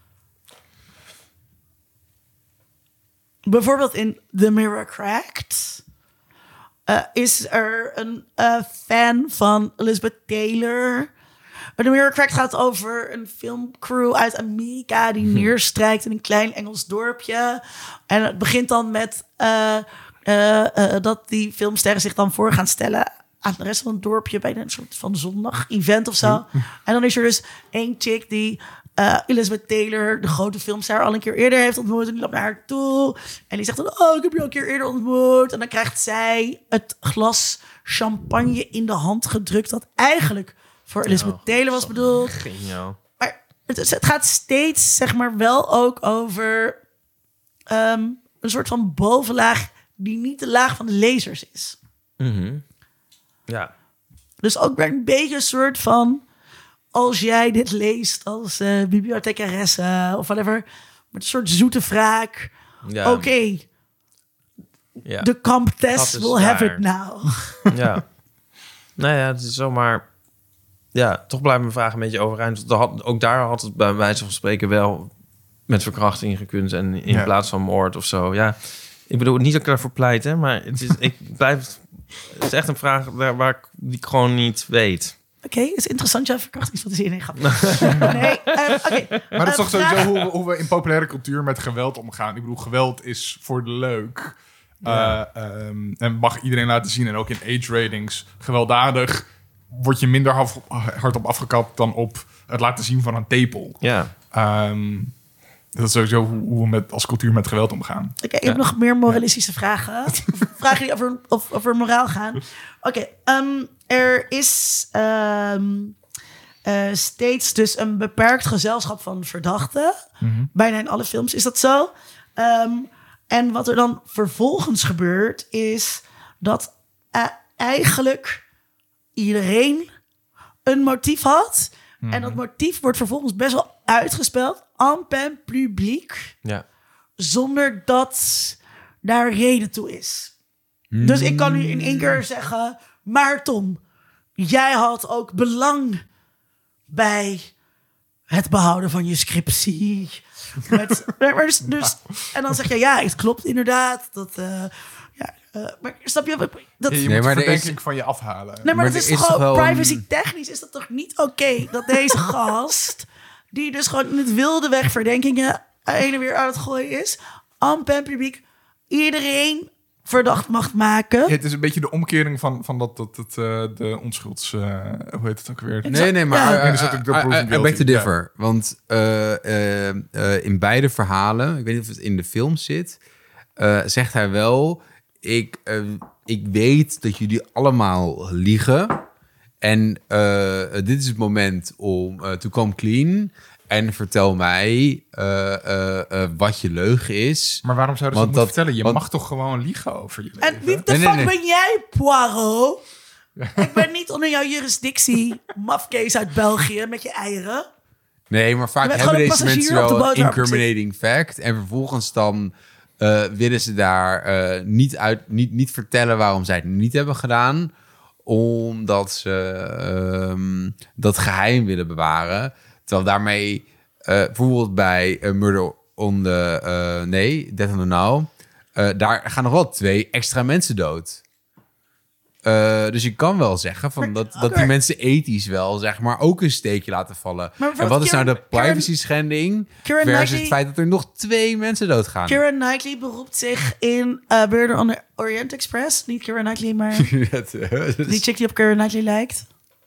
Bijvoorbeeld in The Mirror Cracked uh, is er een uh, fan van Elizabeth Taylor. The Mirror Cracked gaat over een filmcrew uit Amerika die neerstrijkt in een klein Engels dorpje. En het begint dan met uh, uh, uh, dat die filmsterren zich dan voor gaan stellen aan de rest van het dorpje bij een soort van zondag-event of zo. En dan is er dus één chick die uh, Elizabeth Taylor, de grote filmster, al een keer eerder heeft ontmoet. En die loopt naar haar toe. En die zegt dan, oh, ik heb je al een keer eerder ontmoet. En dan krijgt zij het glas champagne in de hand gedrukt dat eigenlijk voor Elizabeth Oh, Taylor was bedoeld. Geniaal. Maar het, is- het gaat steeds, zeg maar, wel ook over um, een soort van bovenlaag die niet de laag van de lezers is. Mm-hmm. Ja. Dus ook weer een beetje een soort van, als jij dit leest als uh, bibliothecaresse of whatever, met een soort zoete wraak. ja. Oké, okay, Ja. de Comtesse Dat is will have daar. it now. Ja. Nou ja, het is zomaar... Ja, toch blijft mijn vraag een beetje overeind. Want had- Ook daar had het bij wijze van spreken wel met verkrachting gekund en in Ja. plaats van moord of zo. Ja, ik bedoel niet dat ik daarvoor pleit, hè, maar het is, ik blijf... Het is echt een vraag waar, waar ik, die ik gewoon niet weet. Oké, okay, is interessant jouw verkrachtingsfantasie in gaf. Nee, um, oké. Okay. Maar dat is Uh, toch sowieso vraag- hoe, we- hoe we in populaire cultuur met geweld omgaan. Ik bedoel, geweld is voor de leuk. Ja. Uh, um, en mag iedereen laten zien. En ook in age ratings. Gewelddadig word je minder haf- hard op afgekapt dan op het laten zien van een tepel. Ja. Um, dat is sowieso hoe, hoe we met, als cultuur met geweld omgaan. Oké, okay, ik heb Ja. nog meer moralistische vragen. Vragen die over, of, over moraal gaan. Oké, okay, um, er is um, uh, steeds dus een beperkt gezelschap van verdachten. Mm-hmm. Bijna in alle films is dat zo. Um, en wat er dan vervolgens gebeurt, is dat uh, eigenlijk iedereen een motief had. Mm-hmm. En dat motief wordt vervolgens best wel uitgespeeld en pen publiek. Ja. Zonder dat daar reden toe is. Mm. Dus ik kan nu in één keer zeggen, maar Tom, jij had ook belang bij het behouden van je scriptie. Met, maar dus, dus, en dan zeg je, ja, het klopt inderdaad. Dat, uh, ja, uh, maar snap je? Dat, Ja, je Nee, moet maar de er is- verdenking van je afhalen. nee, maar, maar het er is is toch toch gewoon wel een- privacy technisch is dat toch niet oké okay dat deze gast, die dus gewoon in het wilde weg verdenkingen heen en weer aan het gooien is, aan pen publiek iedereen verdacht mag maken. Ja, het is een beetje de omkering van, van dat, dat, dat uh, de onschulds... Uh, hoe heet het ook weer? Nee, nee, maar Ja. uh, uh, En er zit ook de uh, proven uh, I beg guilty. to differ. Want uh, uh, uh, in beide verhalen, ik weet niet of het in de film zit, uh, zegt hij wel, ik, uh, ik weet dat jullie allemaal liegen. En uh, dit is het moment om uh, to come clean. En vertel mij uh, uh, uh, wat je leugen is. Maar waarom zouden ze Want dat moeten dat- vertellen? Je want- mag toch gewoon liegen over je leven? En wie de Nee, nee, fuck nee. ben jij, Poirot? Ik ben niet onder jouw jurisdictie, mafkees uit België met je eieren. Nee, maar vaak Je bent hebben gewoon deze een mensen passagier op de wel een boterham. incriminating fact. En vervolgens dan uh, willen ze daar uh, niet, uit, niet, niet vertellen waarom zij het niet hebben gedaan. Omdat ze um, dat geheim willen bewaren. Terwijl daarmee, uh, bijvoorbeeld bij uh, Murder on the... Uh, nee, Death on the Nile. Uh, daar gaan nog wel twee extra mensen dood. Uh, dus je kan wel zeggen van Maar- dat, oké. dat die mensen ethisch wel, zeg maar, ook een steekje laten vallen. Maar En wat is nou de Keira- Keira- privacy schending Keira versus Knightley- het feit dat er nog twee mensen doodgaan? Keira Knightley beroept zich in uh, Murder on the Orient Express. Niet Keira Knightley, maar Dat, uh, dat die is, chick die op Keira Knightley lijkt.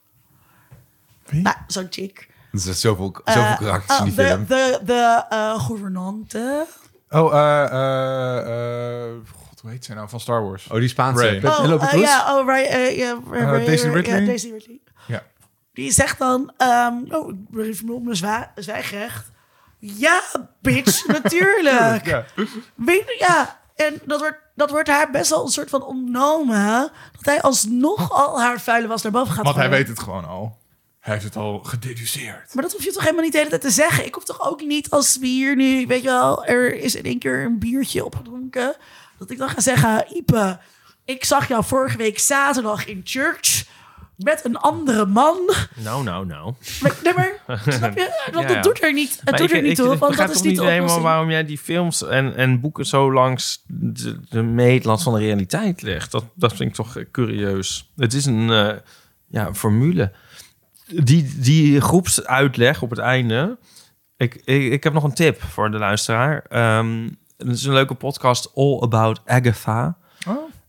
Wie? Nou, zo'n chick. er zijn zoveel, zoveel Uh, karakters in die uh, film. De, de, de uh, gouvernante. Oh, eh... eh, eh, God, hoe heet zij nou? Van Star Wars. Oh, die Spaanse. Ray. Pe- Oh, Penelope uh, Cruz? ja, oh, Ray, uh, yeah, Ray, Daisy uh, Ridley? Ja, Daisy Ridley. Ja. Die zegt dan, um, oh, ik brief me op mijn zwa- zwijgrecht. Ja, bitch, natuurlijk. Ja. Weet je, ja, en dat wordt, dat wordt haar best wel een soort van ontnomen. Dat hij alsnog al haar vuile was naar boven gaat Want hij gooien. weet het gewoon al. Hij heeft het al gededuceerd. Maar dat hoef je toch helemaal niet de hele tijd te zeggen. Ik hoef toch ook niet als we hier nu, weet je wel, er is in één keer een biertje opgedronken. Dat ik dan ga zeggen, Ipe, ik zag jou vorige week zaterdag in church met een andere man. Nou, nou, nou. Maar, nee, maar snap je? Want Ja, ja. dat doet er niet, het Maar doet ik- er niet ik- toe, ik want begrijp dat is toch niet de helemaal oplossing. waarom jij die films en, en boeken zo langs de, de meetlat van de realiteit legt. Dat, dat vind ik toch eh, curieus. Het is een uh, ja, formule. Die, die groepsuitleg op het einde. Ik, ik, ik heb nog een tip voor de luisteraar. Um, het is een leuke podcast, All About Agatha. Oh.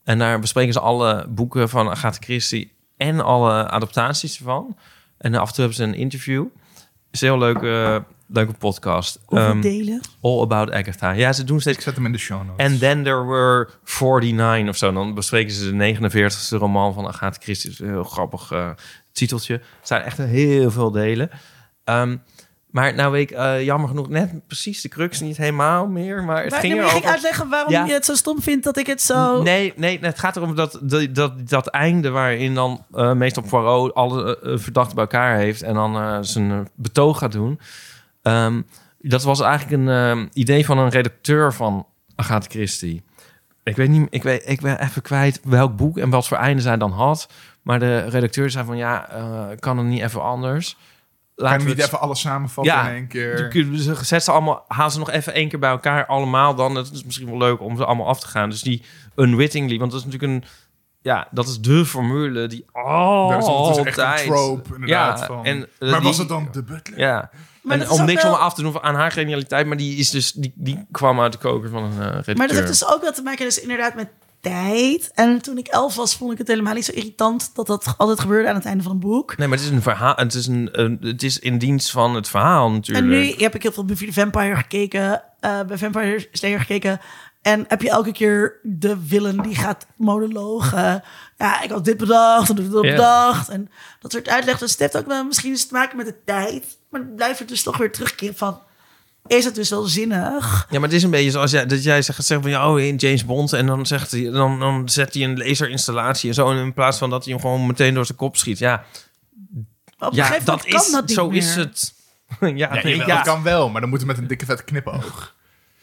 En daar bespreken ze alle boeken van Agatha Christie en alle adaptaties ervan. En af en toe hebben ze een interview. Is een heel leuke, leuke podcast. Hoeveel Um, delen? All About Agatha. Ja, ze doen steeds... Ik zet hem in de show notes. And then there were forty-nine of zo. Dan bespreken ze de negenenveertigste roman van Agatha Christie. Dat is een heel grappig uh, titeltje. Er zijn echt heel veel delen. Um, maar nou weet ik uh, jammer genoeg net precies de crux niet helemaal meer. Maar het Maar, ging nee, maar erover... ging uitleggen waarom Ja. je het zo stom vindt dat ik het zo... Nee, nee, het gaat erom dat dat, dat, dat einde waarin dan uh, meestal Poirot alle uh, verdachten bij elkaar heeft en dan uh, zijn uh, betoog gaat doen. Um, dat was eigenlijk een uh, idee van een redacteur van Agatha Christie. Ik weet niet, ik, weet, ik ben even kwijt welk boek en wat voor einde zij dan had. Maar de redacteur zei van ja, uh, kan het niet even anders? Gaan we we niet het- even alles samenvatten Ja, in één keer? Je kunt- Ze zet ze allemaal, haal ze nog even één keer bij elkaar allemaal. Dan het is misschien wel leuk om ze allemaal af te gaan. Dus die unwittingly, want dat is natuurlijk een, ja, dat is de formule die Dat is ondertussen echt altijd. een trope, inderdaad. Ja, van. en, uh, maar was die- het dan de butler? Ja. Maar En dat is om ook niks wel- om af te doen aan haar genialiteit, maar die is dus die, die kwam uit de koker van een uh, redacteur. Maar dat heeft dus ook wel te maken dus inderdaad met tijd. En toen ik elf was, vond ik het helemaal niet zo irritant dat dat altijd gebeurde aan het einde van een boek. Nee, maar het is een verhaal. Het is een, een het is in dienst van het verhaal natuurlijk. En nu heb ik heel veel Buffy the Vampire gekeken, uh, bij Vampire Slayer gekeken. En heb je elke keer de villain die gaat monologen. Ja, ik had dit bedacht en dat Ja. bedacht. En dat soort uitleg. Dus het heeft ook wel misschien eens te maken met de tijd. Maar dan blijft het dus toch weer terugkeren van... Is het dus wel zinnig? Ja, maar het is een beetje zoals jij, dat jij zegt, zegt van ja, oh, in James Bond. En dan, zegt hij, dan, dan zet hij een laserinstallatie en zo. En in plaats van dat hij hem gewoon meteen door zijn kop schiet. Ja, Op een ja gegeven dat moment kan is, dat niet zo meer. is het. ja, Ja, nee, jawel, ja. dat kan wel, maar dan moet het met een dikke vette knipoog.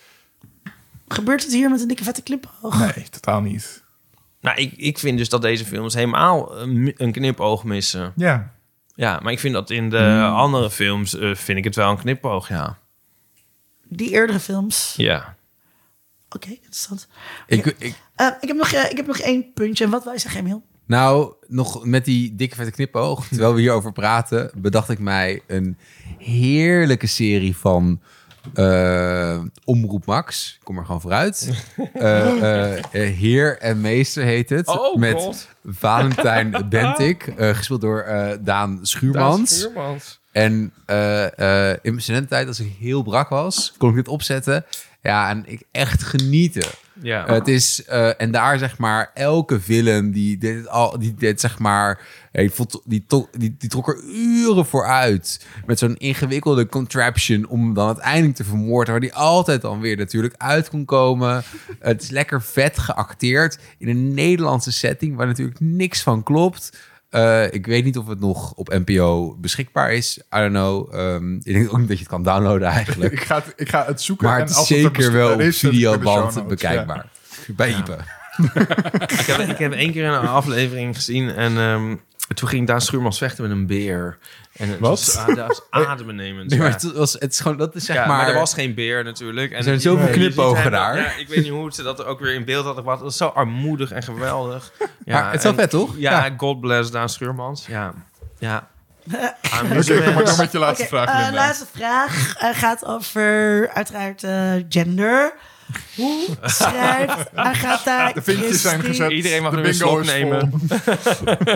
Gebeurt het hier met een dikke vette knipoog? Nee, totaal niet. Nou, ik, ik vind dus dat deze films helemaal een, een knipoog missen. Ja. Ja, maar ik vind dat in de Hmm. andere films uh, vind ik het wel een knipoog, ja. Die eerdere films. Ja. Oké, interessant. Ik, ik, Uh, ik, heb nog, uh, ik heb nog één puntje. En wat wij zeggen, Emiel? nou, nog met die dikke vette knipoog, terwijl we hierover praten, bedacht ik mij een heerlijke serie van eh, Omroep Max. Ik kom er gewoon vooruit. Eh, eh, eh, Heer en Meester heet het. Oh, met God. Valentijn Bentik, eh, gespeeld door eh, Daan Schuurmans. En eh, eh, in mijn studententijd, als ik heel brak was, kon ik dit opzetten. Ja, en ik echt genieten. Ja. Het is, eh, en daar zeg maar, elke villain die dit al, die dit zeg maar, eh, die, vond- die, to- die, die trok er uren voor uit. Met zo'n ingewikkelde contraption om dan uiteindelijk te vermoorden, waar die altijd dan weer natuurlijk uit kon komen. Het is lekker vet geacteerd in een Nederlandse setting waar natuurlijk niks van klopt. Uh, ik weet niet of het nog op N P O beschikbaar is. I don't know. Um, ik denk ook niet dat je het kan downloaden eigenlijk. Ik ga het, ik ga het zoeken. Maar en het is als het er zeker wel op beschikbaar is, zet ik het in de show videoband notes, bekijkbaar. Bij Ipe. ik, heb, ik heb één keer een aflevering gezien en um, toen ging Daan Schuurmans vechten met een beer. En het Wat? was, ah, dat was adembenemend. Nee, maar ja. het, was, het is gewoon, dat is zeg Ja, maar... maar er was geen beer natuurlijk. En Er zijn die- zoveel je ziet knipogen hem- daar. Ja, ik weet niet hoe ze dat ook weer in beeld hadden gebracht. Het was zo armoedig en geweldig. Ja, Maar het is wel en- vet, toch? Ja, Ja. God bless Daan Schuurmans. Ja, ja. Oké, kom maar door met je laatste Oké, vraag, uh, Linda. laatste vraag uh, gaat over uiteraard uh, gender. Hoe schrijft Agatha De vinkjes zijn Christie gezet. Iedereen mag de nu een bingo slok is nemen. vol.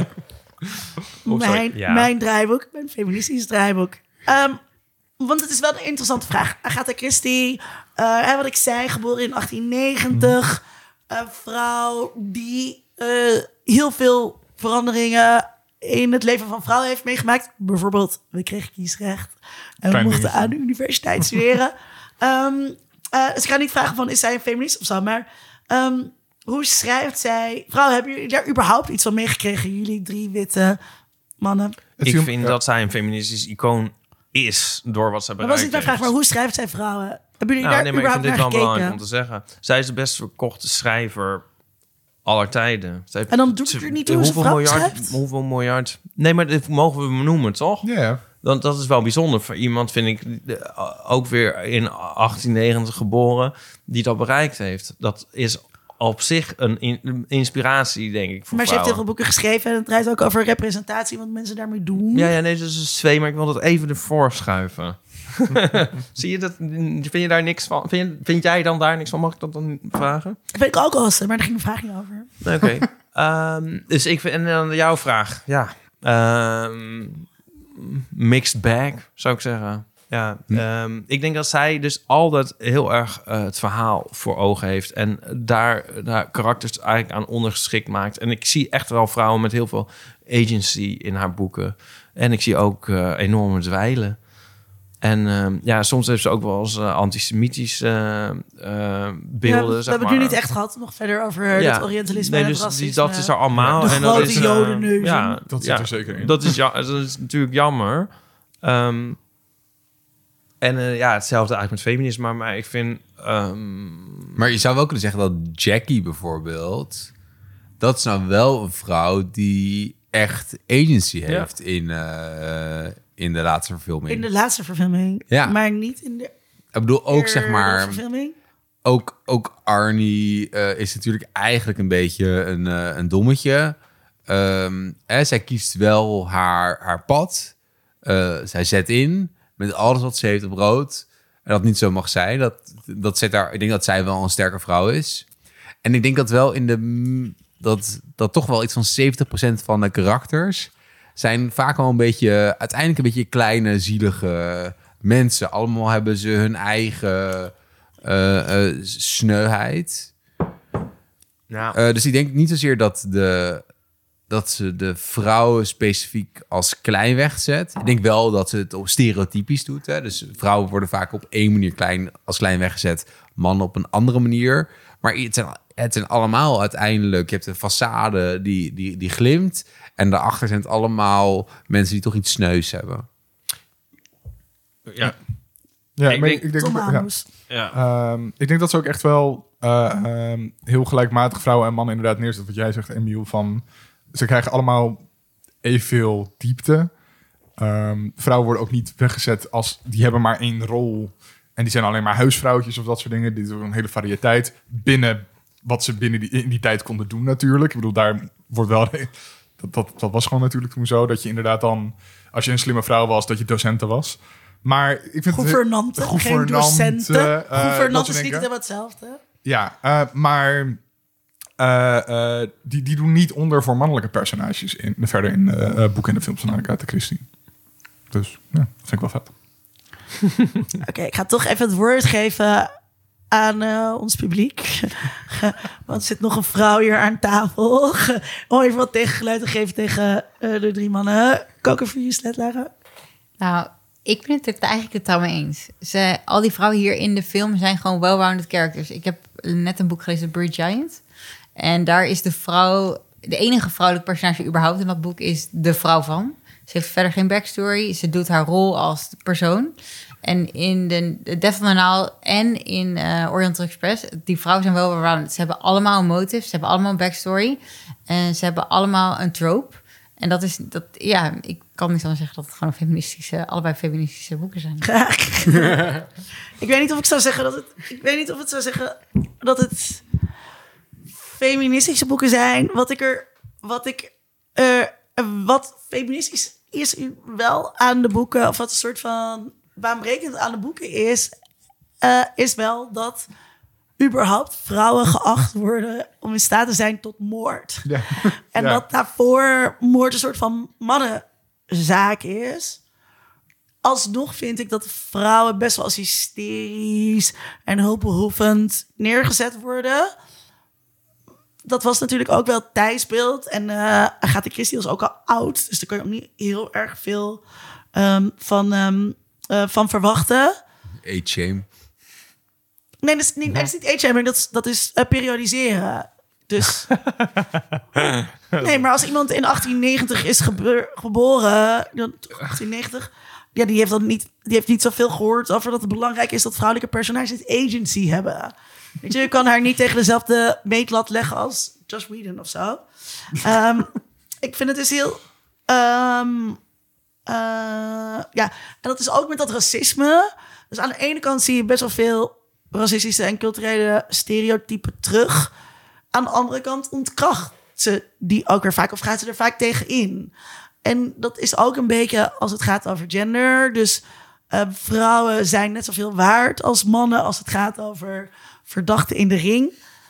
Oh, sorry. mijn, Ja. mijn draaiboek, mijn feministisch draaiboek. Um, want het is wel een interessante vraag. Agatha Christie, uh, wat ik zei, geboren in achttien negentig. Een vrouw die uh, heel veel veranderingen in het leven van vrouwen heeft meegemaakt. Bijvoorbeeld, we kregen kiesrecht. En we Klein mochten dingetje. aan de universiteit studeren. Um, uh, dus ik ga niet vragen van, is zij een feminist of zo? Maar um, hoe schrijft zij... Vrouwen, hebben jullie daar überhaupt iets van meegekregen? Jullie drie witte mannen. Het Ik viel- vind ja. dat zij een feministisch icoon is door wat zij Dat bereikt was niet mijn vraag, heeft. maar hoe schrijft zij vrouwen? Hebben jullie Nou, daar nee, maar ik vind überhaupt dit naar wel gekeken? belangrijk om te zeggen. Zij is de best verkochte schrijver aller tijden. Zij heeft- En dan doet het ze- er niet toe hoe ze hoeveel vrouw miljard, schrijft? hoeveel miljard... Nee, maar dit mogen we benoemen, toch? Ja, Want dat is wel bijzonder voor iemand, vind ik, de- ook weer in achttien negentig geboren, die dat bereikt heeft. Dat is op zich een, in, een inspiratie, denk ik, voor Maar ze heeft heel vrouwen. veel boeken geschreven en het draait ook over representatie, wat mensen daarmee doen. Ja, ja, nee, dat is een twee, maar ik wil dat even ervoor schuiven. Zie je dat? Vind je daar niks van? Vind, je, vind jij dan daar niks van? Mag ik dat dan vragen? Dat weet ik ook al, maar daar ging de vraag niet over. Oké. Ehm, dus ik vind, en dan jouw vraag. Ja. Ehm, mixed bag, zou ik zeggen. Ja. ehm, ik denk dat zij dus altijd heel erg eh, het verhaal voor ogen heeft. En daar, daar karakters eigenlijk aan ondergeschikt maakt. En ik zie echt wel vrouwen met heel veel agency in haar boeken. En ik zie ook eh, enorme dweilen. En ehm, ja, soms heeft ze ook wel eens uh, antisemitische uh, beelden. Ja, dat zeg heb ik maar. nu niet echt gehad. Nog verder over Ja. het Orientalisme Nee, en het dus racisme. die, dat is er allemaal. De en dat grote is, uh, Jodenneuzen. Ja, Dat ja, zit er zeker in. Dat is, ja, dat is natuurlijk jammer. Um, en uh, ja, hetzelfde eigenlijk met feminisme. Maar, maar ik vind... Um, Maar je zou wel kunnen zeggen dat Jackie bijvoorbeeld... dat is nou wel een vrouw die echt agency Ja. heeft in, uh, in de laatste verfilming. In de laatste verfilming. Ja. Maar niet in de Ik bedoel, ook zeg eerdere maar... verfilming. Ook, ook Arnie uh, is natuurlijk eigenlijk een beetje een, uh, een dommetje. Um, hè, zij kiest wel haar, haar pad. Uh, zij zet in met alles wat ze heeft op rood. En dat niet zo mag zijn. Dat, dat zet haar, ik denk dat zij wel een sterke vrouw is. En ik denk dat wel in de... Dat, dat toch wel iets van zeventig procent van de karakters... zijn vaak wel een beetje... uiteindelijk een beetje kleine, zielige mensen. Allemaal hebben ze hun eigen... Uh, uh, sneuheid. ja. Uh, dus ik denk niet zozeer dat, de, dat ze de vrouwen specifiek als klein wegzet. Ik denk wel dat ze het op stereotypisch doet. Hè? Dus vrouwen worden vaak op één manier klein, als klein weggezet. Mannen op een andere manier. Maar het zijn, het zijn allemaal uiteindelijk... Je hebt een façade die, die, die glimt. En daarachter zijn het allemaal mensen die toch iets sneus hebben. ja. Ja, Ik maar denk- ik denk, Tom ja. Amos. ja. Ehm, ik denk dat ze ook echt wel uh, um, heel gelijkmatig vrouwen en mannen inderdaad neerzet. Wat jij zegt, Emiel, van ze krijgen allemaal evenveel diepte. Um, vrouwen worden ook niet weggezet als die hebben maar één rol. En die zijn alleen maar huisvrouwtjes of dat soort dingen. Dit is ook een hele variëteit binnen wat ze binnen die, in die tijd konden doen natuurlijk. Ik bedoel, daar wordt wel... Dat, dat, dat was gewoon natuurlijk toen zo. Dat je inderdaad dan, als je een slimme vrouw was, dat je docenten was. Maar ik vind het... Gouvernante, geen Gouvernante, docenten. uh, dat Gouvernante soort is niet dingen. helemaal hetzelfde. Ja, uh, maar uh, uh, die, die doen niet onder voor mannelijke personages in, verder in uh, uh, boeken en de films van Agatha Christie. Dus ja, dat vind ik wel vet. Oké, okay, ik ga toch even het woord geven aan uh, ons publiek. Want er zit nog een vrouw hier aan tafel. Om even wat tegengeluid te geven tegen uh, de drie mannen. Koken voor je sled, Lara. Nou, ik ben het er eigenlijk totaal mee eens. Ze, al die vrouwen hier in de film zijn gewoon well-rounded characters. Ik heb net een boek gelezen, Bridge Giant. En daar is de vrouw... De enige vrouwelijke personage überhaupt in dat boek is de vrouw van. Ze heeft verder geen backstory. Ze doet haar rol als persoon. En in de, de Death on the Nile en in uh, Oriental Express... die vrouwen zijn well-rounded. Ze hebben allemaal een motive. Ze hebben allemaal een backstory. En ze hebben allemaal een trope. En dat is... dat ja, ik kan niet zo zeggen dat het gewoon feministische... allebei feministische boeken zijn. Ik weet niet of ik zou zeggen dat het... Ik weet niet of het zou zeggen dat het feministische boeken zijn. Wat ik er... Wat ik... Uh, wat feministisch is wel aan de boeken... of wat een soort van baanbrekend aan de boeken is... Uh, is wel dat überhaupt vrouwen geacht worden... om in staat te zijn tot moord. Ja. En ja. dat daarvoor moord een soort van mannenzaak is. Alsnog vind ik dat vrouwen best wel als hysterisch en hulpbehoevend neergezet worden. Dat was natuurlijk ook wel tijdsbeeld. En uh, Agatha Christie was ook al oud. Dus daar kan je ook niet heel erg veel um, van, um, uh, van verwachten. Age-shame. Nee, dat is niet, dat is niet age-shaming. Dat is, dat is uh, periodiseren. Dus... nee, maar als iemand in achttien negentig is gebe- geboren... achttien negentig... Ja, die heeft, dan niet, die heeft niet zoveel gehoord over dat het belangrijk is... dat vrouwelijke personages agency hebben. Weet je, je kan haar niet tegen dezelfde meetlat leggen als Joss Whedon of zo. Um, ik vind het dus heel... Um, uh, ja, en dat is ook met dat racisme. Dus aan de ene kant zie je best wel veel... racistische en culturele stereotypen terug. aan de andere kant ontkracht ze die ook weer vaak, of gaat ze er vaak tegen in. En dat is ook een beetje als het gaat over gender. Dus uh, vrouwen zijn net zoveel waard als mannen als het gaat over verdachten in de ring.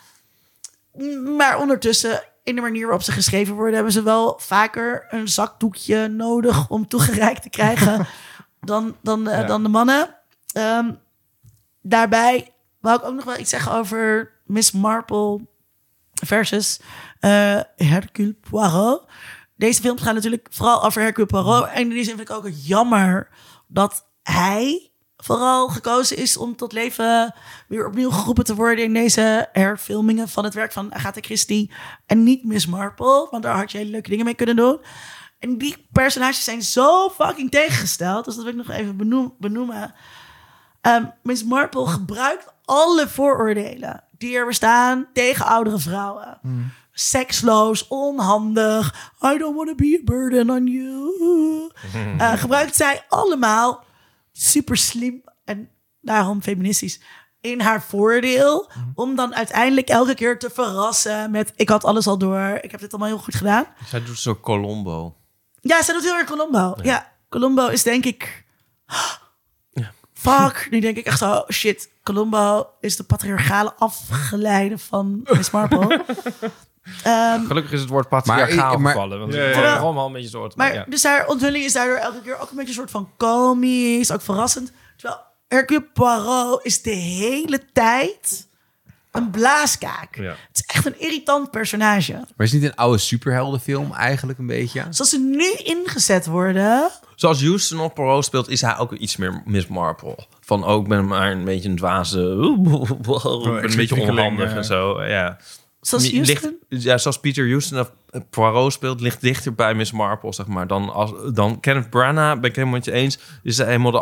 Maar ondertussen, in de manier waarop ze geschreven worden, hebben ze wel vaker een zakdoekje nodig om toegereikt te krijgen dan, dan, uh, Ja. dan de mannen. Um, daarbij wou ik ook nog wel iets zeggen over Miss Marple versus uh, Hercule Poirot. Deze films gaan natuurlijk vooral over Hercule Poirot. En in die zin vind ik ook het jammer dat hij vooral gekozen is om tot leven weer opnieuw geroepen te worden in deze herfilmingen van het werk van Agatha Christie en niet Miss Marple, want daar had je hele leuke dingen mee kunnen doen. En die personages zijn zo fucking tegengesteld, dus dat wil ik nog even benoem, benoemen. Um, Miss Marple gebruikt alle vooroordelen die er bestaan tegen oudere vrouwen. Mm. Seksloos, onhandig, I don't want to be a burden on you. Uh, gebruikt zij allemaal super slim en daarom feministisch in haar voordeel, mm. om dan uiteindelijk elke keer te verrassen met ik had alles al door, ik heb dit allemaal heel goed gedaan. Zij doet zo Columbo. Ja, zij doet heel erg Columbo. Ja, ja Columbo is denk ik... Ja. Fuck, nu denk ik echt zo, shit, Columbo is de patriarchale afgeleide van Miss Marple. Um, Gelukkig is het woord patriarchaal maar, gevallen. Want ja, het ja, wordt ja. allemaal een beetje soort. Maar ja. dus haar onthulling is daardoor elke keer ook een beetje een soort van komisch, ook verrassend. Terwijl Hercule Poirot is de hele tijd een blaaskaak. Ja. Het is echt een irritant personage. Maar is het niet een oude superheldenfilm eigenlijk een beetje? Zoals ze nu ingezet worden. Zoals Houston op Poirot speelt, is hij ook iets meer Miss Marple. Van ook ben maar een beetje een dwaze, oh, een beetje onhandig ja. en zo. Ja. Zoals Houston? Ligt, ja, zoals Peter Houston of Poirot speelt, ligt dichter bij Miss Marple, zeg maar. Dan, als, dan Kenneth Branagh, ben ik helemaal met je eens, is hij helemaal de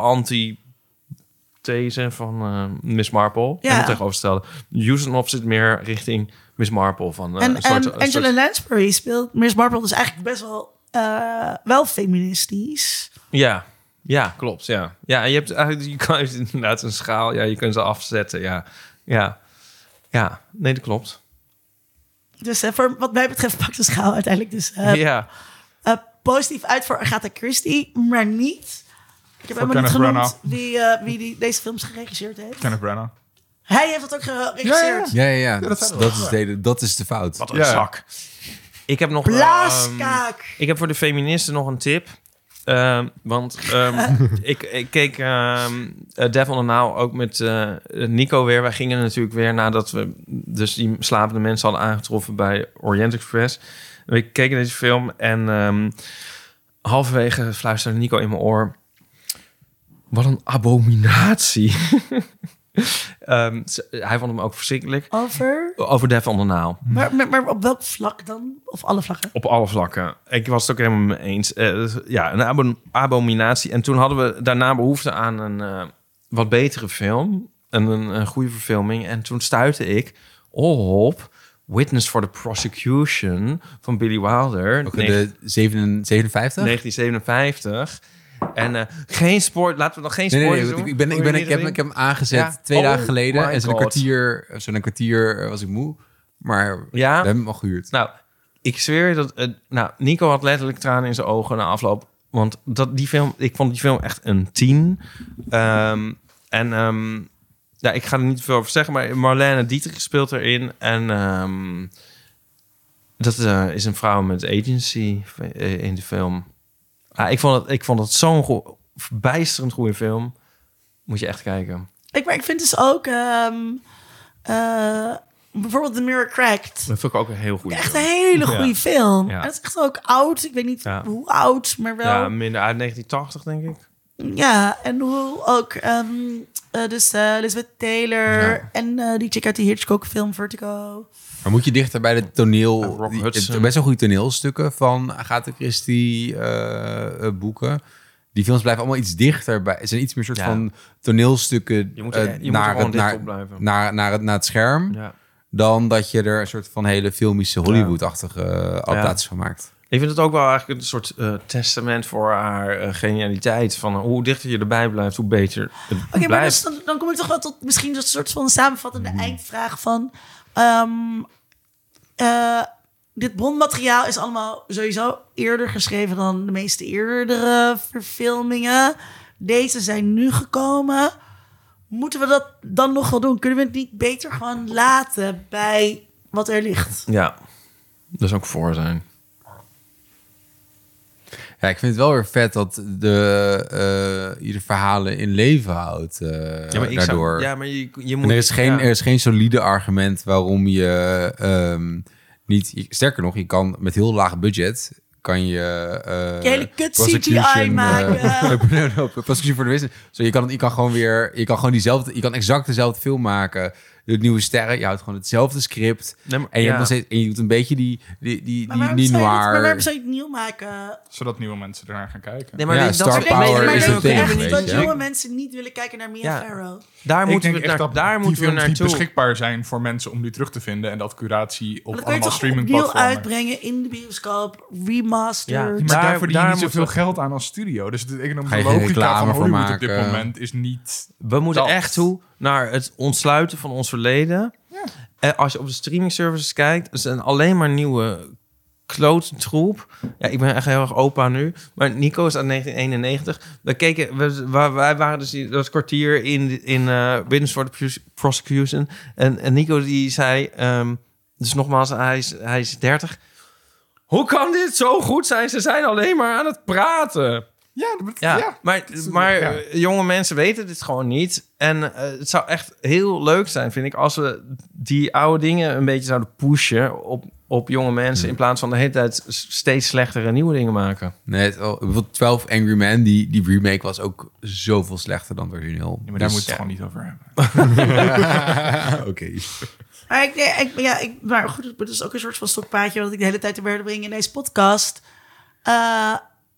anti-these van uh, Miss Marple. Ja. En het tegenovergestelde. Houston zit meer richting Miss Marple. Van, uh, En, een soort, en een Angela soort, Lansbury speelt Miss Marple dus eigenlijk best wel, uh, wel feministisch. Ja, ja, klopt. Ja, ja, en je hebt eigenlijk, je kan inderdaad een schaal, ja, je kunt ze afzetten. Ja, ja, ja, nee, dat klopt. Dus uh, voor wat mij betreft pakt de schaal uiteindelijk dus uh, Ja, uh, positief uit voor Agatha Christie, maar niet. Ik heb Voor helemaal niet Kenneth genoemd wie, uh, wie die, deze films geregisseerd heeft. Kenneth Branagh. Hij heeft dat ook geregisseerd. Ja, ja, ja. dat dat, zeiden dat, we is wel. de, hele- dat is de fout. wat een Ja. zak. Ik heb nog... ehm, Blaaskaak. ik heb voor de feministen nog een tip. Um, want um, ik, ik keek um, uh, Devil on the Nile ook met uh, Nico weer. Wij gingen natuurlijk weer nadat we dus die slapende mensen hadden aangetroffen bij Orient Express. We keken deze film en um, halverwege fluisterde Nico in mijn oor: wat een abominatie. um, hij vond hem ook verschrikkelijk. Over? Over Devil on the Nile. Maar, maar, maar op welk vlak dan? Of alle vlakken? Op alle vlakken. Ik was het ook helemaal mee eens. Uh, ja, een abo- abominatie. En toen hadden we daarna behoefte aan een uh, wat betere film. En een, een goede verfilming. En toen stuitte ik op Witness for the Prosecution van Billy Wilder. Ook in de zeven- zevenenvijftig? negentien zevenenvijftig. En uh, geen spoor. Laten we nog geen Nee, nee, spoilers nee, doen. ik, ben, ik, Wil ben, je ik, heb, niet ik heb hem aangezet Ja. twee Oh dagen geleden. my En zo'n God. kwartier, zo'n kwartier was ik moe. Maar Ja? we hebben hem al gehuurd. Nou, ik zweer je dat... Uh, nou, Nico had letterlijk tranen in zijn ogen na afloop. Want dat, die film, ik vond die film echt een tien. Um, en um, ja, ik ga er niet te veel over zeggen, maar Marlene Dietrich speelt erin. En um, dat uh, is een vrouw met agency uh, in de film. Ah, ik vond het, ik vond het zo'n go- verbijsterend goede film. Moet je echt kijken. Ik, maar ik vind dus ook... Um, uh, bijvoorbeeld The Mirror Cracked. Dat vond ik ook een heel goede Echt film. een hele goede Ja. film. Ja. En het is echt ook oud. Ik weet niet Ja. hoe oud, maar wel... Ja, minder uit negentien tachtig, denk ik. Ja, en hoe ook... Um, uh, dus uh, Elizabeth Taylor Ja. en uh, die chick uit die Hitchcock-film Vertigo. Maar moet je dichter bij de toneel... Ja, Rock die- Hudson. best wel goede toneelstukken van Agatha Christie uh, uh, boeken. Die films blijven allemaal iets dichter bij. Het zijn iets meer soort Ja. van toneelstukken Je moet, uh, er, je moet er naar, gewoon het, dicht naar, op blijven. naar, naar, het, naar het scherm. Ja. Dan dat je er een soort van hele filmische Hollywood-achtige uh, adaptaties van maakt. Ik vind het ook wel eigenlijk een soort uh, testament voor haar uh, genialiteit. Van uh, hoe dichter je erbij blijft, hoe beter het Oké, maar blijft. dus dan, dan kom ik toch wel tot misschien een soort van samenvattende eindvraag van... Um, Uh, dit bronmateriaal is allemaal sowieso eerder geschreven dan de meeste eerdere verfilmingen. Deze zijn nu gekomen. Moeten we dat dan nog wel doen? Kunnen we het niet beter gewoon laten bij wat er ligt? Ja, dat is ook voor zijn. Ja, ik vind het wel weer vet dat de, uh, je de verhalen in leven houdt uh, Ja, maar ik daardoor. Zou, ja, maar je, je moet... En er is, geen, ja. er is geen solide argument waarom je um, niet... je- Sterker nog, je kan met heel laag budget... kan je... Uh, Je hele kut C G I prosecution, maken. Uh, no, no, prosecution voor de business. So, je, kan, je kan gewoon weer... Je kan gewoon diezelfde... Je kan exact dezelfde film maken. De nieuwe sterren. Je houdt gewoon hetzelfde script. Nee, maar- en, je ja. hebt nog steeds, en je doet een beetje die, die, die, Maar die, waarom die zou je het- noir... maar waarom zou je het nieuw maken? Zodat nieuwe mensen ernaar gaan kijken. Nee, maar Ja, dit- star dat Maar power denk, maar is denk een je ding, echt weet dat je. jonge mensen niet willen kijken naar Mia Ja. Farrow? Daar Ik moeten denk we, echt naar, dat daar die moeten we films niet naartoe. beschikbaar zijn voor mensen om die terug te vinden. En dat curatie op Maar dan kun je allemaal toch opnieuw streamingplatformen. uitbrengen in de bioscoop, remastered. Ja, Ja, maar Daar- daar verdien je daar niet moeten zoveel we- geld aan als studio. Dus de economische Ga je geen logica reclame van voor Hollywood op dit maken. moment is niet... We moeten dat. echt toe naar het ontsluiten van ons verleden. En als je op de streaming services kijkt, er zijn alleen maar nieuwe klote troep. Ja, ik ben echt heel erg opa nu. Maar Nico is uit negentien eenennegentig. We keken, we, wij, wij waren dus die- dat kwartier in, in uh, Witness for the Pros- Prosecution. En, en Nico die zei, um, dus nogmaals, hij is, hij is dertig. Hoe kan dit zo goed zijn? Ze zijn alleen maar aan het praten. Ja, dat- Ja, ja. maar, maar ja. eh, jonge mensen weten dit gewoon niet. En eh, het zou echt heel leuk zijn, vind ik, als we die oude dingen een beetje zouden pushen op, op jonge mensen, in plaats van de hele tijd s- steeds slechtere nieuwe dingen maken. Nee, het, wel- bijvoorbeeld twaalf Angry Men, die, die remake was ook zoveel slechter dan het origineel. Ja, maar daar Dus- moet je het gewoon niet over hebben. Oké. Maar, ik, nee, ik, ja, ik, maar goed, het is ook een soort van stokpaardje wat ik de hele tijd te berde breng in deze podcast. Uh,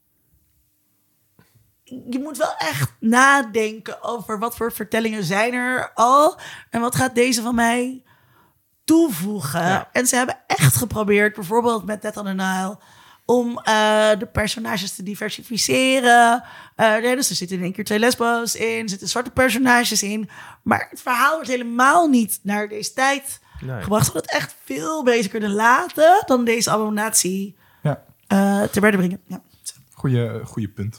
je moet wel echt nadenken over wat voor vertellingen zijn er al en wat gaat deze van mij toevoegen. Ja. En ze hebben echt geprobeerd, bijvoorbeeld met Death on the Nile, om uh, de personages te diversificeren. Uh, nee, dus er zitten in één keer twee lesbo's in, er zitten zwarte personages in. Maar het verhaal wordt helemaal niet naar deze tijd Nee. gebracht. Ze hadden het echt veel beter kunnen laten dan deze abominatie Ja, uh, te berde brengen. Ja. goeie, goeie punt.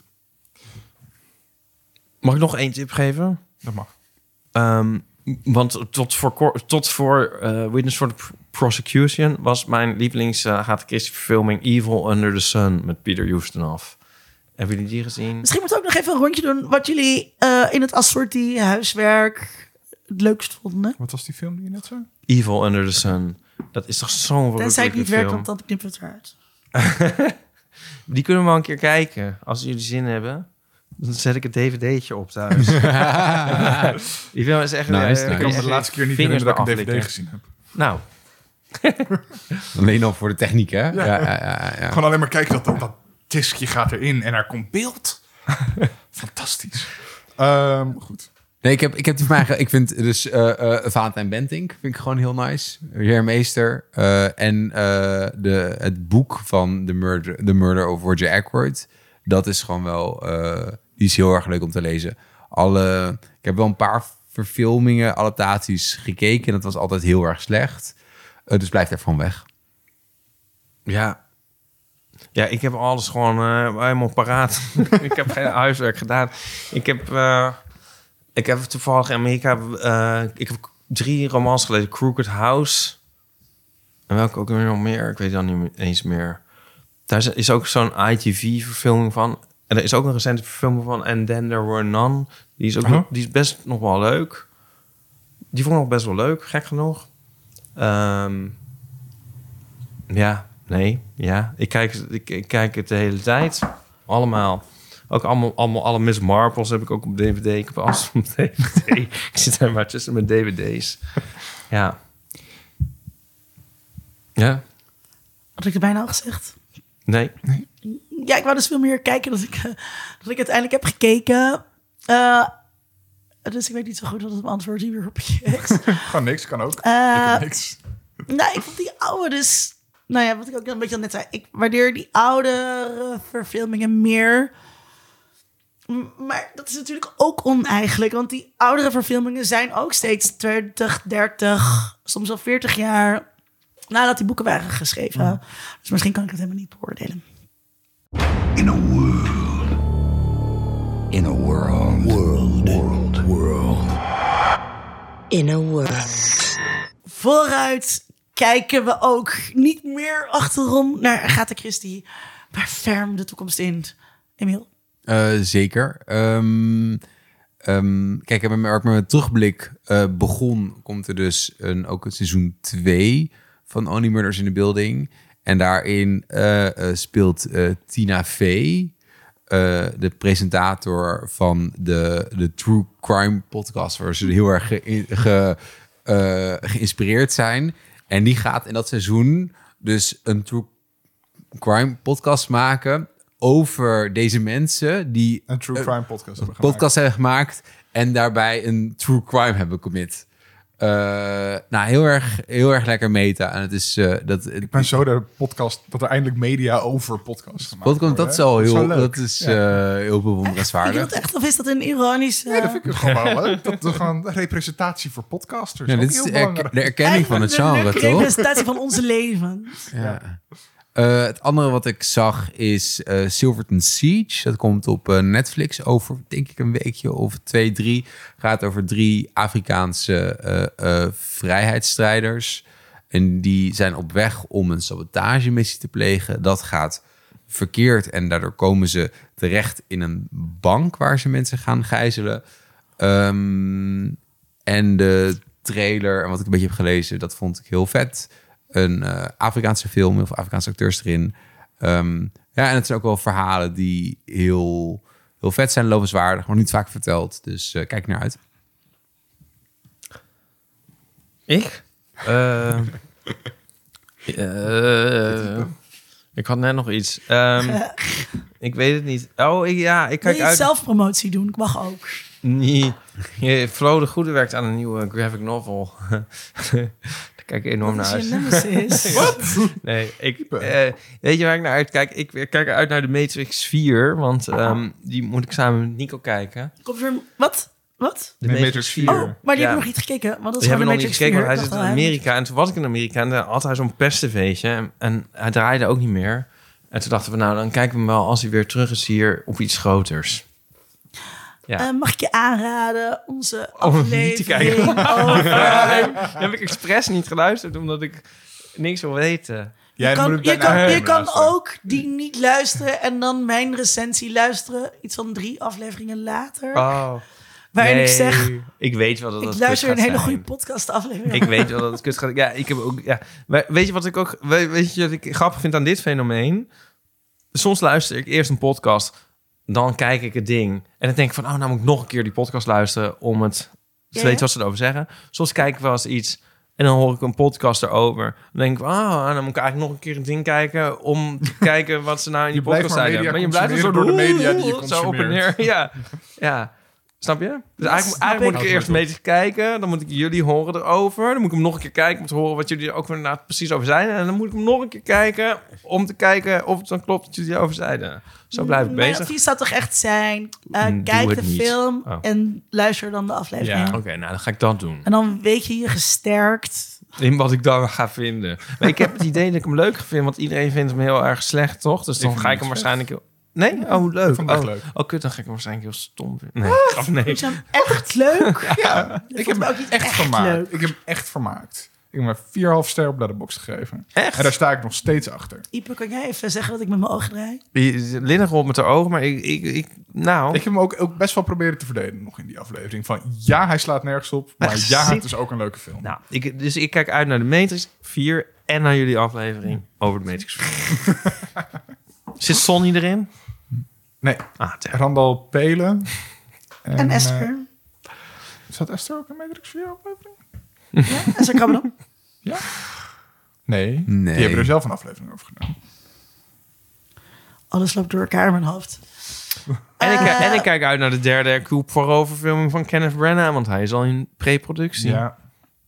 Mag ik nog één tip geven? Dat mag. Um, want tot voor, kor- tot voor uh, Witness for the P- Prosecution was mijn lievelings uh, Agatha Christie verfilming Evil Under the Sun met Peter Ustinov. Hebben jullie die gezien? Misschien moeten we ook nog even een rondje doen wat jullie uh, in het assortie huiswerk het leukst vonden. Wat was die film die je net zei? Evil Under the Sun. Dat is toch zo'n Tenzij het verrukkelijke niet werkt, film. want dan knippen we het eruit. Die kunnen we wel een keer kijken. Als jullie zin hebben. Dan zet ik het D V D'tje op thuis. Die film is echt... Nice, eh, nice. Ik kan me echt de laatste keer niet vingers herinneren dat ik een bij D V D aflikken. gezien heb. Nou, Alleen al voor de techniek, hè? Ja, ja, ja. ja. Gewoon alleen maar kijken dat dat, dat diskje gaat erin en er komt beeld. Fantastisch. Ehm, goed. Nee, ik heb, ik heb die van mij... ge- Ik vind dus uh, uh, Valentijn Bentink vind ik gewoon heel nice. Heermeester. Uh, en uh, de, het boek van The Murder, The Murder of Roger Ackroyd. Dat is gewoon wel... Uh, die is heel erg leuk om te lezen. Alle, ik heb wel een paar verfilmingen, adaptaties gekeken. En dat was altijd heel erg slecht. Uh, dus blijf daarvan weg. ja. Ja, ik heb alles gewoon uh, helemaal paraat. Ik heb geen huiswerk gedaan. Ik heb, uh, ik heb toevallig in Amerika... Uh, ik heb drie romans gelezen. Crooked House. En welke ook weer nog meer? Ik weet het dan niet eens meer. Daar is, is ook zo'n I T V-verfilming van. En er is ook een recente verfilming van And Then There Were None. Die is, ook Uh-huh. nog, die is best nog wel leuk. Die vond ik nog best wel leuk, gek genoeg. Um, ja, nee, ja. Ik kijk, ik, ik kijk het de hele tijd. Allemaal. Ook allemaal, allemaal alle Miss Marples heb ik ook op D V D. Ik heb alles op D V D. Ik zit daar maar tussen mijn D V D's. Ja. Ja? Had ik het bijna al gezegd? Nee? Ja, ik wou dus veel meer kijken dat ik, uh, dat ik uiteindelijk heb gekeken. Uh, dus ik weet niet zo goed wat het antwoord hier op je is. Gewoon niks, kan ook. ik Uh, heb niks. nou, ik vond die oude dus... Nou ja, wat ik ook een beetje al net zei. Ik waardeer die oude verfilmingen meer. M- Maar dat is natuurlijk ook oneigenlijk. Want die oudere verfilmingen zijn ook steeds twintig, dertig, soms wel veertig jaar nadat die boeken waren geschreven. Mm. Dus misschien kan ik het helemaal niet beoordelen. In a world. In a world. World. World. World. In a world. Vooruit kijken we ook niet meer achterom naar Agatha Christie, maar ferm de toekomst in. Emiel? Uh, zeker. Um, um, kijk, waar ik met mijn terugblik uh, begon, komt er dus een, ook een seizoen twee van Only Murders in the Building. En daarin uh, uh, speelt uh, Tina Fey, uh, de presentator van de, de True Crime podcast, waar ze heel erg ge, ge, uh, geïnspireerd zijn. En die gaat in dat seizoen dus een True Crime podcast maken over deze mensen die Een true crime podcast hebben podcast gemaakt. hebben gemaakt en daarbij een true crime hebben commit. Uh, nou, heel erg, heel erg lekker meta. En het is uh, dat. Ik ben zo de podcast dat er eindelijk media over podcasts gemaakt Podcast, worden, dat is hè? al heel, leuk. dat is Ja. uh, heel Vind je bewonderenswaardig. dat echt, of is dat een ironisch... Nee, dat vind ik gewoon wel leuk. Dat is gewoon representatie voor podcasters. Ja, Ook dit is heel de, belangrijk. erken- de erkenning van het genre, De toch? representatie van onze leven. Ja. Uh, het andere wat ik zag is uh, Silverton Siege. Dat komt op uh, Netflix over, denk ik, een weekje of twee, drie. Gaat over drie Afrikaanse uh, uh, vrijheidsstrijders. En die zijn op weg om een sabotagemissie te plegen. Dat gaat verkeerd en daardoor komen ze terecht in een bank waar ze mensen gaan gijzelen. Um, en de trailer, en wat ik een beetje heb gelezen, dat vond ik heel vet. Een uh, Afrikaanse film, heel veel Afrikaanse acteurs erin. Um, ja, en het zijn ook wel verhalen die heel, heel vet zijn, lovenswaardig, maar niet vaak verteld. Dus uh, kijk naar uit. Ik? Uh, uh, ik had net nog iets. Um, ik weet het niet. Oh, ik, ja, ik Wil kijk je uit... zelfpromotie doen? Ik mag ook. Nee. Flo de Goede werkt aan een nieuwe graphic novel. Daar kijk ik enorm Wat naar is je uit. nemesis? Wat? Nee, ik, uh, weet je waar ik naar uitkijk? Ik kijk uit naar de Matrix vier, want um, die moet ik samen met Nico kijken. Komt er een... Wat? Wat? De Nee, Matrix vier. Oh, maar die Ja. heb ik nog niet gekeken. Want dat is Die hebben gewoon we de nog niet Matrix gekeken, vier. want hij Ik zit in dacht al, Amerika. En toen was ik in Amerika en daar had hij zo'n pestenfeestje. En, en hij draaide ook niet meer. En toen dachten we, nou, dan kijken we hem wel als hij weer terug is hier op iets groters. Ja. Uh, mag ik je aanraden onze Om hem niet te aflevering kijken. over... Dan heb ik expres niet geluisterd, omdat ik niks wil weten. Jij Je kan, moet je het kan, bijna je kan luisteren. ook die niet luisteren en dan mijn recensie luisteren. Iets van drie afleveringen later. Oh, waarin nee, ik zeg, ik weet wel dat ik het luister kut een gaat hele zijn. goede podcast aflevering. Ik weet wel dat het kut gaat. Ja, ik heb ook. Ja. We- Weet je wat ik ook. we- Weet je wat ik grappig vind aan dit fenomeen? Soms luister ik eerst een podcast, dan kijk ik het ding en dan denk ik van, oh, nou moet ik nog een keer die podcast luisteren om het te Ja, weten ja. wat ze erover zeggen. Soms kijk ik wel eens iets en dan hoor ik een podcast erover. Dan denk ik, ah, dan moet ik eigenlijk nog een keer het ding kijken om te kijken wat ze nou in die Je blijft podcast maar zeiden. media Maar je blijft er zo consumeren door de media die je zo op en neer. consumeert. Ja, ja. Snap je? Dus eigenlijk, snap eigenlijk ik. moet ik eerst mee te kijken. Dan moet ik jullie horen erover. Dan moet ik hem nog een keer kijken om te horen wat jullie er ook inderdaad precies over zeiden. En dan moet ik hem nog een keer kijken om te kijken of het dan klopt wat jullie erover zeiden. Zo blijf ik Mijn bezig. advies zou toch echt zijn, uh, Doe kijk het de niet. film Oh. en luister dan de aflevering. Ja. Oké, nou dan ga ik dat doen. En dan weet je je gesterkt. In wat ik dan ga vinden. Maar ik heb het idee dat ik hem leuk vind, want iedereen vindt hem heel erg slecht, toch? Dus dan vind ga hem ik hem niet waarschijnlijk heel... Nee? Oh, leuk. Ik vond het echt oh. leuk. Oh, kut, dan ga ik hem waarschijnlijk heel stom vinden. Nee, grap, nee. Vind je hem echt leuk? Ja, ik heb me me ook niet echt, echt vermaakt. leuk. Ik heb me echt vermaakt. Ik heb me vier komma vijf ster op Letterboxd gegeven. Echt? En daar sta ik nog steeds achter. Ipe, kan jij even zeggen dat ik met mijn ogen draai? Linda rolt met haar ogen, maar ik... ik, ik nou... Ik heb hem ook, ook best wel proberen te verdedigen nog in die aflevering. Van ja, hij slaat nergens op. Maar Maar ja, zit- het is ook een leuke film. Nou, ik, dus ik kijk uit naar de Matrix vier en naar jullie aflevering over de Matrix vier. Zit Sonny erin? Nee, Ah, ter. Randall Pelen. En, En Esther. eh, zat Esther ook in Matrix vier aflevering? Ja, Esther Krabbenam. Ja? Nee, Nee. die hebben er zelf een aflevering over gedaan. Alles loopt door elkaar in mijn hoofd. En ik, Eh, en ik kijk uit naar de derde Hercule Poirot verfilming van Kenneth Branagh, want hij is al in pre-productie. Ja.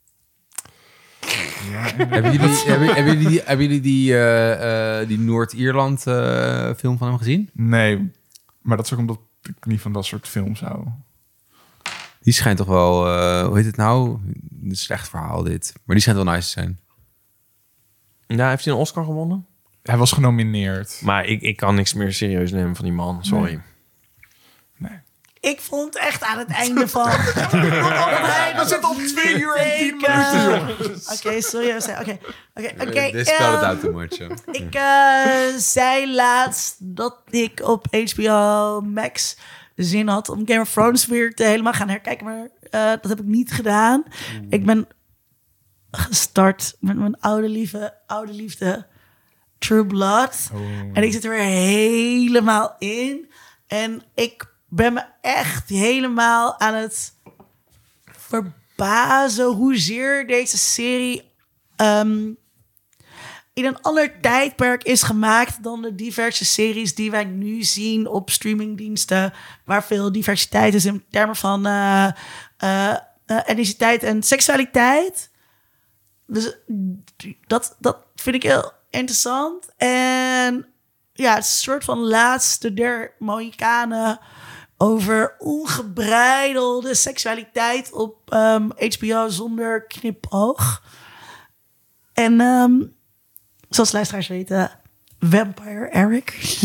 Hebben jullie, hebben, hebben jullie die, hebben jullie die, uh, uh, die Noord-Ierland uh, film van hem gezien? Nee, maar dat is ook omdat ik niet van dat soort films hou. Die schijnt toch wel, uh, hoe heet het nou? Een slecht verhaal dit. Maar die schijnt wel nice te zijn. Ja, heeft hij een Oscar gewonnen? Hij was genomineerd. Maar ik, ik kan niks meer serieus nemen van die man. Sorry. Nee. Nee. Ik vond echt aan het einde van... We zitten op twee uur en tien minuten. Oké, sorry. Oké, oké, oké. This spelled it out too much. Hè. Ik uh, zei laatst dat ik op H B O Max zin had om Game of Thrones weer te helemaal gaan herkijken. Maar uh, dat heb ik niet gedaan. Mm. Ik ben gestart met mijn oude lieve, oude liefde True Blood. Oh. En ik zit er weer helemaal in. En ik ben me echt helemaal aan het verbazen hoezeer deze serie um, in een ander tijdperk is gemaakt dan de diverse series die wij nu zien op streamingdiensten, waar veel diversiteit is in termen van uh, uh, uh, etniciteit en seksualiteit. Dus dat, dat vind ik heel interessant. En ja, het is een soort van laatste der Mohikanen over ongebreidelde seksualiteit op um, H B O zonder knipoog. En um, zoals luisteraars weten, Vampire Eric.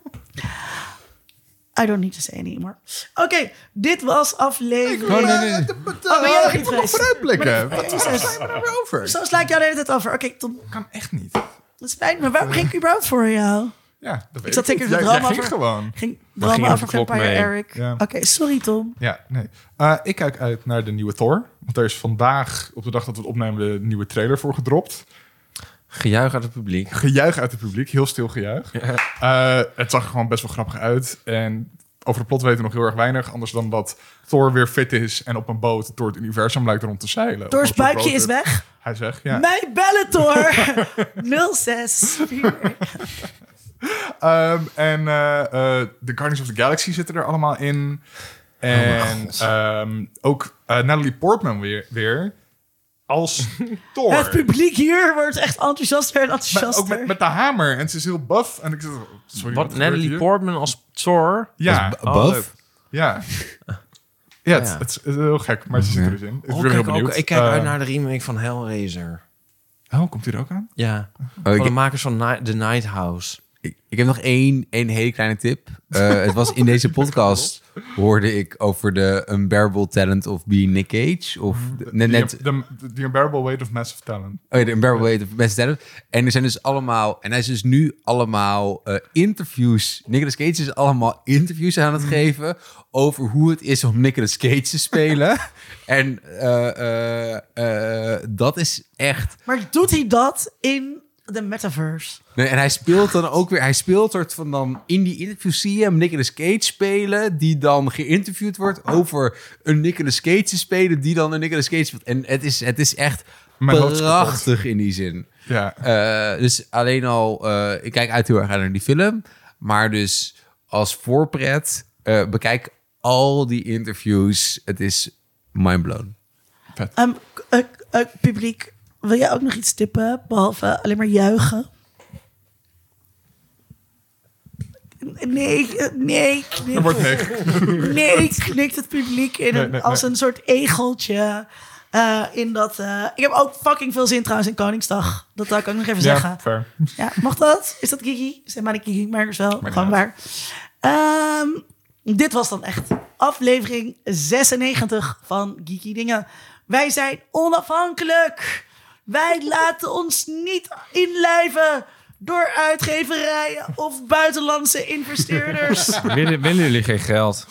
I don't need to say anymore. Oké, okay, dit was aflevering... Oh, nee, nee, nee. Oh, ben jij nog ik moet nog vooruitblikken. Wat is er over? Zo sla ik jou de hele tijd over. Oké, okay, Tom. Kan echt niet. Dat is fijn, maar waarom ging ik überhaupt voor jou? Ja, dat weet ik. zat zeker jij, dromen jij over... ging gewoon. Ging dromen over Vampire mee. Eric. Ja. Oké, okay, sorry Tom. Ja, nee. Uh, ik kijk uit naar de nieuwe Thor. Want er is vandaag, op de dag dat we het opnemen, de nieuwe trailer voor gedropt. Gejuich uit het publiek. Gejuich uit het publiek, heel stil gejuich. Ja. Uh, het zag er gewoon best wel grappig uit. En over de plot weten we nog heel erg weinig. Anders dan dat Thor weer fit is en op een boot door het universum lijkt rond te zeilen. Thor's buikje is weg. Hij zegt, ja. Mij bellen, Thor! nul zes um, en uh, uh, de Guardians of the Galaxy zitten er allemaal in. En oh um, ook uh, Natalie Portman weer... weer als Thor. Het publiek hier wordt echt enthousiaster en enthousiaster. Maar ook met, met de hamer. En ze is heel buff. En ik zeg, sorry, wat, wat Natalie Portman als Thor? Ja. Als buff? Oh, ja. Ja, het, ja. Het, het is heel gek, maar ze zit er dus in. Ik, oh, ben heel benieuwd. Ook, ik kijk uh, uit naar de remake van Hellraiser. Oh, komt hij er ook aan? Ja. Oh, van de makers van Night, The Night House. Ik, ik heb nog één, één hele kleine tip. Uh, het was in deze podcast... hoorde ik over de Unbearable Talent of Being Nick Cage. Of the, net, net, the, the, the Unbearable Weight of Massive Talent. Oh ja, de Unbearable Weight of Massive Talent. En er zijn dus allemaal... En hij is dus nu allemaal uh, interviews... Nicolas Cage is allemaal interviews aan het geven... over hoe het is om Nicolas Cage te spelen. En uh, uh, uh, dat is echt... Maar doet hij dat in... de metaverse. Nee, en hij speelt dan ook weer... Hij speelt er van dan... In die interview zie je hem Nicolas Cage spelen... die dan geïnterviewd wordt over een Nicolas Cage te spelen... die dan een Nicolas Cage speelt. En het is, het is echt Mijn prachtig in die zin. Ja. Uh, dus alleen al... Uh, ik kijk uit heel erg naar die film. Maar dus als voorpret... Uh, bekijk al die interviews. Het is mindblown. Um, uh, uh, publiek... Wil jij ook nog iets tippen, behalve alleen maar juichen? Nee, nee, knikt. Er wordt nee. Nee, knikt het publiek in nee, een, nee, als nee. een soort egeltje. Uh, in dat, uh, ik heb ook fucking veel zin trouwens in Koningsdag. Dat wil ik ook nog even ja, zeggen. Fair. Ja, mag dat? Is dat Kiki? Is helemaal niet Kiki, maar is wel maar gewoon waar. Um, dit was dan echt aflevering zesennegentig van Geeky Dingen. Wij zijn onafhankelijk. Wij laten ons niet inlijven door uitgeverijen of buitenlandse investeerders. Willen, willen jullie geen geld?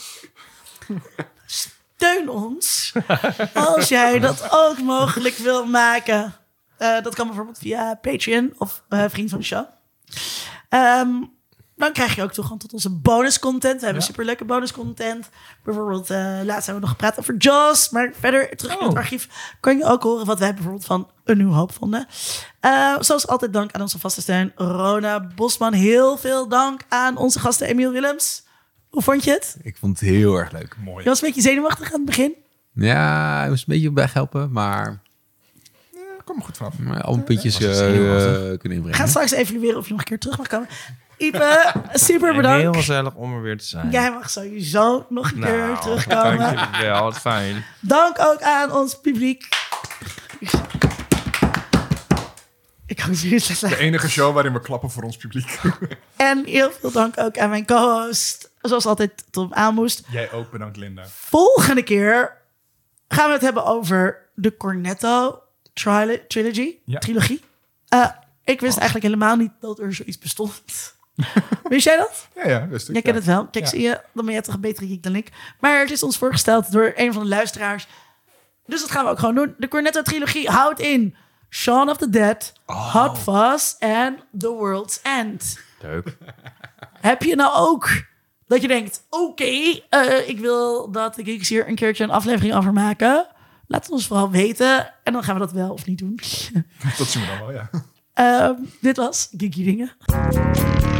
Steun ons als jij dat ook mogelijk wil maken. Uh, dat kan bijvoorbeeld via Patreon of uh, Vriend van de Show. Um, dan krijg je ook toegang tot onze bonuscontent. We hebben ja. superleuke bonuscontent. Bijvoorbeeld, uh, laatst hebben we nog gepraat over Jaws. Maar verder, terug oh. in het archief, kan je ook horen wat wij bijvoorbeeld van Een Nieuw Hoop vonden. Uh, zoals altijd dank aan onze vaste steun, Rona Bosman. Heel veel dank aan onze gasten Emiel Willems. Hoe vond je het? Ik vond het heel erg leuk. Mooi. Je was een beetje zenuwachtig aan het begin. Ja, ik moest een beetje op weg helpen, maar... Ja, kom er goed vanaf. Al een puntjes uh, kunnen inbrengen. We gaan straks evalueren of je nog een keer terug mag komen. Ipe, super bedankt. Heel gezellig om er weer te zijn. Jij mag sowieso nog een keer nou, terugkomen. Dankjewel, wat fijn. Dank ook aan ons publiek. Ik hou serieus De enige show waarin we klappen voor ons publiek. En heel veel dank ook aan mijn co-host. Zoals altijd, Tom Aalmoest. Jij ook, bedankt Linda. Volgende keer gaan we het hebben over de Cornetto trilo- Trilogy. Ja. Trilogie. Uh, ik wist eigenlijk helemaal niet dat er zoiets bestond. Wist jij dat? Ja, ja, wist ik. Jij kent ja. het wel. Kijk, Ja. zie je, dan ben jij toch een betere geek dan ik. Maar het is ons voorgesteld door een van de luisteraars. Dus dat gaan we ook gewoon doen. De Cornetto-trilogie houdt in Shaun of the Dead, Oh. Hot Fuzz en The World's End. Leuk. Heb je nou ook dat je denkt... oké, okay, uh, ik wil dat de Geeks hier een keertje een aflevering over maken? Laat het ons vooral weten. En dan gaan we dat wel of niet doen. Dat zien we dan wel, ja. Uh, dit was Geeky Dingen.